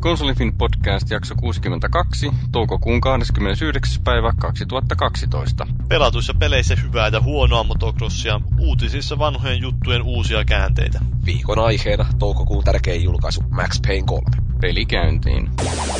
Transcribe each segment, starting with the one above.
Konsolifin podcast jakso 62, toukokuun 29. päivä 2012. Pelatuissa peleissä hyvää ja huonoa motocrossia, uutisissa vanhojen juttujen uusia käänteitä. Viikon aiheena toukokuun tärkein julkaisu Max Payne 3. Peli käyntiin.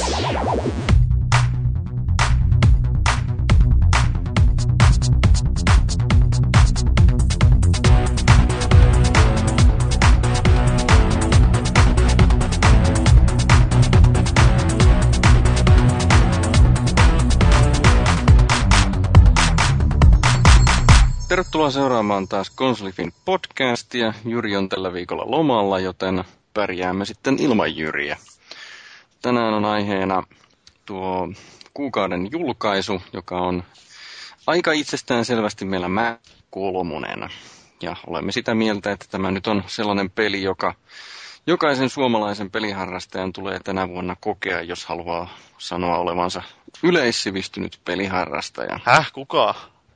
Tervetuloa seuraamaan taas Konsolifin podcastia. Jyri on tällä viikolla lomalla, joten pärjäämme sitten ilman Jyriä. Tänään on aiheena tuo kuukauden julkaisu, joka on aika itsestään selvästi meillä Mac 3. Ja olemme sitä mieltä, että tämä nyt on sellainen peli, joka jokaisen suomalaisen peliharrastajan tulee tänä vuonna kokea, jos haluaa sanoa olevansa yleissivistynyt peliharrastaja. Kuka?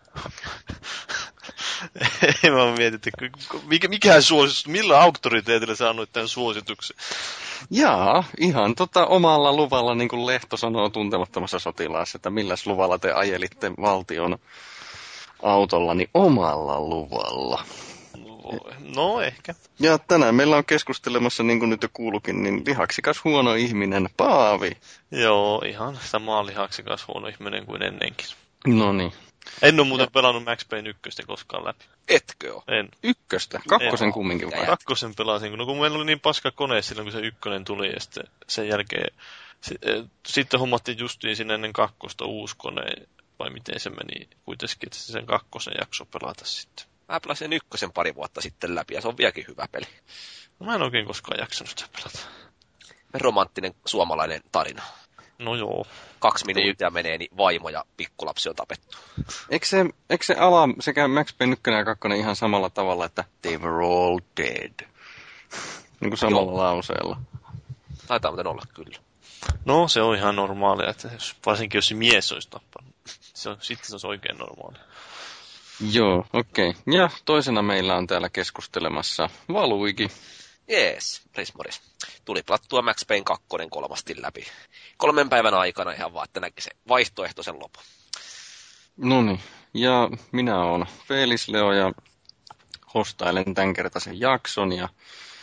Ei mä mietin, että mikähän suositus, millä auktoriteetillä sä annoit tämän suosituksen? Jaa, ihan omalla luvalla, niin kuin Lehto sanoo Tuntemattomassa sotilaassa, että milläs luvalla te ajelitte valtion autolla, niin omalla luvalla. No ehkä. Ja tänään meillä on keskustelemassa, niin kuin nyt jo kuulukin, niin lihaksikas huono ihminen Paavi. Joo, ihan sama lihaksikas huono ihminen kuin ennenkin. Noniin. En ole muuten pelannut Max Payne 1 koskaan läpi. Etkö oo? En. Ykköstä? Kakkosen kumminkin vai? Kakkosen pelasin, kun meillä oli niin paska kone silloin, kun se ykkönen tuli, ja sitten sen jälkeen sitten hommattiin justiin sinne ennen kakkosta uusi kone, vai miten se meni kuitenkin, että sen kakkosen jakso pelata sitten. Mä pelasin ykkösen pari vuotta sitten läpi, ja se on vieläkin hyvä peli. No, mä en oikein koskaan jaksanut sitä pelata. Romanttinen suomalainen tarina. No joo. 2 minuuttia menee, niin vaimo ja pikkulapsi on tapettu. Eikö se ala sekä Max Payne 1 ja 2 ihan samalla tavalla, että they were all dead? Niin kuin samalla lauseella. Taitaa muuten olla kyllä. No se on ihan normaalia, että varsinkin jos se mies olisi tappanut. Sitten se olisi oikein normaalia. Joo, okei. Okay. Ja toisena meillä on täällä keskustelemassa Valuigi. Jees, Moris. Tuli plattua Max Payne 2 kolmasti läpi. 3 päivän aikana ihan vaan, että näki se vaihtoehtoisen lopun. Noniin, ja minä olen Felis Leo ja hostailen tämänkertaisen jakson ja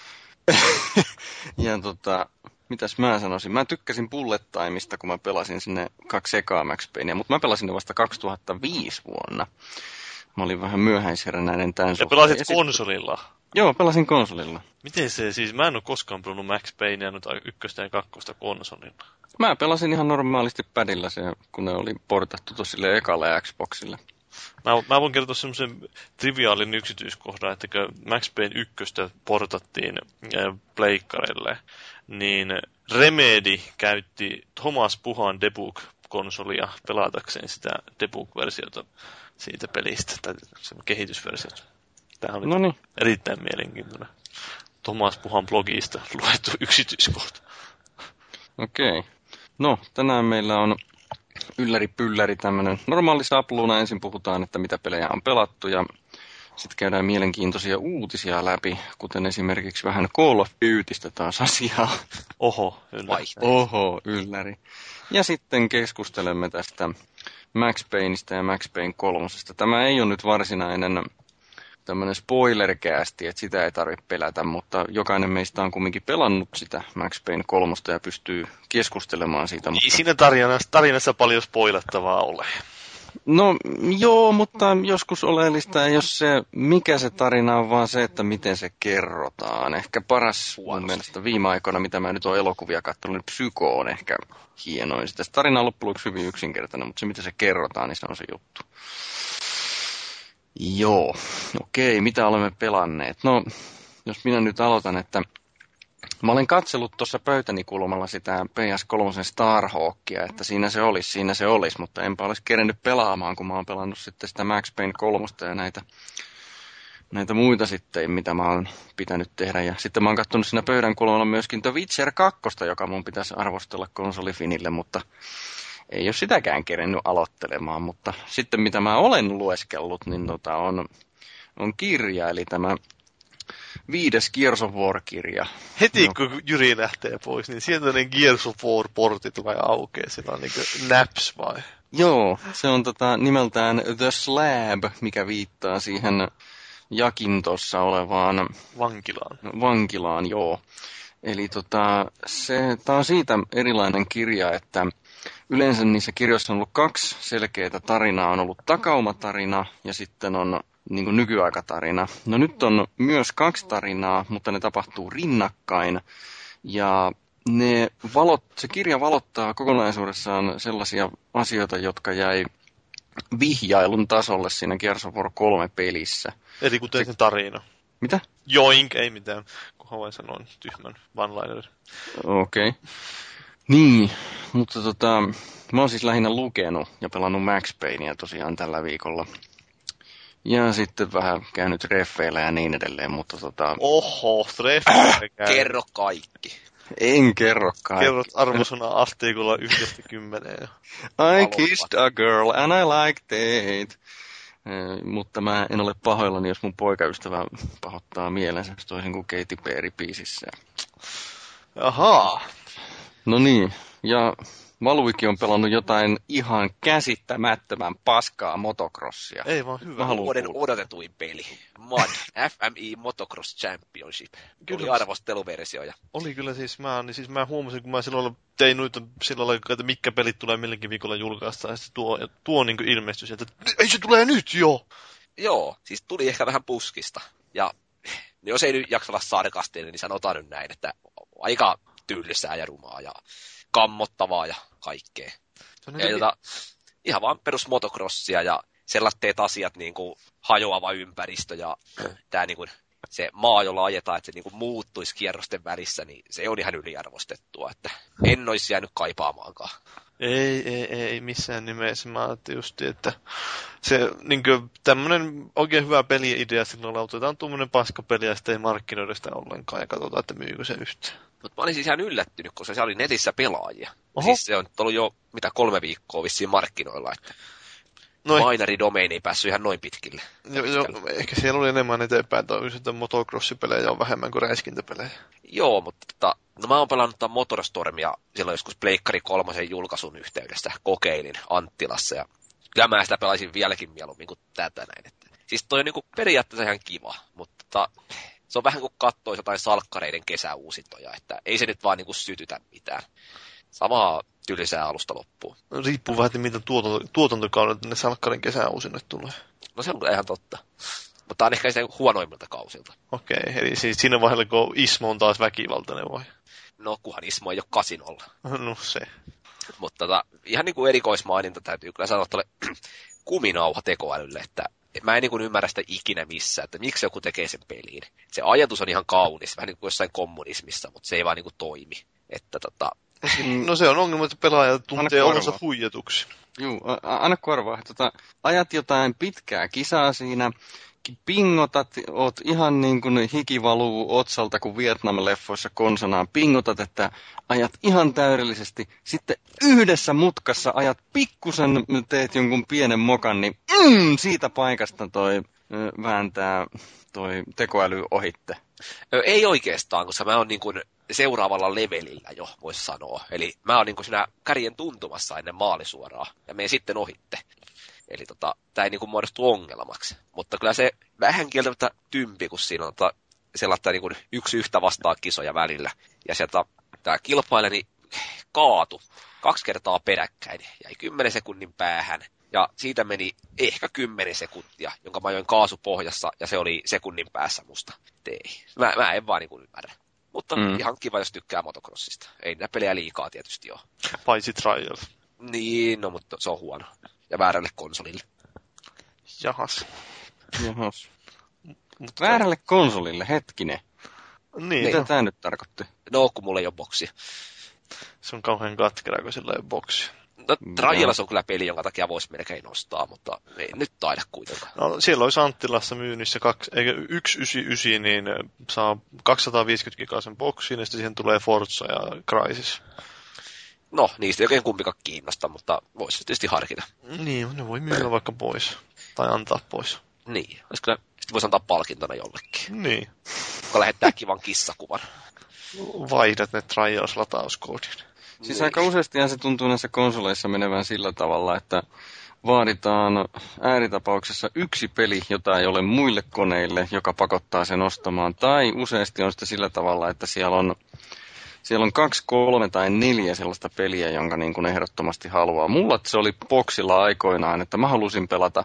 mitäs mä sanoisin? Mä tykkäsin Bullet Timeista, kun mä pelasin sinne 2 ekaa Max Paynea, mutta mä pelasin ne vasta 2005 vuonna. Mä olin vähän myöhäisherännäinen tämän suhteen. Ja pelasit konsolilla? Joo, pelasin konsolilla. Miten se siis? Mä en ole koskaan pelannut Max Paynea nyt 1 ja 2 konsolilla. Mä pelasin ihan normaalisti padilla se, kun ne oli portattu tosille ekalle Xboxille. Mä voin kertoa semmoisen triviaalin yksityiskohdan, että kun Max Payne 1 portattiin pleikkarille, niin Remedy käytti Thomas Puhan debug-konsolia pelatakseen sitä debug-versiota siitä pelistä, tai kehitysversiota. Tämä oli erittäin mielenkiintoinen Thomas Puhan blogista luettu yksityiskohta. Okei. No, tänään meillä on ylläri-pylläri tämmöinen normaali sapluuna. Ensin puhutaan, että mitä pelejä on pelattu ja sitten käydään mielenkiintoisia uutisia läpi, kuten esimerkiksi vähän Call of Dutystä taas asiaa. Oho, ylläri. Ylläri. Ja sitten keskustelemme tästä Max Payneista ja Max Payne 3. Tämä ei ole nyt varsinainen tämmöinen spoilercasti, että sitä ei tarvitse pelätä, mutta jokainen meistä on kumminkin pelannut sitä Max Payne 3 ja pystyy keskustelemaan siitä. Mutta... Siinä tarinassa paljon spoilattavaa ole. No joo, mutta joskus oleellista ei ole se, mikä se tarina on, vaan se, että miten se kerrotaan. Ehkä paras mun mielestä viime aikoina, mitä mä nyt oon elokuvia katsonut, niin Psyko on ehkä hienoin. Sitä tarina on loppujen lopuksi hyvin yksinkertainen, mutta se, miten se kerrotaan, niin se on se juttu. Joo, okei, mitä olemme pelanneet? No, jos minä nyt aloitan, että mä olen katsellut tuossa pöytäni kulmalla sitä PS3 Starhawkia, että siinä se olisi, mutta enpä olisi kerennyt pelaamaan, kun mä oon pelannut sitten sitä Max Payne 3 ja näitä muita sitten, mitä mä oon pitänyt tehdä. Ja sitten mä oon katsonut siinä pöydän kulmalla myöskin The Witcher 2, joka mun pitäisi arvostella konsolifinille, mutta ei ole sitäkään kerennyt aloittelemaan, mutta sitten mitä mä olen lueskellut, niin on kirja, eli tämä 5. Gears of War-kirja. Heti kun Jyri lähtee pois, niin sieltä ne Gears of War-portti tulee aukeaa. Sillä on niinku naps vai? Joo, se on nimeltään The Slab, mikä viittaa siihen Jakintossa olevaan vankilaan, joo. Eli tää on siitä erilainen kirja, että yleensä niissä kirjoissa on ollut 2 selkeää tarinaa. On ollut takaumatarina ja sitten on niin kuin nykyaikatarina. No nyt on myös 2 tarinaa, mutta ne tapahtuu rinnakkain. Ja se kirja valottaa kokonaisuudessaan sellaisia asioita, jotka jäi vihjailun tasolle siinä Gears of War 3 pelissä. Eli kuten se tarina. Mitä? Joink, ei mitään, kunhan vain sanoin tyhmän one-liner. Okei. Niin, mutta mä oon siis lähinnä lukenut ja pelannut Max Paynea tosiaan tällä viikolla. Ja sitten vähän käynyt treffeillä ja niin edelleen, mutta Oho, treffeillä käy. Kerro kaikki. En kerro kaikki. Kerrot arvosana asteikolla 1-10. I kissed a girl and I liked it. Mutta mä en ole pahoillani, jos mun poikaystävä pahoittaa mielensä toisin kuin Katy Perry biisissä. Ahaa. No niin, ja Valuviki on pelannut jotain ihan käsittämättömän paskaa motocrossia. Ei vaan hyvä. Vuoden odotetuin peli. MOD, FMI Motocross Championship. Kyllä. Oli arvosteluversioja. Oli kyllä siis mä huomasin, kun mä silloin tein noita sillä lailla, että mitkä pelit tulee milläkin viikolla julkaista, ja tuo niin kuin ilmestyi sieltä, että ei se tulee nyt jo! Joo, siis tuli ehkä vähän puskista. Ja jos ei nyt jaksa olla sarkastinen, niin sanotaan nyt näin, että aika tylsää ja rumaa ja kammottavaa ja kaikkea. Ja ihan vaan perus motocrossia ja sellaiset asiat niin kuin hajoava ympäristö ja tää niin kuin se maa, jolla ajetaan, että se niin kuin muuttuisi kierrosten välissä, niin se on ihan yliarvostettua, että en olisi jäänyt kaipaamaankaan. Ei missään nimessä. Mä ajattelin just, että se niin tämmönen oikein hyvä peli-idea silloin otetaan tuommoinen paskapeli ja sitten ei markkinoida sitä ollenkaan ja katsotaan, että myykö se yhtään. Mutta mä olin siis ihan yllättynyt, koska se oli netissä pelaajia. Siis se on ollut jo 3 viikkoa vissiin markkinoilla, että Binary-domaini ei päässyt ihan noin pitkille. Joo, ehkä siellä oli enemmän eteenpäin, että motocrossipelejä on vähemmän kuin räiskintäpelejä. Joo, mutta mä oon pelannut tämän Motorstormia silloin joskus Pleikkari 3 julkaisun yhteydessä, kokeilin Anttilassa, ja kyllä mä sitä pelaisin vieläkin mieluummin kuin tätä näin. Että siis toi on niinku periaatteessa ihan kiva, mutta se on vähän kuin kattoisi jotain salkkareiden kesäuusintoja, että ei se nyt vaan niinku sytytä mitään. Samaa tylsää alusta loppuun. Riippuu vähän, mitä tuotantokaudet ne salkkarin kesäuusinnot tulee. No se on ihan totta. Mutta on ehkä sitä huonoimmilta kausilta. Okei, eli siis siinä vaiheella, kun Ismo on taas väkivaltainen vai? No, kunhan Ismo ei ole 8-0. No se. Mutta ihan niin kuin erikoismaininta täytyy kyllä sanoa tuolle kuminauha tekoälylle, että mä en niin kuin ymmärrä sitä ikinä missään, että miksi joku tekee sen peliin. Se ajatus on ihan kaunis, vähän niin kuin jossain kommunismissa, mutta se ei vaan niin kuin toimi. Että No se on ongelma, että pelaaja tuntee olonsa huijatuksi. Juu, anna korvaa. Ajat jotain pitkää kisaa siinä, pingotat, oot ihan niin kuin hiki valuu otsalta, kun Vietnam-leffoissa konsanaan pingotat, että ajat ihan täydellisesti. Sitten yhdessä mutkassa ajat pikkusen, teet jonkun pienen mokan, niin siitä paikasta vääntää toi tekoäly ohitte. Ei oikeastaan, koska mä oon niin kuin seuraavalla levelillä jo, voisi sanoa. Eli mä oon niin kuin siinä kärjen tuntumassa ennen maalisuoraa, ja menen sitten ohitte. Eli tää ei niin kuin muodostu ongelmaksi. Mutta kyllä se vähän kieltämättä tympi, kun siinä on sellaista niin kuin 1-1 vastaan kisoja välillä. Ja sieltä tää kilpailija kaatu 2 kertaa peräkkäin, jäi 10 sekunnin päähän. Ja siitä meni ehkä 10 sekuntia, jonka mä ajoin kaasupohjassa, ja se oli sekunnin päässä musta. Mä en vaan niin kuin ymmärrä. Mutta ihan kiva, jos tykkää motocrossista. Ei niitä pelejä liikaa tietysti ole. Paitsi Trials. Niin, no mutta se on huono. Ja väärälle konsolille. Jahas. Mutta väärälle konsolille, hetkinen. Niin. Mitä tää nyt tarkoitti? No, kun mulla ei ole boksia. Se on kauhean katkera, kun sillä ei ole boksia. No, Trials on kyllä peli, jonka takia voisi melkein nostaa, mutta ei nyt taida kuitenkaan. No, siellä olisi Anttilassa myynnissä 199, niin saa 250 gigaa sen boksiin, ja sitten siihen tulee Forza ja Crysis. No, niistä ei oikein kumpikaan kiinnosta, mutta voisi tietysti harkita. Niin, ne voi myydä vaikka pois. Tai antaa pois. Niin, olisiko sitten voisi antaa palkintona jollekin, Niin. joka lähettää kivan kissakuvan. Vaihdat ne Trials-latauskoodin. Siis aika useastihan se tuntuu näissä konsoleissa menevän sillä tavalla, että vaaditaan ääritapauksessa yksi peli, jota ei ole muille koneille, joka pakottaa sen ostamaan. Tai useasti on sitä sillä tavalla, että siellä on 2, 3 tai 4 sellaista peliä, jonka niin kuin ehdottomasti haluaa. Mulla se oli boksilla aikoinaan, että mä halusin pelata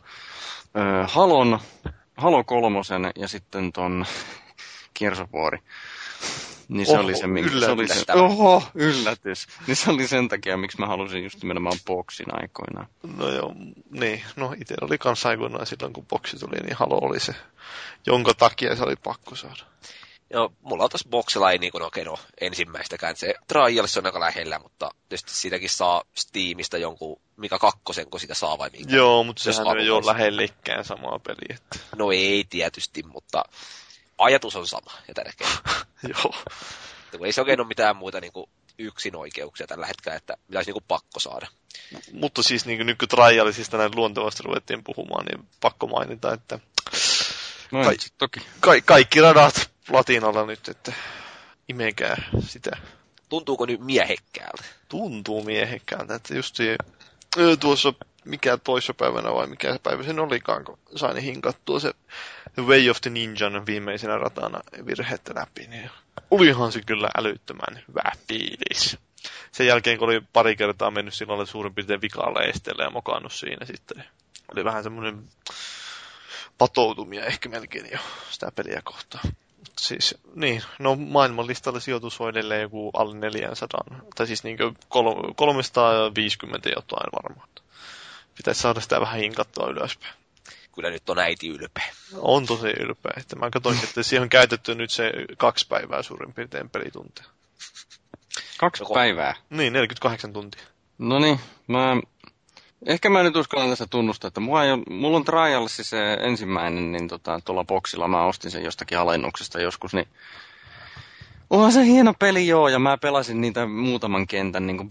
Halo 3 ja sitten ton Gears of War. Niin se oli se, yllätys. Niin se oli sen takia, miksi mä halusin just nimenomaan boksin aikoinaan. No joo, niin. No itse oli kans aikoinaan silloin, kun boksi tuli, niin Halo oli se, jonka takia se oli pakko saada. Joo, mulla on tässä boksilla ei niin oikein ole ensimmäistäkään. Se Trials on aika lähellä, mutta tietysti siitäkin saa Steamista jonkun, mikä 2, kun sitä saa vai minkä. Joo, mutta sehän ei ole lähellekään samaa peliä. Että... No ei tietysti, mutta ajatus on sama ja tärkeä. Joo. Ei se oikein ole mitään muuta niin kuin yksinoikeuksia tällä hetkellä, että pitäisi niin kuin pakko saada. Mutta siis niin nyt kun Trialsista näin luontevasti ruvettiin puhumaan, niin pakko mainita, että toki. Kaikki radat Platinalla nyt, että imekää sitä. Tuntuuko nyt miehekkäältä? Tuntuu miehekkäältä, että just tuossa mikä toissapäivänä vai mikä päivä sen olikaan, kun sain hinkattua se Way of the Ninjan viimeisenä ratana virhettä läpi, niin olihan se kyllä älyttömän hyvä fiilis. Sen jälkeen, kun oli pari kertaa mennyt silloin suurin piirtein vikaalle esteelle ja mokannut siinä sitten, oli vähän semmoinen patoutumia ehkä melkein jo sitä peliä kohtaan. Siis, niin, no maailmanlistalla sijoitus on edelleen joku alle 400, tai siis niin 350 jotain varmaan. Pitäisi saada sitä vähän hinkattua ylöspäin. Kyllä nyt on äiti ylpeä. On tosi ylpeä. Että mä katsoin, että siihen on käytetty nyt se 2 päivää suurin piirtein pelituntia. 2 päivää? Niin, 48 tuntia. No niin, ehkä mä nyt uskallan tässä tunnustaa, että mulla on Trials se ensimmäinen, niin tuolla boksilla mä ostin sen jostakin alennuksesta joskus, niin onhan se hieno peli joo, ja mä pelasin niitä muutaman kentän, niin kuin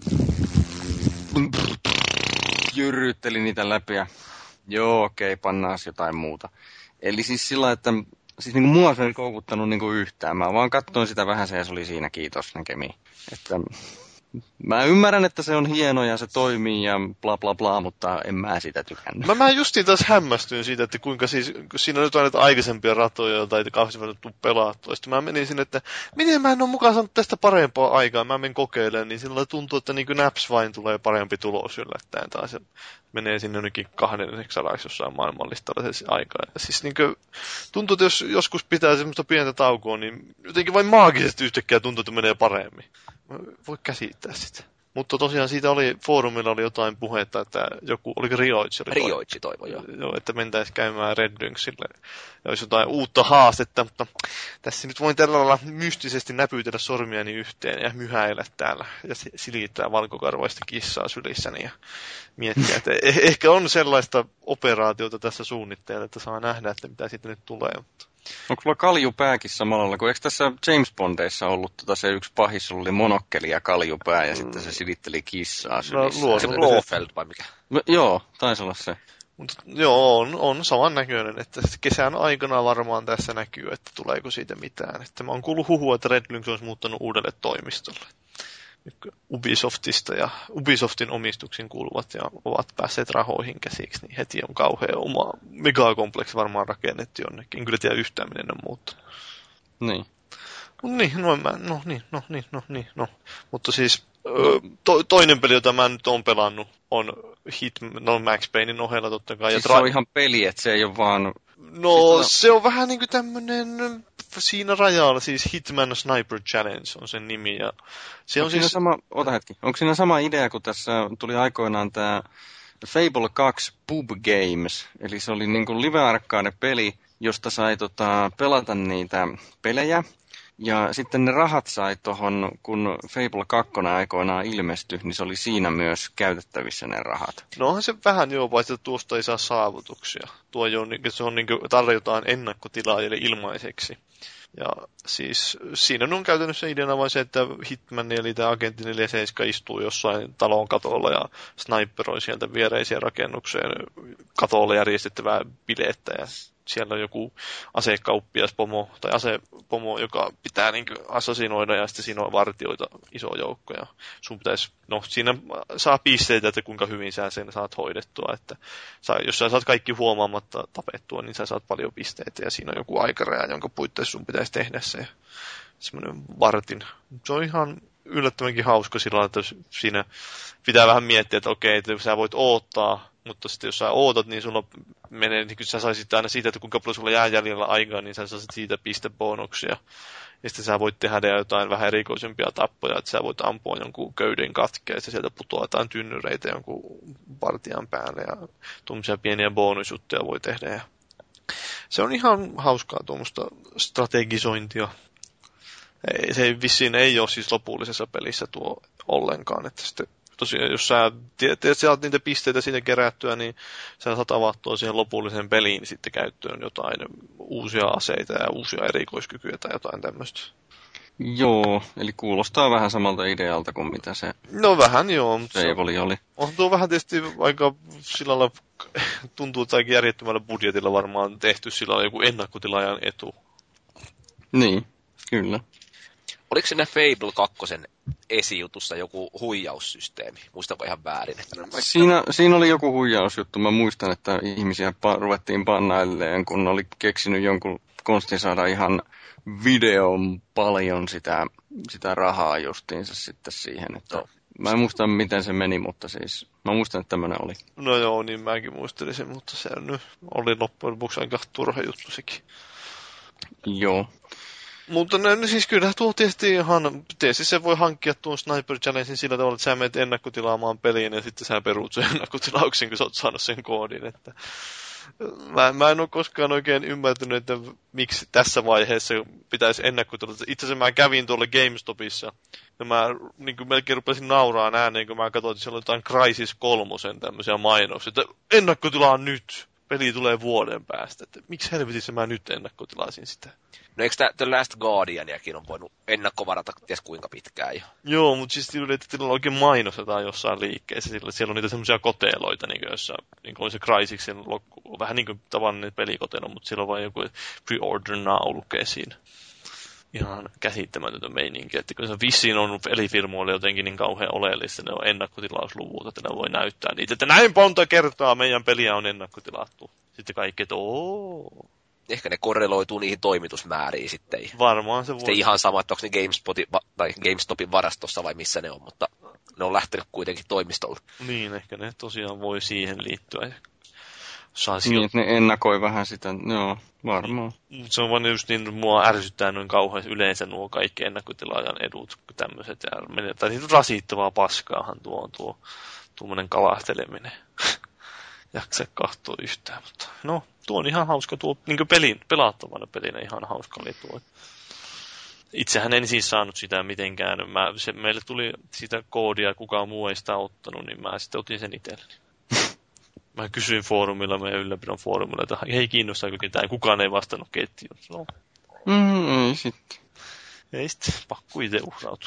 jyrryttelin niitä läpi, ja joo, okei, pannaas jotain muuta. Eli siis sillä, että siis niin kuin mua se ei koukuttanut niin kuin yhtään, mä vaan katsoin sitä vähän ja se oli siinä, kiitos, näkemiin. Että mä ymmärrän, että se on hieno ja se toimii ja bla bla bla, mutta en mä sitä tykännyt. Mä justiin taas hämmästyin siitä, että kuinka siis, kun siinä on nyt aina aikaisempia ratoja tai kauheasti tuu pelattua. Sitten mä menin sinne, että miten mä en ole mukaan saanut tästä parempaa aikaa. Mä menen kokeilemaan, niin sillä tuntuu, että niin kuin naps vain tulee parempi tulos yllättäen taas. Ja menee sinne jonnekin 200 jossain maailmanlistalla se aikaa. Ja siis niin kuin, tuntuu, että jos joskus pitää semmoista pientä taukoa, niin jotenkin vain maagisesti yhtäkkiä tuntuu, että menee paremmin. Voi käsittää sitä. Mutta tosiaan siitä foorumilla oli jotain puhetta, että joku, oliko Rioitsi? Rioitsi toivoi, joo. Joo, että mentäisiin käymään Red Lynxille ja olisi jotain uutta haastetta, mutta tässä nyt voin tällä lailla mystisesti näpytellä sormiani yhteen ja myhäillä täällä ja silittää valkokarvaista kissaa sylissäni ja miettiä, että ehkä on sellaista operaatiota tässä suunnitteilla, että saa nähdä, että mitä siitä nyt tulee, mutta onko sulla kaljupääkin samalla lailla, kun eikö tässä James Bondeissa ollut se yksi pahis, sulla oli monokkeli ja kaljupää ja sitten se silitteli kissaa sylissä. No, se Blofeld vai mikä? Joo, taisi olla se. Mutta joo, on saman näköinen, että kesän aikana varmaan tässä näkyy, että tuleeko siitä mitään. Että mä oon kuullut huhua, että Red Lynx olisi muuttanut uudelle toimistolle. Ubisoftista ja Ubisoftin omistuksiin kuuluvat ja ovat päässeet rahoihin käsiksi, niin heti on kauhean oma megakompleksi varmaan rakennettu jonnekin. En kyllä tiedä yhtään, miten ne on muuttunut. Niin. No. Mutta siis toinen peli, jota mä nyt oon pelannut, on Max Paynein ohella totta kai. Siis se on ihan peli, että se ei ole vaan... No, se on vähän niinku tämmönen siinä rajalla, siis Hitman Sniper Challenge on sen nimi. Ja se on siis... Onko siinä sama idea, kun tässä tuli aikoinaan tää Fable 2 Pub Games, eli se oli niinku live-arcade-peli, josta sai pelata niitä pelejä. Ja sitten ne rahat sai tohon, kun Fable 2 aikoinaan ilmestyi, niin se oli siinä myös käytettävissä ne rahat. No onhan se vähän joo, paitsi että tuosta ei saa saavutuksia. Se on tarjotaan ennakkotilaajille ilmaiseksi. Ja siis siinä on käytännössä ideana vain se, että Hitman eli tämä agentti 47 istuu jossain talon katolla ja sniperoi sieltä viereisiä rakennukseen katolle järjestettävää bilettä. Ja siellä on joku asekauppias pomo tai asepomo, joka pitää niin assassinoida ja sitten siinä on vartioita iso joukko. Ja sun pitäisi, siinä saa pisteitä, että kuinka hyvin sä sen saat hoidettua. Että jos sä saat kaikki huomaamatta tapettua, niin sä saat paljon pisteitä ja siinä on joku aikaraja, jonka puitteissa sun pitäisi tehdä se semmoinen vartin. Se on ihan yllättävänkin hauska sillä, että siinä pitää vähän miettiä, että okei, että sä voit odottaa, mutta sitten jos sä ootat, niin sulla menee, niin sä saisit aina siitä, että kuinka paljon sulla jää jäljellä aikaa, niin sä saisit siitä pistebonuksia. Ja sitten sä voit tehdä jotain vähän erikoisempia tappoja, että sä voit ampua jonkun köyden katkeen, ja sieltä putoaa jotain tynnyreitä jonkun partian päälle, ja tuommoisia pieniä bonusjuttuja voi tehdä. Ja se on ihan hauskaa tuommoista strategisointia. Se vissiin ei ole siis lopullisessa pelissä tuo ollenkaan, että sitten tosiaan, jos sä saat niitä pisteitä siitä kerättyä, niin sä saat avattua siihen lopulliseen peliin sitten käyttöön jotain uusia aseita ja uusia erikoiskykyjä tai jotain tämmöistä. Joo, eli kuulostaa vähän samalta idealta kuin mitä se no vähän joo, mutta Fable oli. On tuo vähän tietysti aika sillä lailla, tuntuu jotenkin järjettömällä budjetilla varmaan tehty sillä lailla joku ennakkotilaajan etu. Niin, kyllä. Oliko siinä Fable 2 esijutussa joku huijaussysteemi? Muistanko ihan väärin? Siinä oli joku huijausjuttu. Mä muistan, että ihmisiä ruvettiin pannailleen, kun oli keksinyt jonkun konstin saada ihan videon paljon sitä rahaa justiinsa sitten siihen. Että mä en muista, miten se meni, mutta siis mä muistan, että tämmöinen oli. No joo, niin mäkin muistelisin, mutta se nyt oli loppujen lopuksi aika turha juttu sekin. Joo. Mutta siis kyllä tuo tietysti se voi hankkia tuon Sniper Challengein sillä tavalla, että sä menet ennakkotilaamaan peliin ja sitten sä peruut sen ennakkotilauksen, kun sä oot saanut sen koodin. Että mä en ole koskaan oikein ymmärtänyt, että miksi tässä vaiheessa pitäisi ennakkotilata. Itse asiassa mä kävin tuolla GameStopissa ja mä niin kuin melkein rupesin nauraan ääneen, kun mä katsoin, että siellä on jotain Crysis 3 tämmöisiä mainoksia, että ennakkotilaa nyt! Peli tulee vuoden päästä. Että miksi helvetissä mä nyt ennakkotilaisin sitä? No eikö The Last Guardianiakin on voinut ennakkovarata ties kuinka pitkään jo? Joo, mutta siis sillä on oikein mainostetaan jossain liikkeessä. Siellä on niitä semmoisia koteloita, niin jossa niin on se Crysixin vähän niin kuin tavallinen pelikotelo, mutta siellä on vain joku pre-order now lukee siinä. Ihan käsittämätöntä meininkiä, että kun se vissiin on pelifirmoille jotenkin niin kauhean oleellista, ne on ennakkotilausluvut, että ne voi näyttää niitä, että näin monta kertaa meidän peliä on ennakkotilattu. Sitten kaikki, että ehkä ne korreloituu niihin toimitusmääriin sitten. Varmaan se voi. Sitten ihan sama, että onko ne GameStopin varastossa vai missä ne on, mutta ne on kuitenkin toimistolle. Niin, ehkä ne tosiaan voi siihen liittyä. Niin, että ne ennakoi vähän sitä, joo, varmaan. Se on vaan just niin, mua ärsyttää noin kauhean yleensä nuo kaikki ennakkotilaajan edut, tämmöiset, tai niin rasittavaa paskaahan tuo tuommoinen kalahteleminen. Jaksa katsoa yhtään, mutta no, tuo on ihan hauska, tuo niin pelattavana pelinä ihan hauska oli tuo. Itsehän en siis saanut sitä mitenkään, meille tuli sitä koodia, kukaan muu ei sitä ottanut, niin mä sitten otin sen itselleni. Mä kysyin foorumilla, meidän ylläpidon foorumilla, että hei, kiinnostaako ketään, kukaan ei vastannut ketjuun. No. Ei sitten. Ei sitten, pakko itse uhrautua.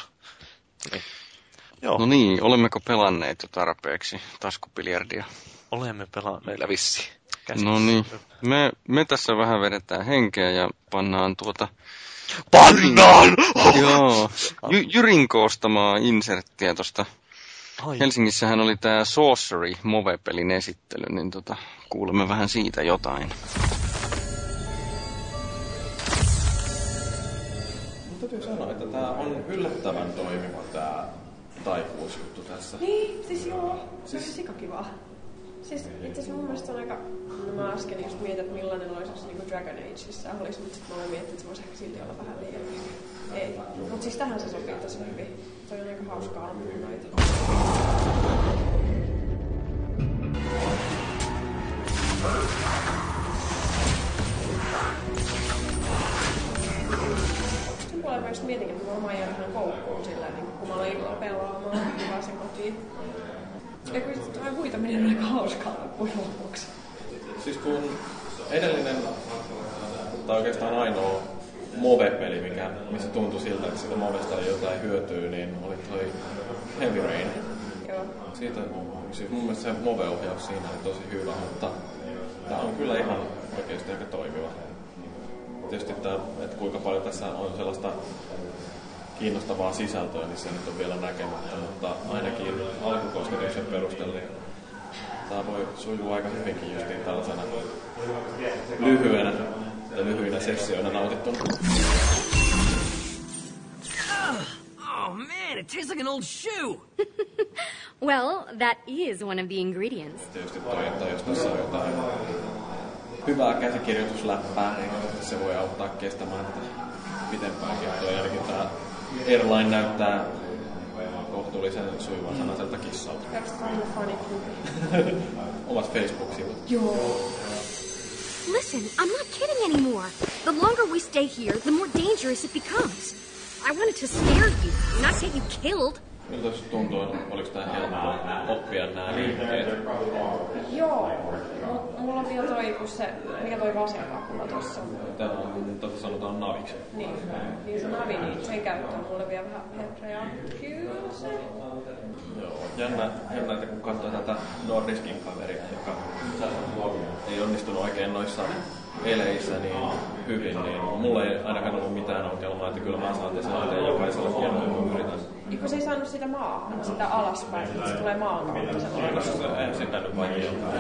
Joo. No niin, olemmeko pelanneet jo tarpeeksi taskupiljardia? Olemme pelanneet. Meillä vissiin. No niin, me tässä vähän vedetään henkeä ja pannaan Pannaan! Joo, Jyrin koostamaa inserttiä tosta. Helsingissähän oli tää Sorcery Move-pelin esittely, niin kuulemme vähän siitä jotain. Täytyy sanoa, että tää on yllättävän toimiva tää taikuusjuttu tässä. Niin, siis joo, se on sikakivaa. Siis itse asiassa mun mielestä se on aika... No mä äsken just mietin, että millainen olisi, jos niinku Dragon Ageissa olisi, mutta sitten mä olen miettinyt, että se voisi ehkä silti olla vähän liian. Ei, mutta siis tähän se sopii tosi hyvin. Toi on aika hauskaa ampua noita. Sen puolella mä just mietin, että mä oon jäänyt ihan koukkuun sillä, niin kun mä olen illalla pelaamaan, hyvää sen kotiin. Ja kun tuo huitaminen on aika hauskaa loppujen lopuksi. Siis kun edellinen, tai oikeastaan ainoa Move-peli, missä tuntui siltä, että siitä Movesta oli jotain hyötyä, niin oli toi Heavy Rain. Joo. Siitä, siis mun mielestä se Move-ohjaus siinä oli tosi hyvä, mutta Tää on kyllä ihan oikeasti aika toimiva. Tietysti tää, että kuinka paljon tässä on sellaista kiinnostavaa sisältöä, niin se nyt on vielä näkemättä, mutta ainakin alkukosketuksen perusteella niin tää voi sujua aika hyvinkin justiin tällaisena lyhyinä sessioina nautittuna. Oh man, it tastes like an old shoe! Well, that is one of the ingredients. Tietysti toi, että jos tässä on jotain hyvää käsikirjoitusläppää, niin se voi auttaa kestämään tätä pitempäänkin. Toi ainakin tää Airline näyttää kohtuullisen sujuvan sanaiselta kissalta. Perustaminen faniklubi. Omat Facebook-sivut. Joo. Listen, I'm not kidding anymore. The longer we stay here, the more dangerous it becomes. I wanted to scare you, not get you killed. Miltä se tuntuu, oliko tää helppoa oppia nää liikkeet? Joo. Mulla on vielä toi, kun se, mikä toi vasen kappula tossa. Tää on, sanotaan naviksi. Niin se navi, niin sen käyttö on mulle vielä vähän herreaa. Kyllä se. Joo, jännä, että kun katsoo tätä Nordiskin kaveria, joka ei onnistunut oikein noissa eleissä niin hyvin, niin mulla ei ainakaan ollut mitään ongelmaa, että kyllä mä saan sen aina jokaisella kierrolla, kun yritän. Kun se ei saanut sitä maahan, sitä alaspäin, että se tulee maan kautta se koska se ei sitä nyt vain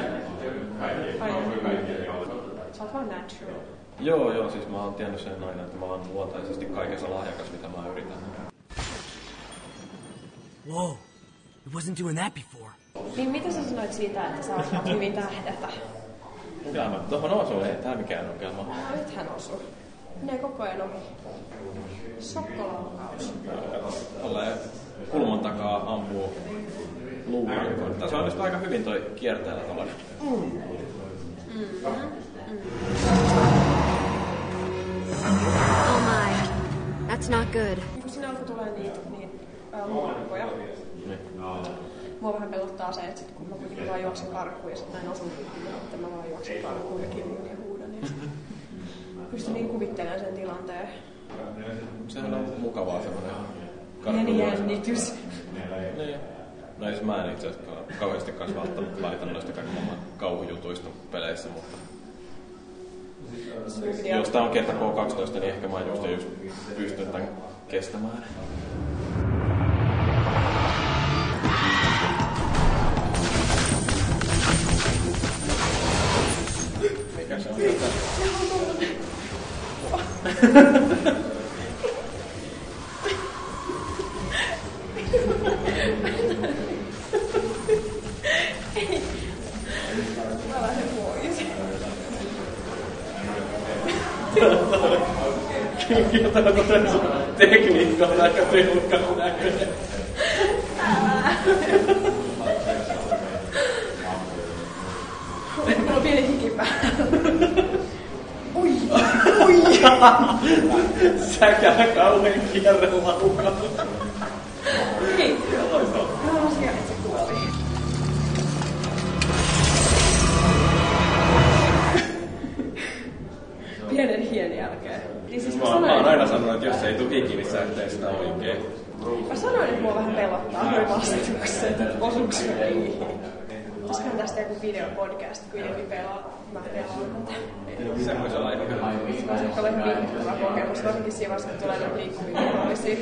Sä oot vaan natural. Joo, siis mä oon tiennyt sen aina, että mä oon luontaisesti kaikessa lahjakas, mitä mä yritän. Whoa, it wasn't doing that before. Niin mitä sä sanoit siitä, että sä osaat hyvin tähdätä? Kyllä mä tuohon osuun, ei tää mikään ongelma. No nythän osu. Menee koko ajan ohi. Sokkolaukaus. Tolleen kulman takaa ampuu luurankoon. Tässä on just aika hyvin toi kierteellä tollanen. Oh my, that's not good. Kun siinä alkoi tulee niitä luurankoja. Mua vähän pelottaa se, että sit kun mä kuitenkin vaan juoksen karkuun ja sit näin osun, että mä vaan juoksen karkuun ja kiljun ja huudan. Niin pystyn niin kuvittelemaan sen tilanteen. Sehän on mukavaa semmonen Pieni jännitys. Niin. No jos mä en itse asiassa kauheasti kanssa välttämättä välitän noista kaikkien kauhujutuista peleissä, mutta jos tää on kerta K12, niin ehkä mä just pystyn tän kestämään. Mikä se on? Mä lähden pois. Kirjoitanko tän sun tekniikka on aika tehokkaan näköinen? Mulla on pieni hiki päällä. Ui! Säkää kauhean kierrella mukana. Niin. Mä lasken, että se kuoli. Pienen hien jälkeen. Niin siis Mä oon aina sanonut, että jos ei tule ikinä, niin sä et tee sitä oikein. Mä sanoin, että mua vähän pelottaa noi vastatukset, että osuuks mä niihin. Olisikohan tästä joku videopodcast, kun joku pelaa, mä pelaan tätä. Se voisi olla ihan hyvä. Se voisi ehkä olla hyvin hyvä kokemus, varsinkin siinä vaiheessa, kun tulee näitä liikkuvia vihollisia.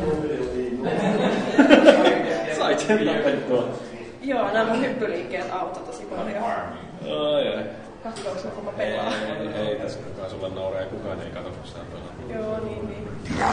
Sait sen tapettua. Joo, nämä mun hyppyliikkeet auttaa tosi paljon. Ai. Katsotaan, kun mä pelaan. Ei tässä kukaan sulle nauraa ja kukaan ei katso, kun sä pelaa. Joo, niin.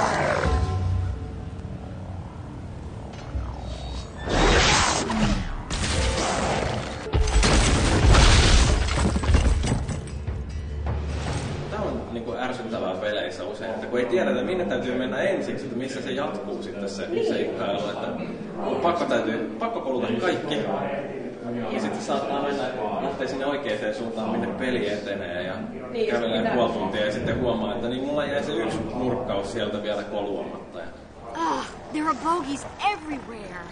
Tämä on niinku ärsyttävää peleissä usein, että kun ei tiedetä minne täytyy mennä ensiksi, että missä se jatkuu sitten se seikkailu, että pakko kouluta kaikki. Ja sitten saattaa mennä lähteä sinne oikeaan suuntaan, minne peli etenee ja niin, kävelee puoli tuntia ja sitten huomaa, että niin mulla jäi se yksi nurkkaus sieltä vielä koluamatta. There are bogeys everywhere.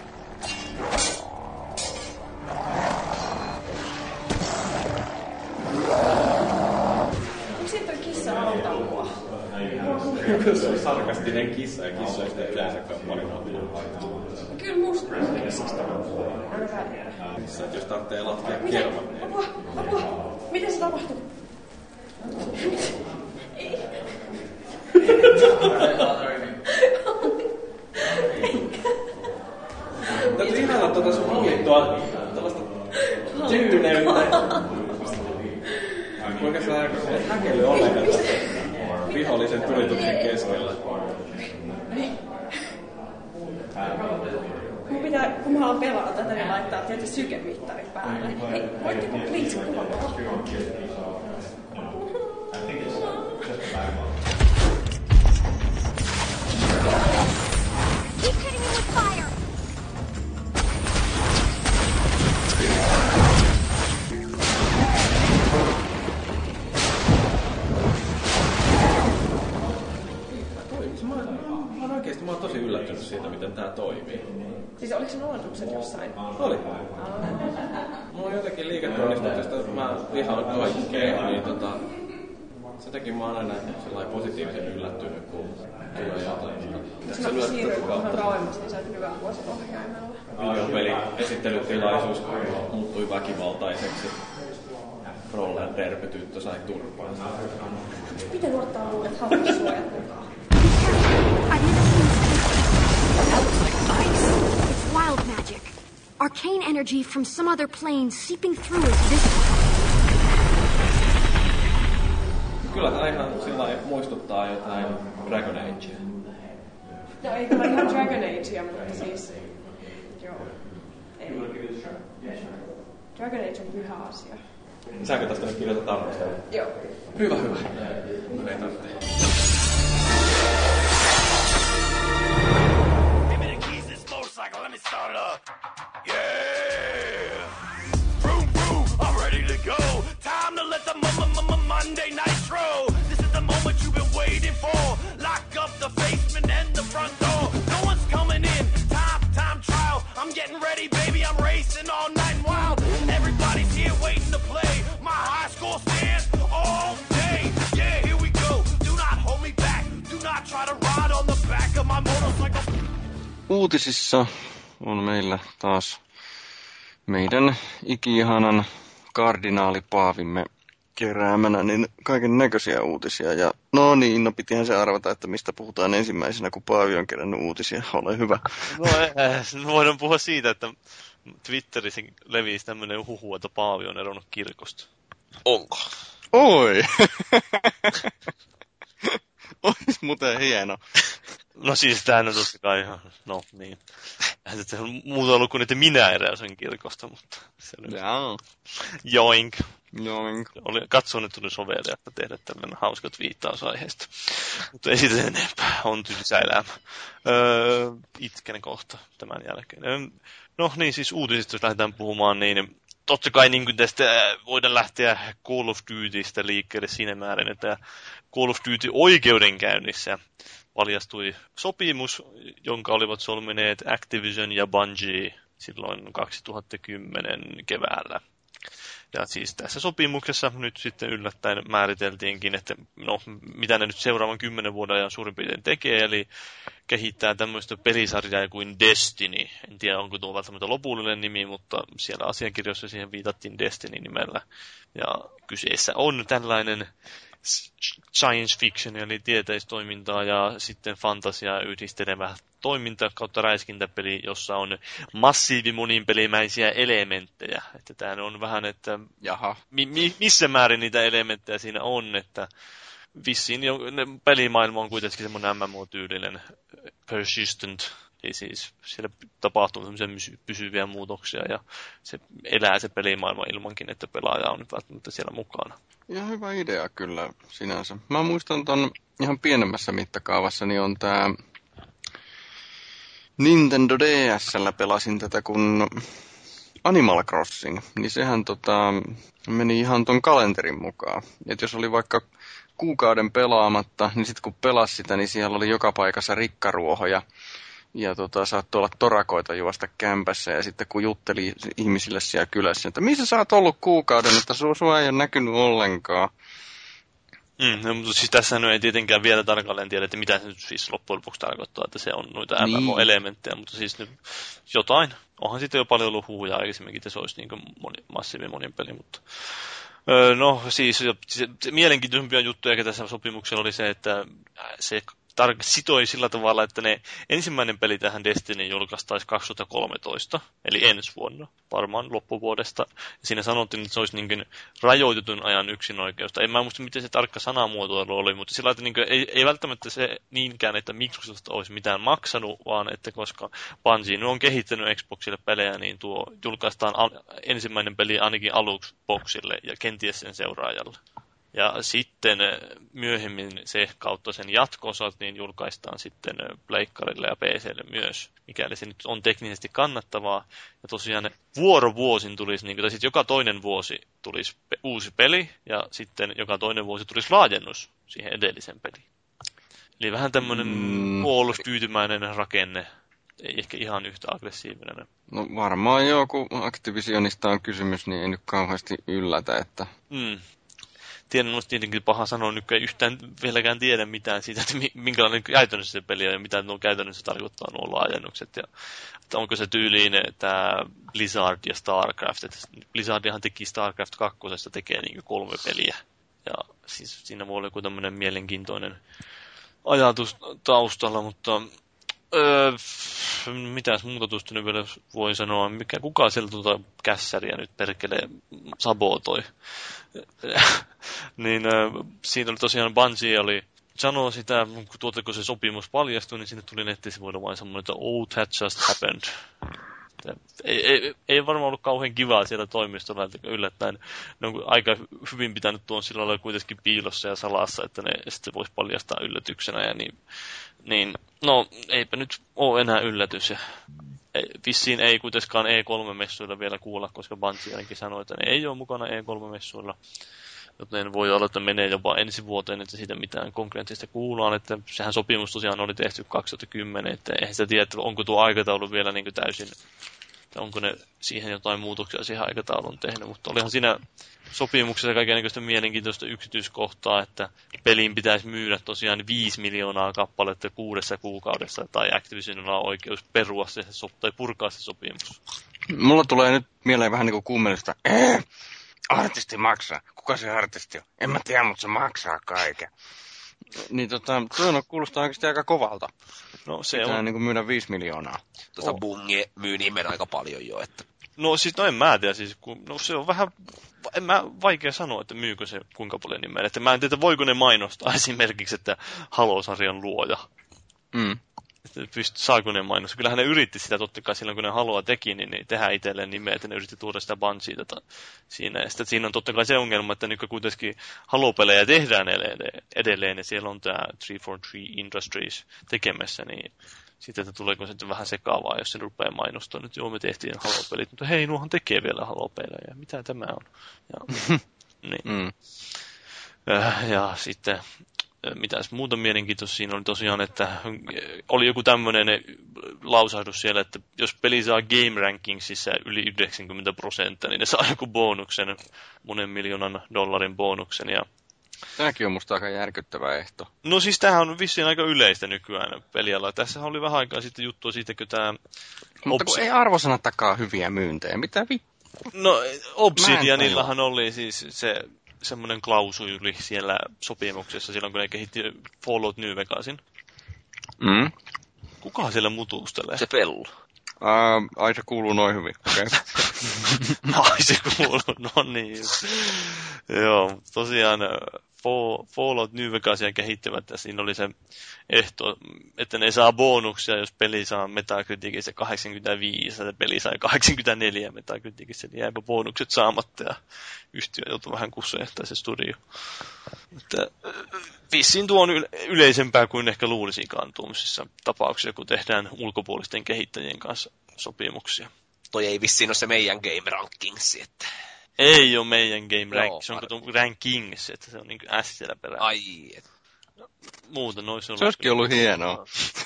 Miksi toi kissa auttaa mua? Kun se on sarkastinen kissa ja kissoista ei yleensäkään paljon apua. Kyllä musta kissasta on aina välillä. Jos tarvitsee latkea kerran. Apua! Miten se tapahtuu? Täytyy ihana sun hallittua tällaista tyyneyttä. Kuinka sä et häkelly ollenkaan vihollisen tulituksen keskellä? Mun pitää, kun mä haluan pelata tätä, niin laittaa tietysti sykemittarit päälle. Hei, voitteko please kuvata? Keep hitting me with fire! Mä oon tosi yllättynyt siitä, miten tää toimii. Siis oliko se nuotukset jossain? Oli. Mulla on jotenkin liiketunnistuksesta, että mä vihaan kaikkea, niin se teki mä aina sellainen positiivisen yllättynyt, kun tulee jotain. Jos mä siirryin vähän kauemmas, niin se on hyvä vuosiohjaimella. Videopeli esittelytilaisuus muuttui väkivaltaiseksi. Roller Derby-tyttö sai turpaan. Miten ottaa uudet happissuojat mukaan? I've never seen this. That looks like ice. It's wild magic. Arcane energy from some other plane seeping through is visible. Kyllä tää ihan sillä muistuttaa jotain Dragon Agea. No ei kyllä ihan Dragon Agea, mutta siis... Joo. Ei. Dragon Age on pyhä asia. Sääkö tästä nyt kirjoita arvostelua? Joo. Hyvä. No ei tarvitse. Let me start it up. Yeah. Vroom, vroom, I'm ready to go. Time to let the Monday nitro. This is the moment you've been waiting for. Lock up the basement and the front door. No one's coming in. Time trial. I'm getting ready, baby. I'm racing all night wild. Everybody's here waiting to play. My high score stands all day. Yeah, here we go. Do not hold me back. Do not try to ride on the back of my motorcycle. Uutisissa on meillä taas meidän iki-ihanan kardinaalipaavimme keräämänä niin kaiken näköisiä uutisia. Ja no pitihän se arvata, että mistä puhutaan ensimmäisenä, kun paavi on kerännyt uutisia. Ole hyvä. No voidaan puhua siitä, että Twitterissä levisi tämmöinen huhu, että paavi on eronnut kirkosta. Onko? Oi! Ois muuten hieno. No siis tämähän on totta kai ihan, no niin. Eihän se muuta ollut kuin, että minä eräsin kirkosta, mutta se nyt... Joink. Oli, katsoin, että tuli soveliatta tehdä tämmöinen hauska twiittaus aiheesta. Mutta ei siitä enempää, on tylsä elämä. Itken kohta tämän jälkeen. No niin, siis uutisista jos lähdetään puhumaan, niin totta kai niin kuin tästä voidaan lähteä Call of Dutystä liikkeelle siinä määrin, että Call of Duty oikeudenkäynnissä paljastui sopimus, jonka olivat solmineet Activision ja Bungie silloin 2010 keväällä. Ja siis tässä sopimuksessa nyt sitten yllättäen määriteltiinkin, että no, mitä ne nyt seuraavan 10 vuoden ajan suurin piirtein tekee, eli kehittää tämmöistä pelisarjaa kuin Destiny. En tiedä, onko tuo välttämättä lopullinen nimi, mutta siellä asiakirjoissa siihen viitattiin Destiny-nimellä. Ja kyseessä on tällainen science fiction, eli tieteistoimintaa ja sitten fantasiaa yhdistelevä toiminta kautta räiskintäpeli, jossa on massiivimoninpelimäisiä elementtejä. Että tämä on vähän, että missä määrin niitä elementtejä siinä on, että vissiin pelimaailma on kuitenkin semmoinen MMO-tyylinen persistent, eli siis siellä tapahtuu semmoisia pysyviä muutoksia ja se elää se pelimaailma ilmankin, että pelaaja on välttämättä siellä mukana. Ihan hyvä idea kyllä sinänsä. Mä muistan ton ihan pienemmässä mittakaavassa, niin on tää Nintendo DS:llä pelasin tätä kun Animal Crossing, niin sehän meni ihan ton kalenterin mukaan. Et jos oli vaikka kuukauden pelaamatta, niin sitten kun pelasi sitä, niin siellä oli joka paikassa rikkaruohoja. Ja saattoi olla torakoita juosta kämpässä ja sitten kun jutteli ihmisille siellä kylässä, että missä sä oot ollut kuukauden, että sua ei ole näkynyt ollenkaan. No, mutta siis tässä ei tietenkään vielä tarkalleen tiedä, että mitä se nyt siis loppujen lopuksi tarkoittaa, että se on noita MMO-elementtejä, mutta siis nyt jotain. Onhan sitten jo paljon ollut huhuja aikaisemminkin, että se olisi niin massiivinen monin peli, mutta No siis se mielenkiintoisempia juttuja, joka tässä sopimuksella oli se, että se sitoi sillä tavalla, että ne ensimmäinen peli tähän Destiny julkaistaisi 2013, eli ensi vuonna, varmaan loppuvuodesta. Ja siinä sanottiin, että se olisi niin rajoitetun ajan yksinoikeusta. En mä muista, miten se tarkka sanamuotoilu oli, mutta sillä että niin ei välttämättä se niinkään, että Microsoft olisi mitään maksanut, vaan että koska Bungie on kehittänyt Xboxille pelejä, niin tuo julkaistaan ensimmäinen peli ainakin aluksi Boxille ja kenties sen seuraajalle. Ja sitten myöhemmin se kautta sen jatko-osat niin julkaistaan sitten pleikkarille ja PClle myös, mikäli se nyt on teknisesti kannattavaa. Ja tosiaan vuorovuosin tulisi, tai sitten joka toinen vuosi tulisi uusi peli ja sitten joka toinen vuosi tulisi laajennus siihen edellisen peliin. Eli vähän tämmöinen puolustyytymäinen rakenne, ei ehkä ihan yhtä aggressiivinen. No varmaan joku Activisionista on kysymys, niin ei nyt kauheasti yllätä, että... Tiedän, on tietenkin paha sanoa, nyt ei yhtään vieläkään tiedä mitään siitä, että minkälainen käytännössä se peli on ja mitä nuo käytännössä tarkoittaa nuo laajennukset. Ja, että onko se tyyliin tämä Blizzard ja StarCraft. Että Blizzardihan teki StarCraft 2, tekee niin 3 peliä. Ja siis siinä voi olla joku tämmöinen mielenkiintoinen ajatus taustalla, mutta mitäs muuta tuosta nyt vielä voi sanoa, kuka sieltä kässäriä nyt perkelee sabotoi. Niin siinä oli tosiaan Bungie sanoo sitä, kun se sopimus paljastui, niin sinne tuli nettisivuilla vain semmoinen, että oh, that just happened. Ei varmaan ollut kauhean kivaa siellä toimistolla, että yllättäen ne on aika hyvin pitänyt tuon sillä lailla kuitenkin piilossa ja salassa, että ne sitten voisi paljastaa yllätyksenä ja niin, no eipä nyt ole enää yllätys ja vissiin ei kuitenkaan E3-messuilla vielä kuulla, koska Bungie ainakin sanoi, että ne ei ole mukana E3-messuilla. Joten voi olla, että menee jopa ensi vuoteen, että siitä mitään konkreettista kuullaan. Että sehän sopimus tosiaan oli tehty 2010, että eihän sitä tiedä, että onko tuo aikataulu vielä niin kuin täysin, että onko ne siihen jotain muutoksia siihen aikatauluun tehnyt. Mutta olihan siinä sopimuksessa kaikenlaista mielenkiintoista yksityiskohtaa, että peliin pitäisi myydä tosiaan 5 miljoonaa kappaletta 6 kuukaudessa, tai Activisionilla on oikeus perua se tai purkaa se sopimus. Mulla tulee nyt mieleen vähän niin kuin kummelista. Artisti maksaa. Kuka se artisti on? En mä tiedä, mutta se maksaa kaiken. Niin tuo kuulostaa oikeasti aika kovalta. No se pitää on. Niin kuin myydä 5 miljoonaa. Bungie myy nimen aika paljon jo, että... No siis en mä tiedä, siis, se on vähän vaikea sanoa, että myykö se kuinka paljon nimeä. Että mä en tiedä, voiko ne mainostaa esimerkiksi, että Halo-sarjan luoja. Saako ne mainostaa? Kyllähän ne yritti sitä totta kai silloin, kun ne Haloa teki, niin ne tehdään itselleen nimeä, että ne yritti tuoda sitä Bungieta siinä. Ja sitten siinä on totta kai se ongelma, että nyt kuitenkin Halo-pelejä tehdään edelleen, ja siellä on tämä 343 Industries tekemässä, niin sitten, että tuleeko sitten vähän sekaavaa, jos se rupeaa mainostamaan, että joo, me tehtiin Halo-pelit, mutta hei, nuohan tekee vielä Halo-pelejä, mitä tämä on? Ja, niin. Ja sitten... Mitäs muuta mielenkiintoista siinä oli tosiaan, että oli joku tämmöinen lausahdus siellä, että jos peli saa Game Rankingsissa yli 90%, niin ne saa joku bonuksen, monen miljoonan dollarin bonuksen. Ja... Tämäkin on musta aika järkyttävä ehto. No siis tämähän on vissiin aika yleistä nykyään pelialalla. Tässä oli vähän aikaa sitten juttua siitä, kun tämä... Mutta kun ei arvosana takaa hyviä myyntejä, mitä No Obsidianillahan oli siis se... semmoinen klausuli siellä sopimuksessa silloin, kun ne kehitti Fallout New Vegasin. Kuka siellä mutustelee? Se Pellu. Ai se kuuluu noin hyvin, okei. Ai se kuuluu, no niin. Joo, tosiaan Fallout New Vegasia kehittävät, ja siinä oli se ehto, että ne saa bonuksia, jos peli saa Metacriticissa 85, ja peli sai 84 Metacriticissa, niin jääpä bonukset saamatta, ja yhtiö joutui vähän kuseen, tai se studio. Mutta vissiin tuo on yleisempää kuin ehkä luulisikaan tuollaisissa tapauksissa, kun tehdään ulkopuolisten kehittäjien kanssa sopimuksia. Toi ei vissiin ole se meidän Game Rankings, että... Ei ole meidän Game Rankings, se on kuin Rankings, että se on niin kuin S siellä perään. Ai, Muuta noissa on... Se olisikin ollut hienoa.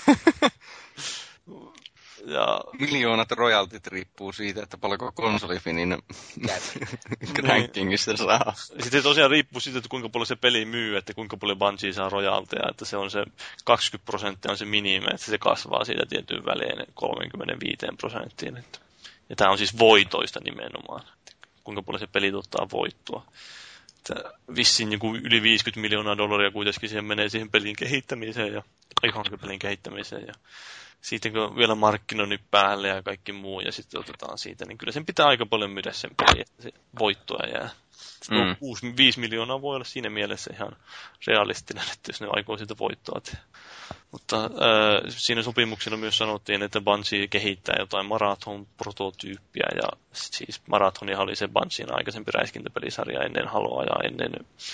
Ja... Miljoonat royaltit riippuu siitä, että paljonko konsolifinin rankingista saa. Sitten tosiaan riippuu siitä, että kuinka paljon se peli myy, että kuinka paljon Bungie saa royalteja, että se on se 20% on se minimi, että se kasvaa siitä tietyn väliin 35%. Ja tämä on siis voitoista nimenomaan, että kuinka paljon se peli tuottaa voittoa. Että vissiin joku yli 50 miljoonaa dollaria kuitenkin siihen menee siihen pelin kehittämiseen ja pelin kehittämiseen ja siitä kun vielä markkinoinnin päälle ja kaikki muu ja sitten otetaan siitä, niin kyllä sen pitää aika paljon myydä sen peli, että se voittoa jää. 5 miljoonaa voi olla siinä mielessä ihan realistinen, että jos ne aikoo siitä voittoa. Mutta siinä sopimuksella myös sanottiin, että Bungie kehittää jotain Marathon-prototyyppiä, ja siis Marathonihan oli se Bungien aikaisempi räiskintäpelisarja ennen Haloa ja ennen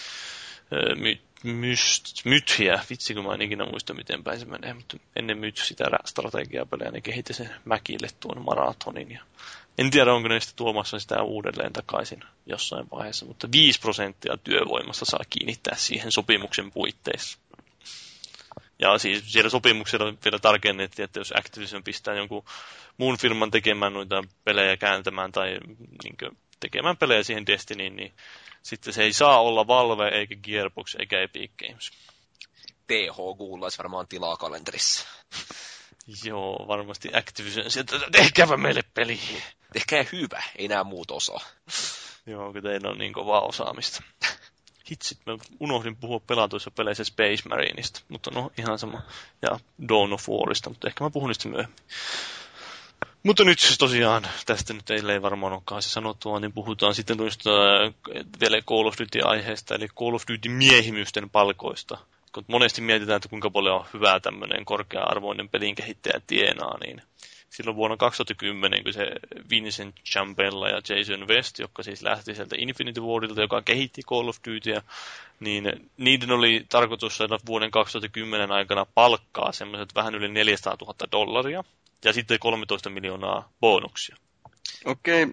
Mythiä. Vitsi, kun mä en ikinä muista, miten päin se menee, mutta ennen sitä strategiapelejä ne kehitti sen Mäkille tuon Marathonin. Ja en tiedä, onko ne sitten tuomassa sitä uudelleen takaisin jossain vaiheessa, mutta 5% työvoimasta saa kiinnittää siihen sopimuksen puitteissa. Ja siis siellä sopimuksella on vielä tarkennettiin, että jos Activision pistää jonkun muun firman tekemään noita pelejä kääntämään tai niin tekemään pelejä siihen Destinyin, niin sitten se ei saa olla Valve, eikä Gearbox, eikä Epic Games. TH googlaisi varmaan tilaa kalenterissa. Joo, varmasti Activision sieltä, tehkääpä meille peli. Tehkää hyvä, ei nää muut osaa. Joo, kun teillä on niin kovaa osaamista. Hitsit, mä unohdin puhua pelatuissa peleissä Space Marineista, mutta no ihan sama. Ja Dawn of Warista, mutta ehkä mä puhun niistä myöhemmin. Mutta nyt siis tosiaan, tästä nyt ei varmaan olekaan se sanottua, niin puhutaan sitten noista vielä Call of Duty-aiheesta, eli Call of Duty-miehimysten palkoista. Kun monesti mietitään, että kuinka paljon on hyvää tämmöinen korkea-arvoinen pelin kehittäjä tienaa, niin silloin vuonna 2010, kun se Vincent Ciambella ja Jason West, jotka siis lähti sieltä Infinity Wardilta, joka kehitti Call of Dutyä, niin niiden oli tarkoitus saada vuoden 2010 aikana palkkaa semmoiset vähän yli $400,000 ja sitten 13 miljoonaa bonuksia. Okei,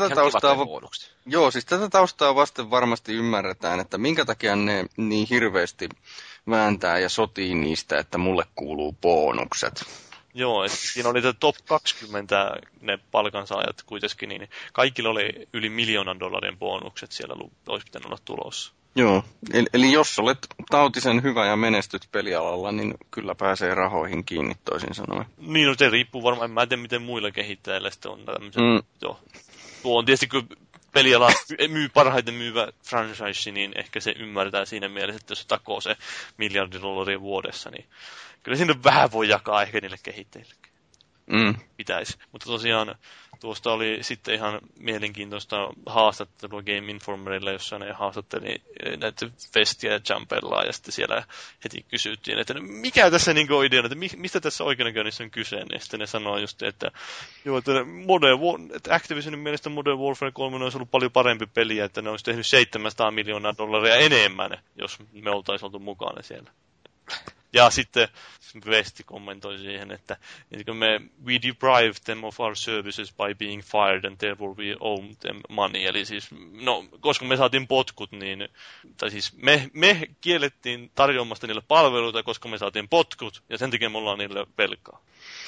tätä taustaa vasten varmasti ymmärretään, että minkä takia ne niin hirveästi vääntää ja sotii niistä, että mulle kuuluu bonukset. Joo, että siinä oli top 20 ne palkansaajat kuitenkin, niin kaikilla oli yli $1 miljoonan bonukset siellä olisi pitänyt olla tulossa. Joo, eli jos olet tautisen hyvä ja menestyt pelialalla, niin kyllä pääsee rahoihin kiinni toisin sanoen. Niin, no se riippuu varmaan, en tiedä miten muilla kehittäjillä sitten on tämmöiset, joo. Tuo on tietysti, kun peliala parhaiten myyvä franchise, niin ehkä se ymmärtää siinä mielessä, että jos se takoo se $1 miljardia vuodessa, niin kyllä siinä vähän voi jakaa ehkä niille kehittäjille. Pitäisi. Mutta tosiaan tuosta oli sitten ihan mielenkiintoista haastattelua Game Informerille, jossa ne haastatteli näitä Vestia ja Jumpellaa, ja sitten siellä heti kysyttiin, että no, mikä tässä niin on ideana, että mistä tässä oikeudenkäynnissä on kyse, ja sitten ne sanoi just, että, joo, että Activisionin mielestä Modern Warfare 3 olisi ollut paljon parempi peli, että ne olisi tehnyt $700 miljoonaa enemmän, jos me oltaisiin oltu mukana siellä. Ja sitten Vesti kommentoi siihen, että we deprive them of our services by being fired and therefore we owe them money. Eli siis, no, koska me saatiin potkut, niin, tai siis me kiellettiin tarjoamasta niille palveluita, koska me saatiin potkut, ja sen takia me ollaan niille velkaa.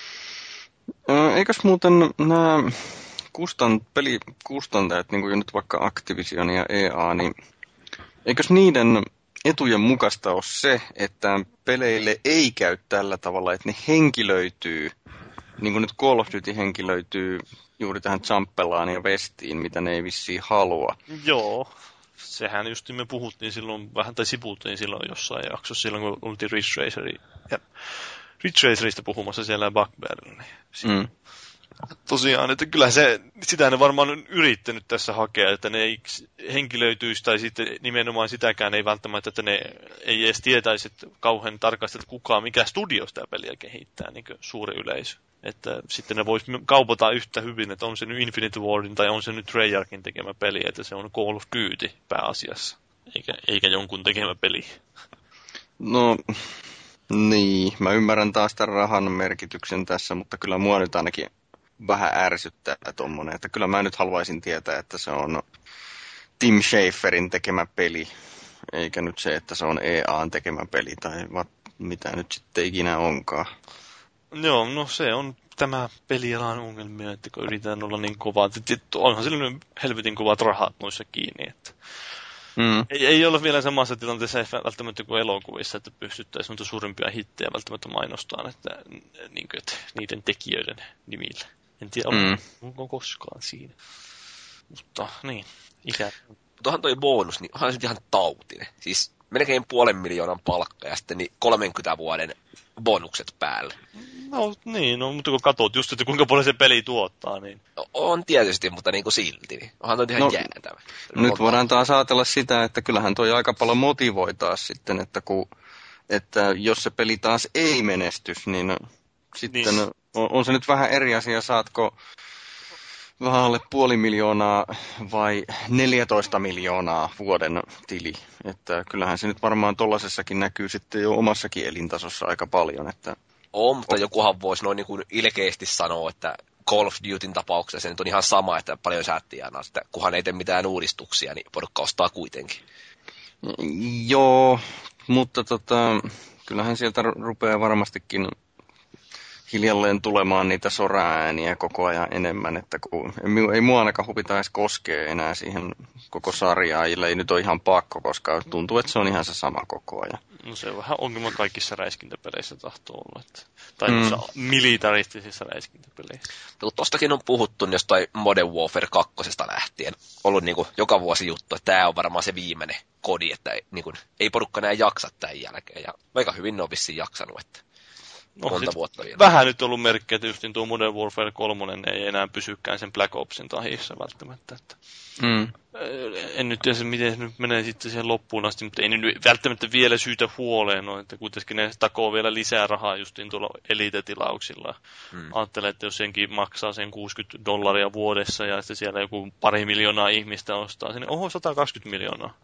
Eikös muuten nämä pelikustantajat, niin kuin nyt vaikka Activision ja EA, niin eikös niiden etujen mukaista on se, että peleille ei käy tällä tavalla, että ne henkilöityy, niin kuin nyt Call of Duty henkilöityy juuri tähän Jumpellaan ja Vestiin, mitä ne ei vissiin halua. Joo, sehän just me puhuttiin silloin vähän, tai sivuttiin silloin jossain jaksossa, silloin kun oltiin Ridge Racerista puhumassa siellä Bugbearilla. Tosiaan, että kyllä sitä ne varmaan on yrittänyt tässä hakea, että ne ei henkilöityisi, tai sitten nimenomaan sitäkään ei välttämättä, että ne ei edes tietäisi että kauhean tarkasti, että mikä studio sitä peliä kehittää, niin kuin suuri yleisö. Että sitten ne voisi kaupata yhtä hyvin, että on se nyt Infinity Wardin tai on se nyt Treyarchin tekemä peli, että se on Call of Duty pääasiassa, eikä jonkun tekemä peli. No, niin, mä ymmärrän taas tämän rahan merkityksen tässä, mutta kyllä mua nyt ainakin vähän ärsyttää tommonen, että kyllä mä nyt haluaisin tietää, että se on Tim Schaferin tekemä peli, eikä nyt se, että se on EA:n tekemä peli tai mitä nyt sitten ikinä onkaan. Joo, no se on tämä pelialan ongelmia, että kun yritetään olla niin kovaa, että onhan sellainen helvetin kovat rahat noissa kiinni, että ei olla vielä samassa tilanteessa välttämättä kuin elokuvissa, että pystyttäisiin noita suurimpia hittejä välttämättä mainostamaan, että niiden tekijöiden nimillä. En tiedä, onko koskaan siinä. Mutta niin, Mutta onhan toi bonus, niin onhan se ihan tautinen. Siis melkein 500,000 palkka ja sitten niin 30 vuoden bonukset päälle. No niin, no, mutta kun katsot just, että kuinka paljon se peli tuottaa, niin... No, on tietysti, mutta niin kuin silti. Niin onhan toi ihan jäätävä. Nyt voidaan taas ajatella sitä, että kyllähän toi aika paljon motivoi taas sitten, että jos se peli taas ei menestys, niin sitten niin. On se nyt vähän eri asia, saatko vähän alle 500,000 vai 14 miljoonaa vuoden tili. Että kyllähän se nyt varmaan tollasessakin näkyy sitten jo omassakin elintasossa aika paljon. Että... mutta jokuhan voisi noin niin kuin ilkeästi sanoa, että Call of Dutyn tapauksessa se nyt on ihan sama, että paljon säättiä että kunhan ei tee mitään uudistuksia, niin porukka ostaa kuitenkin. Joo, mutta kyllähän sieltä rupeaa varmastikin hiljalleen tulemaan niitä soraääniä koko ajan enemmän, että kun ei mua ainakaan huvita edes koskee enää siihen koko sarjaan, ei nyt ole ihan pakko, koska tuntuu, että se on ihan se sama koko ajan. No se on vähän ongelma kaikissa räiskintäpeleissä tahtoo olla, tai militaristisissa räiskintäpeleissä. No, tostakin on puhuttu jostain Modern Warfare 2 lähtien, ollut niin kuin joka vuosi juttu, että tämä on varmaan se viimeinen kodi, että niin kuin, ei porukka enää jaksa tämän jälkeen, ja aika hyvin ne on vissiin jaksanut, että monta vuotta vielä. Vähän nyt ollut merkkiä, että just tuo Modern Warfare 3 ei enää pysykään sen Black Opsin tahissa välttämättä. Että en nyt tiedä, miten se nyt menee sitten siihen loppuun asti, mutta ei nyt välttämättä vielä syytä huoleen, että kuitenkin ne takoo vielä lisää rahaa justiin tuolla Elite-tilauksilla. Ajattelen, että jos senkin maksaa sen $60 vuodessa ja sitten siellä joku 2 miljoonaa ihmistä ostaa sinne, 120 miljoonaa.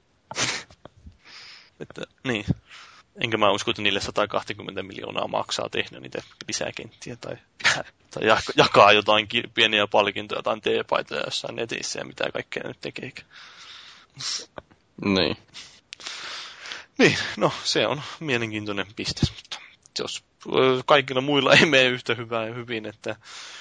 Että niin. Enkä mä usko, että niille 120 miljoonaa maksaa tehdä niitä lisäkenttiä tai jakaa jotain pieniä palkintoja, jotain teepaitoja jossain netissä ja mitä kaikkea nyt tekee. Niin. Niin, no se on mielenkiintoinen piste, mutta jos kaikilla muilla ei mene yhtä hyvin, että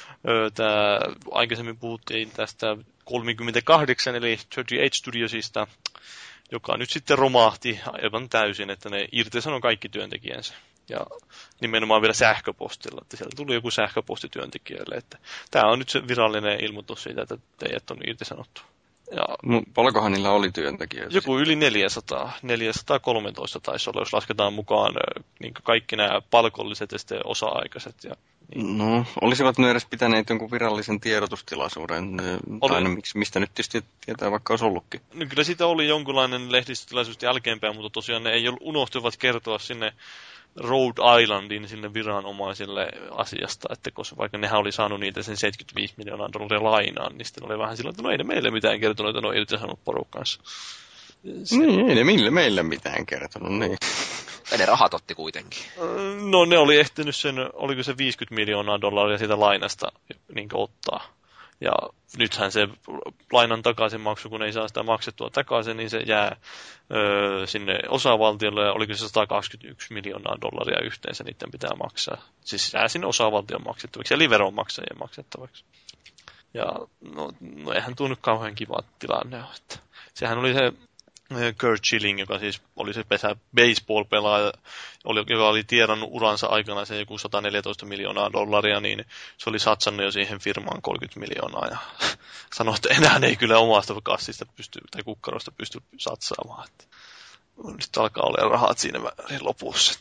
aikaisemmin puhuttiin tästä 38 eli 38 Studiosista, joka nyt sitten romahti aivan täysin, että ne irtisanoi kaikki työntekijänsä. Ja nimenomaan vielä sähköpostilla, että siellä tuli joku sähköposti työntekijöille, että tämä on nyt se virallinen ilmoitus siitä, että teidät on irtisanottu. Ja paljonkohan niillä oli työntekijöitä? Joku yli 400, 413 taisi olla, jos lasketaan mukaan niin kaikki nämä palkolliset ja sitten osa-aikaiset. Ja, niin. No, olisivat ne edes pitäneet jonkun virallisen tiedotustilaisuuden, tai mistä nyt tietysti tietää, vaikka olisi ollutkin. No kyllä siitä oli jonkunlainen lehdistötilaisuus jälkeenpäin, mutta tosiaan ne ei unohtuvat kertoa sinne Rhode Islandin sinne viranomaisille asiasta, että koska vaikka nehän oli saanut niitä sen $75 miljoonaa lainaan, niin sitten oli vähän silloin, että no ei ne meille mitään kertonut, että ne on irtisanonut porukkansa. Niin, ei ne meille mitään kertonut, niin. Ja ne rahat otti kuitenkin. No ne oli ehtinyt sen, oliko se $50 miljoonaa siitä lainasta niin ottaa. Ja nythän se lainan takaisinmaksu, kun ei saa sitä maksettua takaisin, niin se jää sinne osavaltiolle, ja oliko se $121 miljoonaa yhteensä niiden pitää maksaa. Siis jää sinne osavaltion maksettavaksi, eli veronmaksajien maksettavaksi. Ja no eihän tuo nyt kauhean kiva tilanne ole. Että sehän oli se Kurt Schilling, joka siis oli se baseball-pelaaja, joka oli tiedannut uransa aikana se joku $114 miljoonaa, niin se oli satsannut jo siihen firmaan 30 miljoonaa ja sanoi, että enää ei kyllä omasta kassista tai kukkarosta pysty satsaamaan. Että nyt alkaa olla rahat siinä lopussa.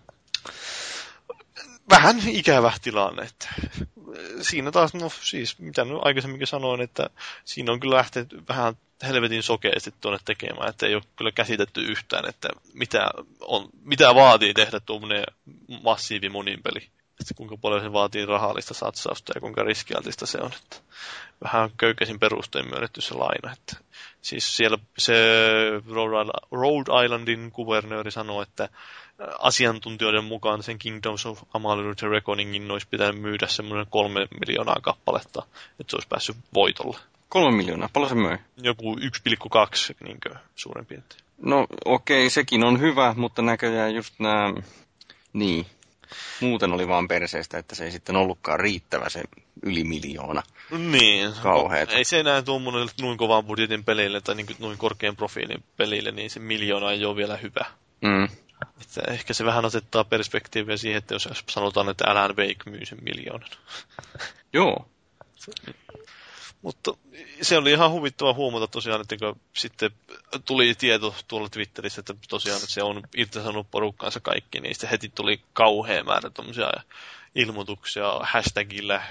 Vähän ikävä tilanne. Että siinä taas, no siis, mitä nyt aikaisemminkin sanoin, että siinä on kyllä lähtenyt vähän helvetin sokeasti tuonne tekemään, että ei ole kyllä käsitetty yhtään, että mitä vaatii tehdä tuommoinen massiivi moninpeli. Että kuinka paljon se vaatii rahallista satsausta ja kuinka riskialtista se on. Että vähän köykäisin perustein myönnetty se laina. Että siis siellä se Rhode Islandin kuvernööri sanoi, että asiantuntijoiden mukaan sen Kingdoms of Amalur Reckoningin olisi pitänyt myydä semmoinen 3 miljoonaa kappaletta, että se olisi päässyt voitolle. 3 miljoonaa, paljon se möi? Joku 1,2 niinkö suurin piirtein. No okei, sekin on hyvä, mutta näköjään just nämä, niin, muuten oli vaan perseestä, että se ei sitten ollutkaan riittävä se yli miljoona. Niin, kauheeta. Ei se enää tuommoinen noin kovan budjetin pelille tai niin noin korkean profiilin pelille, niin se miljoona ei ole vielä hyvä. Että ehkä se vähän asettaa perspektiiviä siihen, että jos sanotaan, että Alan Wake myy sen miljoonan. Joo. Mutta se oli ihan huvittava huomata tosiaan, että kun sitten tuli tieto tuolla Twitterissä, että tosiaan että se on irtisanonut porukkaansa kaikki, niin sitten heti tuli kauhea määrä tommosia ilmoituksia hashtagillä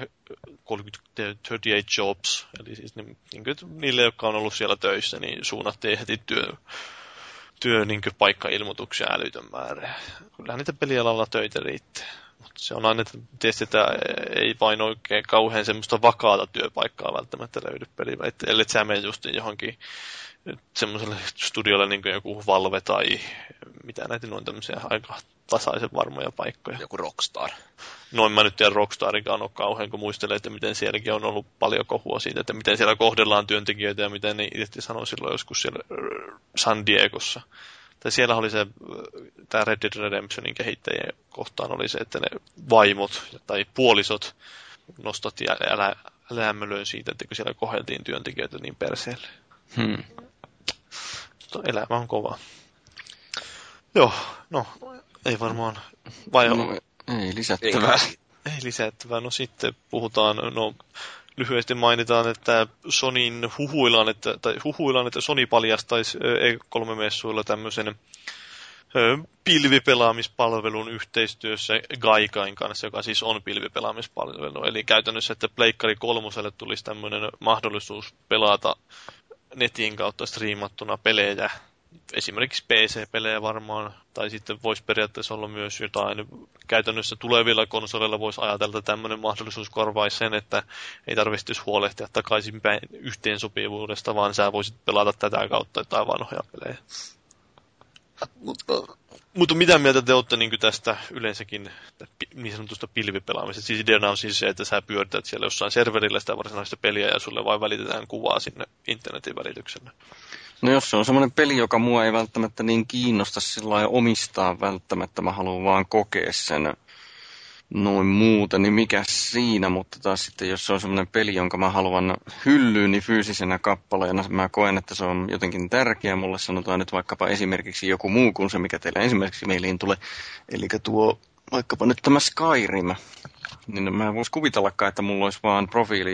38 jobs, eli siis niille, jotka on ollut siellä töissä, niin suunnattiin heti työ niin paikka-ilmoituksia älytön määrä. Kyllähän niitä pelialalla töitä riittää. Mutta se on aina, että tietysti että ei vain oikein kauhean semmoista vakaata työpaikkaa välttämättä löydy peliä, ellei sä mene just johonkin semmoiselle studiolle niin kuin joku Valve tai mitä näitä on tämmöisiä aika tasaisen varmoja paikkoja. Joku Rockstar. Noin mä nyt tiedän Rockstarinkaan ole kauhean, kun muistelee, että miten sielläkin on ollut paljon kohua siitä, että miten siellä kohdellaan työntekijöitä ja miten ne itse sanoi silloin joskus siellä San Diegossa. Tai siellä oli se, tämä Red Dead Redemptionin kehittäjien kohtaan oli se, että ne vaimot tai puolisot nostatti älämölöön siitä, että kun siellä kohdeltiin työntekijöitä niin perseelle. Mutta elämä on kova. Joo, no ei varmaan. Vai no, ei lisättävää. Ei lisättävää. No sitten puhutaan, lyhyesti mainitaan, että Sonyn huhuillaan, että Sony paljastaisi E3-messuilla tämmöisen pilvipelaamispalvelun yhteistyössä Gaikain kanssa, joka siis on pilvipelaamispalvelu. Eli käytännössä, että Pleikkari 3:lle tulisi tämmöinen mahdollisuus pelata netin kautta striimattuna pelejä, esimerkiksi PC-pelejä varmaan, tai sitten voisi periaatteessa olla myös jotain, käytännössä tulevilla konsoleilla voisi ajatella, että tämmöinen mahdollisuus korvaisi sen, että ei tarvitsisi huolehtia takaisinpäin yhteensopivuudesta, vaan sä voisit pelata tätä kautta jotain vanhoja pelejä. Mutta mitä mieltä te olette niin tästä yleensäkin niin sanotusta pilvipelaamisesta? Siis ideana on siis se, että sä pyörität siellä jossain serverillä sitä varsinaista peliä ja sulle vain välitetään kuvaa sinne internetin välityksellä. No jos se on semmoinen peli, joka mua ei välttämättä niin kiinnosta sillä lailla omistaa välttämättä, mä haluan vaan kokea sen noin muuta, niin mikä siinä, mutta taas sitten jos se on semmoinen peli, jonka mä haluan hyllyyni fyysisenä kappaleena, mä koen, että se on jotenkin tärkeä, mulle sanotaan nyt vaikkapa esimerkiksi joku muu kuin se, mikä teillä ensimmäiseksi meiliin tulee, eli tuo vaikkapa nyt tämä Skyrim, niin mä en voisi kuvitellakaan, että mulla olisi vaan profiili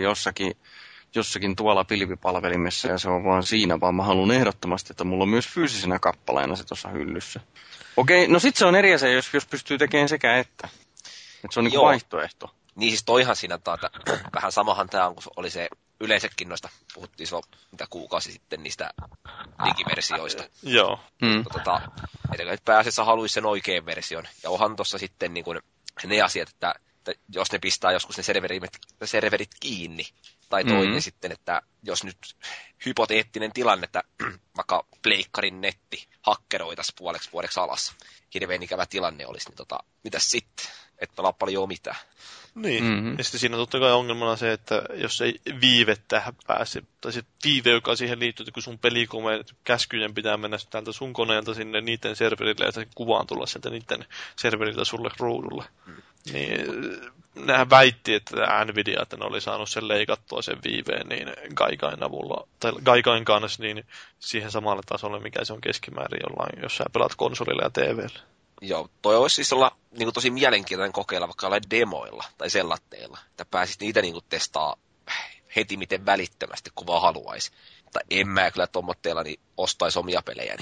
jossakin tuolla pilvipalvelimessa ja se on vaan siinä, vaan mä haluan ehdottomasti, että mulla on myös fyysisenä kappaleena se tuossa hyllyssä. Okei, no sit se on eri asia, jos pystyy tekemään sekä että. Että se on niinku vaihtoehto. Niin siis toihan siinä vähän samahan tämä on, kun oli se yleensäkin noista, puhuttiin silloin mitä kuukausi sitten niistä digiversioista. Joo. Mutta että pääasiassa haluaisi sen oikean version. Ja onhan tuossa sitten niin kuin ne asiat, että jos ne pistää joskus ne serverit kiinni, tai toinen sitten, että jos nyt hypoteettinen tilanne, että vaikka pleikkarin netti hakkeroitaisiin puoleksi vuodeksi alas, hirveän ikävä tilanne olisi, niin mitäs sitten? Et pelaa paljon mitään. Niin, ja sitten siinä on totta kai ongelmana se, että jos ei viive tähän pääse, tai se viive, joka siihen liittyy, että kun sun pelikoneen käskyjen pitää mennä täältä sun koneelta sinne niiden serverille, ja se kuvaan tulla sieltä niiden serveriltä sulle ruudulle. Niin nehän väitti, että Nvidia, että ne oli saanut sen leikattua sen viiveen niin Gaikain avulla, tai Gaikain kanssa niin siihen samalle tasolle, mikä se on keskimäärin jollain, jos sä pelaat konsolilla ja TVllä. Joo, toi olisi siis olla niin kuin tosi mielenkiintoinen kokeilla vaikka jollain demoilla tai sellatteilla, että pääsit niitä niin kuin testaa heti miten välittömästi, kun vaan haluaisi. Mutta en mä kyllä tommotteilla niin ostaisi omia pelejäni.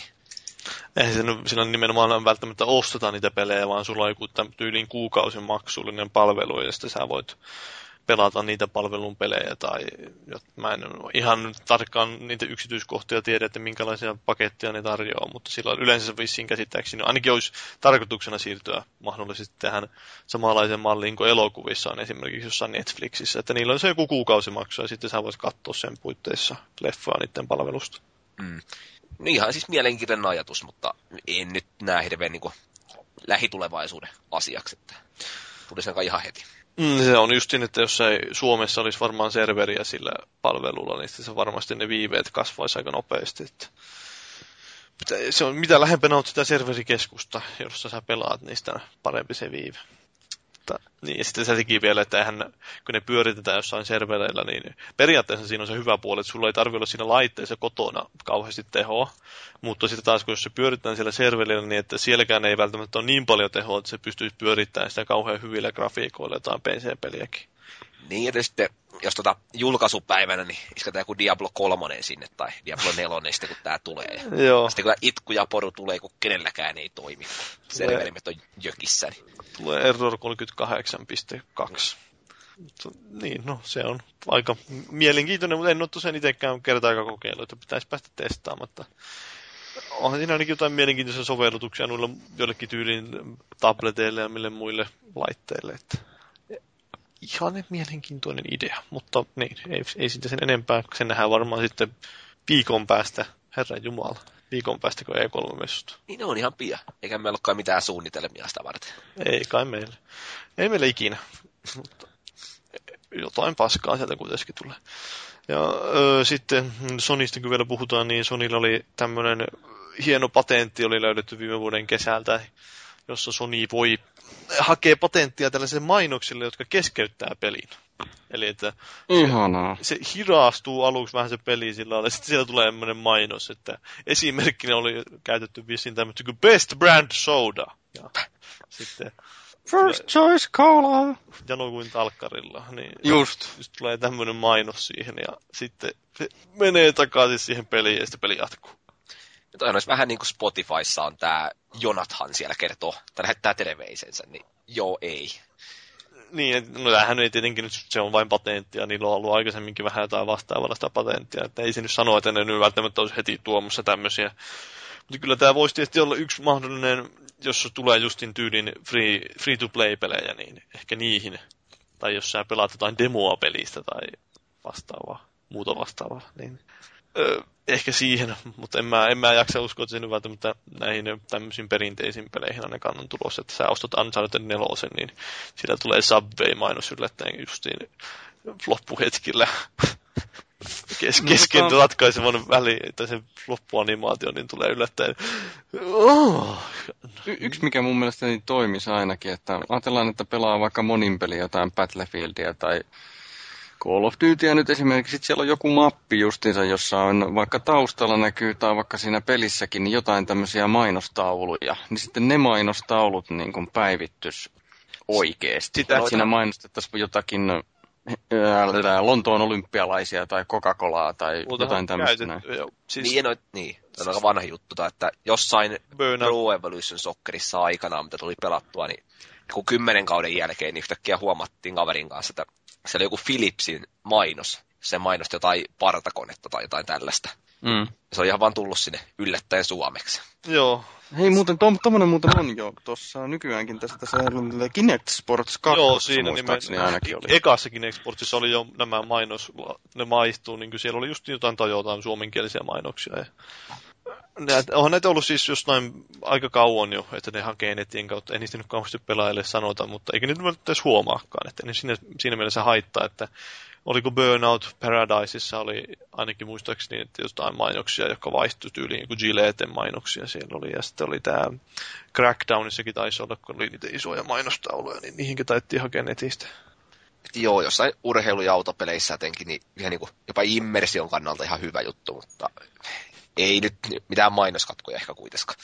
Eihän se siinä nimenomaan välttämättä osteta niitä pelejä, vaan sulla on joku tyyliin kuukausin maksullinen palvelu, ja sitten sä voit pelata niitä palvelun pelejä, tai mä en ihan tarkkaan niitä yksityiskohtia tiedä, että minkälaisia paketteja ne tarjoaa, mutta silloin yleensä vissiin käsittääkseni ainakin olisi tarkoituksena siirtyä mahdollisesti tähän samanlaisen malliin kuin elokuvissa on esimerkiksi jossain Netflixissä, että niillä on se joku kuukausimaksu, ja sitten sä voisit katsoa sen puitteissa leffoa niiden palvelusta. No ihan siis mielenkiintoinen ajatus, mutta en nyt näe hirveän niin kuin lähitulevaisuuden asiaksi, että tulisi aika ihan heti. Se on just niin, että jos ei Suomessa olisi varmaan serveriä sillä palvelulla, niin se varmasti ne viiveet kasvaisi aika nopeasti. Että se on, mitä lähempänä on sitä serverikeskusta, jossa sä pelaat, niin sitä parempi se viive. Niin, ja sitten se teki vielä, että eihän, kun ne pyöritetään jossain servereillä, niin periaatteessa siinä on se hyvä puoli, että sulla ei tarvitse olla siinä laitteessa kotona kauheasti tehoa, mutta sitten taas, kun jos se pyöritetään siellä serverillä, niin että sielläkään ei välttämättä ole niin paljon tehoa, että se pystyisi pyörittämään sitä kauhean hyvillä grafiikoilla jotain PC-peliäkin. Niin, ja sitten jos julkaisupäivänä, niin isketään joku Diablo 3 sinne, tai Diablo 4 sitten, kun tää tulee. Joo. Sitten kun itku ja poru tulee, kun kenelläkään ei toimi. Serverimet on jökissä. Niin. Tulee error 38.2. Niin, no se on aika mielenkiintoinen, mutta en ole tosiaan itsekään kertaakaan kokeillut, että pitäisi päästä testaamatta. Onhan siinä ainakin jotain mielenkiintoisia sovellutuksia noilla joillekin tyylin tableteille ja mille muille laitteille. Että ihan mielenkiintoinen idea, mutta niin, ei siitä sen enempää. Sen nähdään varmaan sitten viikon päästä, Herran Jumala, viikon päästä kun E3-messusta. Niin ne on ihan pian, eikä meillä olekaan mitään suunnitelmia sitä varten. Ei kai meillä. Ei meillä ikinä, mutta jotain paskaa sieltä kuitenkin tulee. Ja sitten Sonysta kun vielä puhutaan, niin Sonylla oli tämmöinen hieno patentti, oli löydetty viime vuoden kesältä, jossa Sony voi hakea patenttia tällaisille mainoksille, jotka keskeyttää pelin. Eli että se hiraastuu aluksi vähän se peli sillä lailla, ja sitten siellä tulee tämmöinen mainos, että esimerkkinä oli käytetty vissiin tämmöistä kuin Best Brand Soda. Ja sitten First choice cola. Jano kuin talkkarilla. Niin Just tulee tämmöinen mainos siihen, ja sitten se menee takaisin siihen peliin, ja sitten peli jatkuu. Toi on vähän niin kuin Spotifyssa on tää Jonathan siellä kertoo, tai lähettää terveisensä, niin joo ei. Niin, no tämähän ei tietenkin nyt, se on vain patentti, ja niillä on ollut aikaisemminkin vähän jotain vastaavallista patenttia, että ei se nyt sano, että ne nyt välttämättä olisi heti tuomassa tämmöisiä. Mutta kyllä tämä voisi tietysti olla yksi mahdollinen, jos tulee justin tyylin free-to-play-pelejä, niin ehkä niihin. Tai jos sä pelaat jotain demoa pelistä tai vastaavaa, muuta vastaavaa, niin ehkä siihen, mutta en mä jaksa uskoa, että se nyt välttämättä näihin tämmöisiin perinteisiin peleihin ainakaan on tulossa, että sä ostat Uncharted 4, niin sillä tulee Subway-mainos yllättäen justiin loppuhetkillä kesken ratkaisevan väliin, tai sen loppuanimaatio, niin tulee yllättäen. Yksi, mikä mun mielestä niin toimisi ainakin, että ajatellaan, että pelaa vaikka monin peli jotain Battlefieldia tai Call of Dutyä nyt esimerkiksi, siellä on joku mappi justiinsa, jossa on vaikka taustalla näkyy tai vaikka siinä pelissäkin niin jotain tämmöisiä mainostauluja, niin sitten ne mainostaulut niin kuin päivittyisi oikeasti. Siinä mainostettaisiin jotakin Lontoon olympialaisia tai Coca-Colaa tai jotain tämmöistä. Siis niin, se on aika vanha juttu, että jossain Pro Evolution Soccerissa aikanaan, mitä tuli pelattua, niin kun 10 kauden jälkeen niin yhtäkkiä huomattiin kaverin kanssa, että siellä oli joku Philipsin mainos. Se mainosti jotain partakonetta tai jotain tällaista. Se on ihan vaan tullut sinne yllättäen suomeksi. Joo. Hei, muuten tommonen muuten on jo tuossa nykyäänkin tässä Kinect Sports 2. Joo, siinä ainakin oli. Ekassa Kinect Sportsissa oli jo nämä ne maistuu, niin kuin siellä oli just jotain jotain suomenkielisiä mainoksia. Ja onhan näitä ollut siis jostain aika kauan jo, että ne hakee netien kautta. Ei niistä nyt kauheasti pelaajille sanota, mutta eikä nyt edes huomaakaan. Että ne siinä mielessä haittaa, että oliko Burnout Paradiseissa oli ainakin muistaakseni että jostain mainoksia, jotka vaihtui tyyliin niin kuin Gilleten mainoksia siellä oli. Ja sitten oli tämä Crackdownissakin taisi olla, kun oli niitä isoja mainostauluja, niin niihinkin taittiin hakea netistä. Joo, jossain urheilu- ja autopeleissä jotenkin niin ihan niin kuin jopa immersion kannalta ihan hyvä juttu, mutta ei nyt mitään mainoskatkoja ehkä kuitenkaan.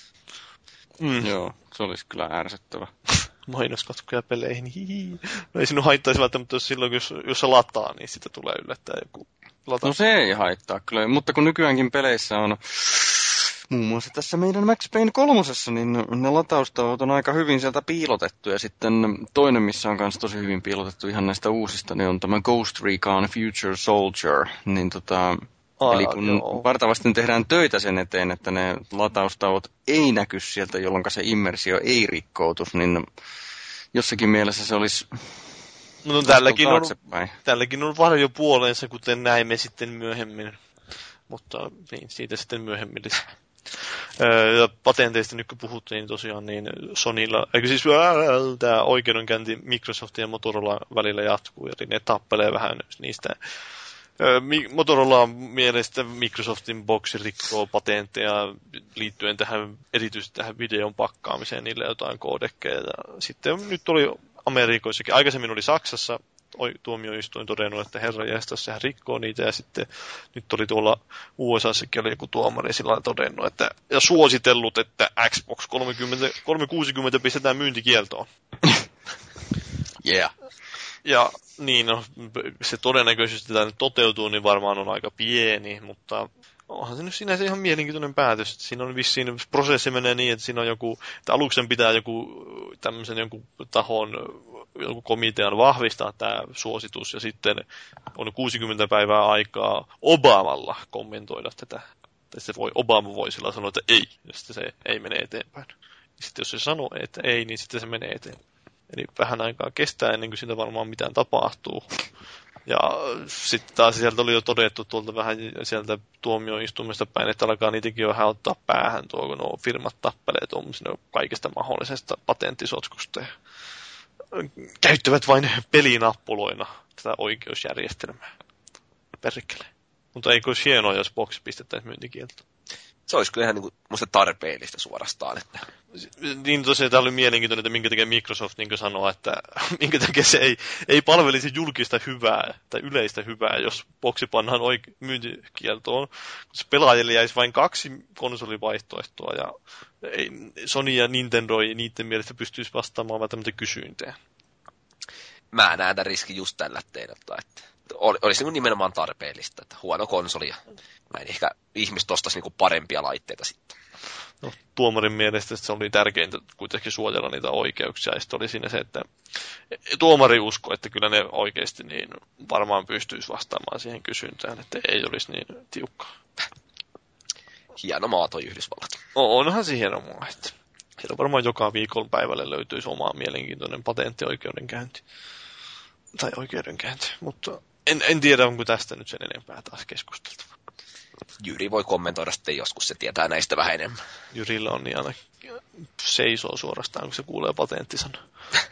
Joo, se olisi kyllä ärsyttävä. Mainoskatkoja peleihin, No ei sinun haittaisi välttämättä, jos silloin, jos se lataa, niin sitä tulee yllättäen joku lata. No se ei haittaa kyllä, mutta kun nykyäänkin peleissä on muun muassa tässä meidän Max Payne 3, niin ne lataustavat on aika hyvin sieltä piilotettu. Ja sitten toinen, missä on myös tosi hyvin piilotettu ihan näistä uusista, niin on tämä Ghost Recon Future Soldier. Niin eli kun vartavasti tehdään töitä sen eteen, että ne lataustavat ei näky sieltä, jolloin se immersio ei rikkoutus, niin jossakin mielessä se olisi no, tälläkin on varjo puoleensa, kuten näimme sitten myöhemmin. Mutta niin, siitä sitten myöhemmin. Ja patenteista nyt kun puhuttiin niin tosiaan, niin Sonylla, eikö siis tämä oikeudenkäynti Microsoftin ja Motorola välillä jatkuu, eli ne tappelee vähän niistä. Motorola mielestä Microsoftin boksi rikkoo patentteja liittyen erityisesti tähän videon pakkaamiseen, niille jotain koodekkeja. Ja sitten nyt oli Amerikoissakin, aikaisemmin oli Saksassa, tuomioistuin todennut, että herra jästäs, sehän rikkoo niitä, ja sitten nyt oli tuolla USAssakin oli joku tuomari sillä todennut, että, ja suositellut, että Xbox 360 pistetään myyntikieltoon. Yeah. Ja niin, no, se todennäköisesti tämä nyt toteutuu, niin varmaan on aika pieni, mutta onhan se nyt sinänsä ihan mielenkiintoinen päätös. Siinä on vissiin, prosessi menee niin, että siinä on joku, että aluksen pitää joku tämmöisen jonkun tahon, jonkun komitean vahvistaa tämä suositus, ja sitten on 60 päivää aikaa Obamalla kommentoida tätä. Obama voi sillä sanoa, että ei, ja sitten se ei mene eteenpäin. Ja sitten jos se sanoo, että ei, niin sitten se menee eteenpäin. Eli vähän aikaa kestää ennen kuin siitä varmaan mitään tapahtuu. Ja sitten taas sieltä oli jo todettu tuolta vähän sieltä tuomioistuimesta päin, että alkaa niitäkin jo vähän ottaa päähän tuo, kun nuo firmat tappelee tuommoisena kaikesta mahdollisesta patenttisotkusta. Ja käyttävät vain pelinappuloina tätä oikeusjärjestelmää. Perkele. Mutta eikö olisi hienoa, jos boksi pistettäisiin myyntikielto? Se olisi kyllä ihan niin kuin, musta tarpeellista suorastaan. Että... Niin tosiaan tämä oli mielenkiintoinen, että minkä takia Microsoft niin sanoo, että minkä takia se ei palvelisi julkista hyvää tai yleistä hyvää, jos boksi pannaan myyntikieltoon. Pelaajille jäisi vain 2 konsolivaihtoehtoa ja Sony ja Nintendo ei niiden mielestä pystyisi vastaamaan välttämättä kysyntään. Mä näen tämän riskin just tällä teidottaa, että olisi niin nimenomaan tarpeellista, että huono konsoli ja näin ehkä ihmiset ostaisi niin parempia laitteita sitten. No, tuomarin mielestä se oli tärkeintä kuitenkin suojella niitä oikeuksia, ja sitten oli siinä se, että tuomari uskoi, että kyllä ne oikeasti niin varmaan pystyisi vastaamaan siihen kysyntään, että ei olisi niin tiukkaa. Hieno maa toi Yhdysvallat. Onhan se hieno maa, että siellä varmaan joka viikon päivälle löytyisi oma mielenkiintoinen patenttioikeudenkäynti. Tai oikeudenkäynti, mutta en tiedä, onko tästä nyt sen enempää taas keskusteltu. Jyri voi kommentoida sitten joskus, se tietää näistä vähän enemmän. Jyrillä on niin aina seisoo suorastaan, kun se kuulee patenttisanan.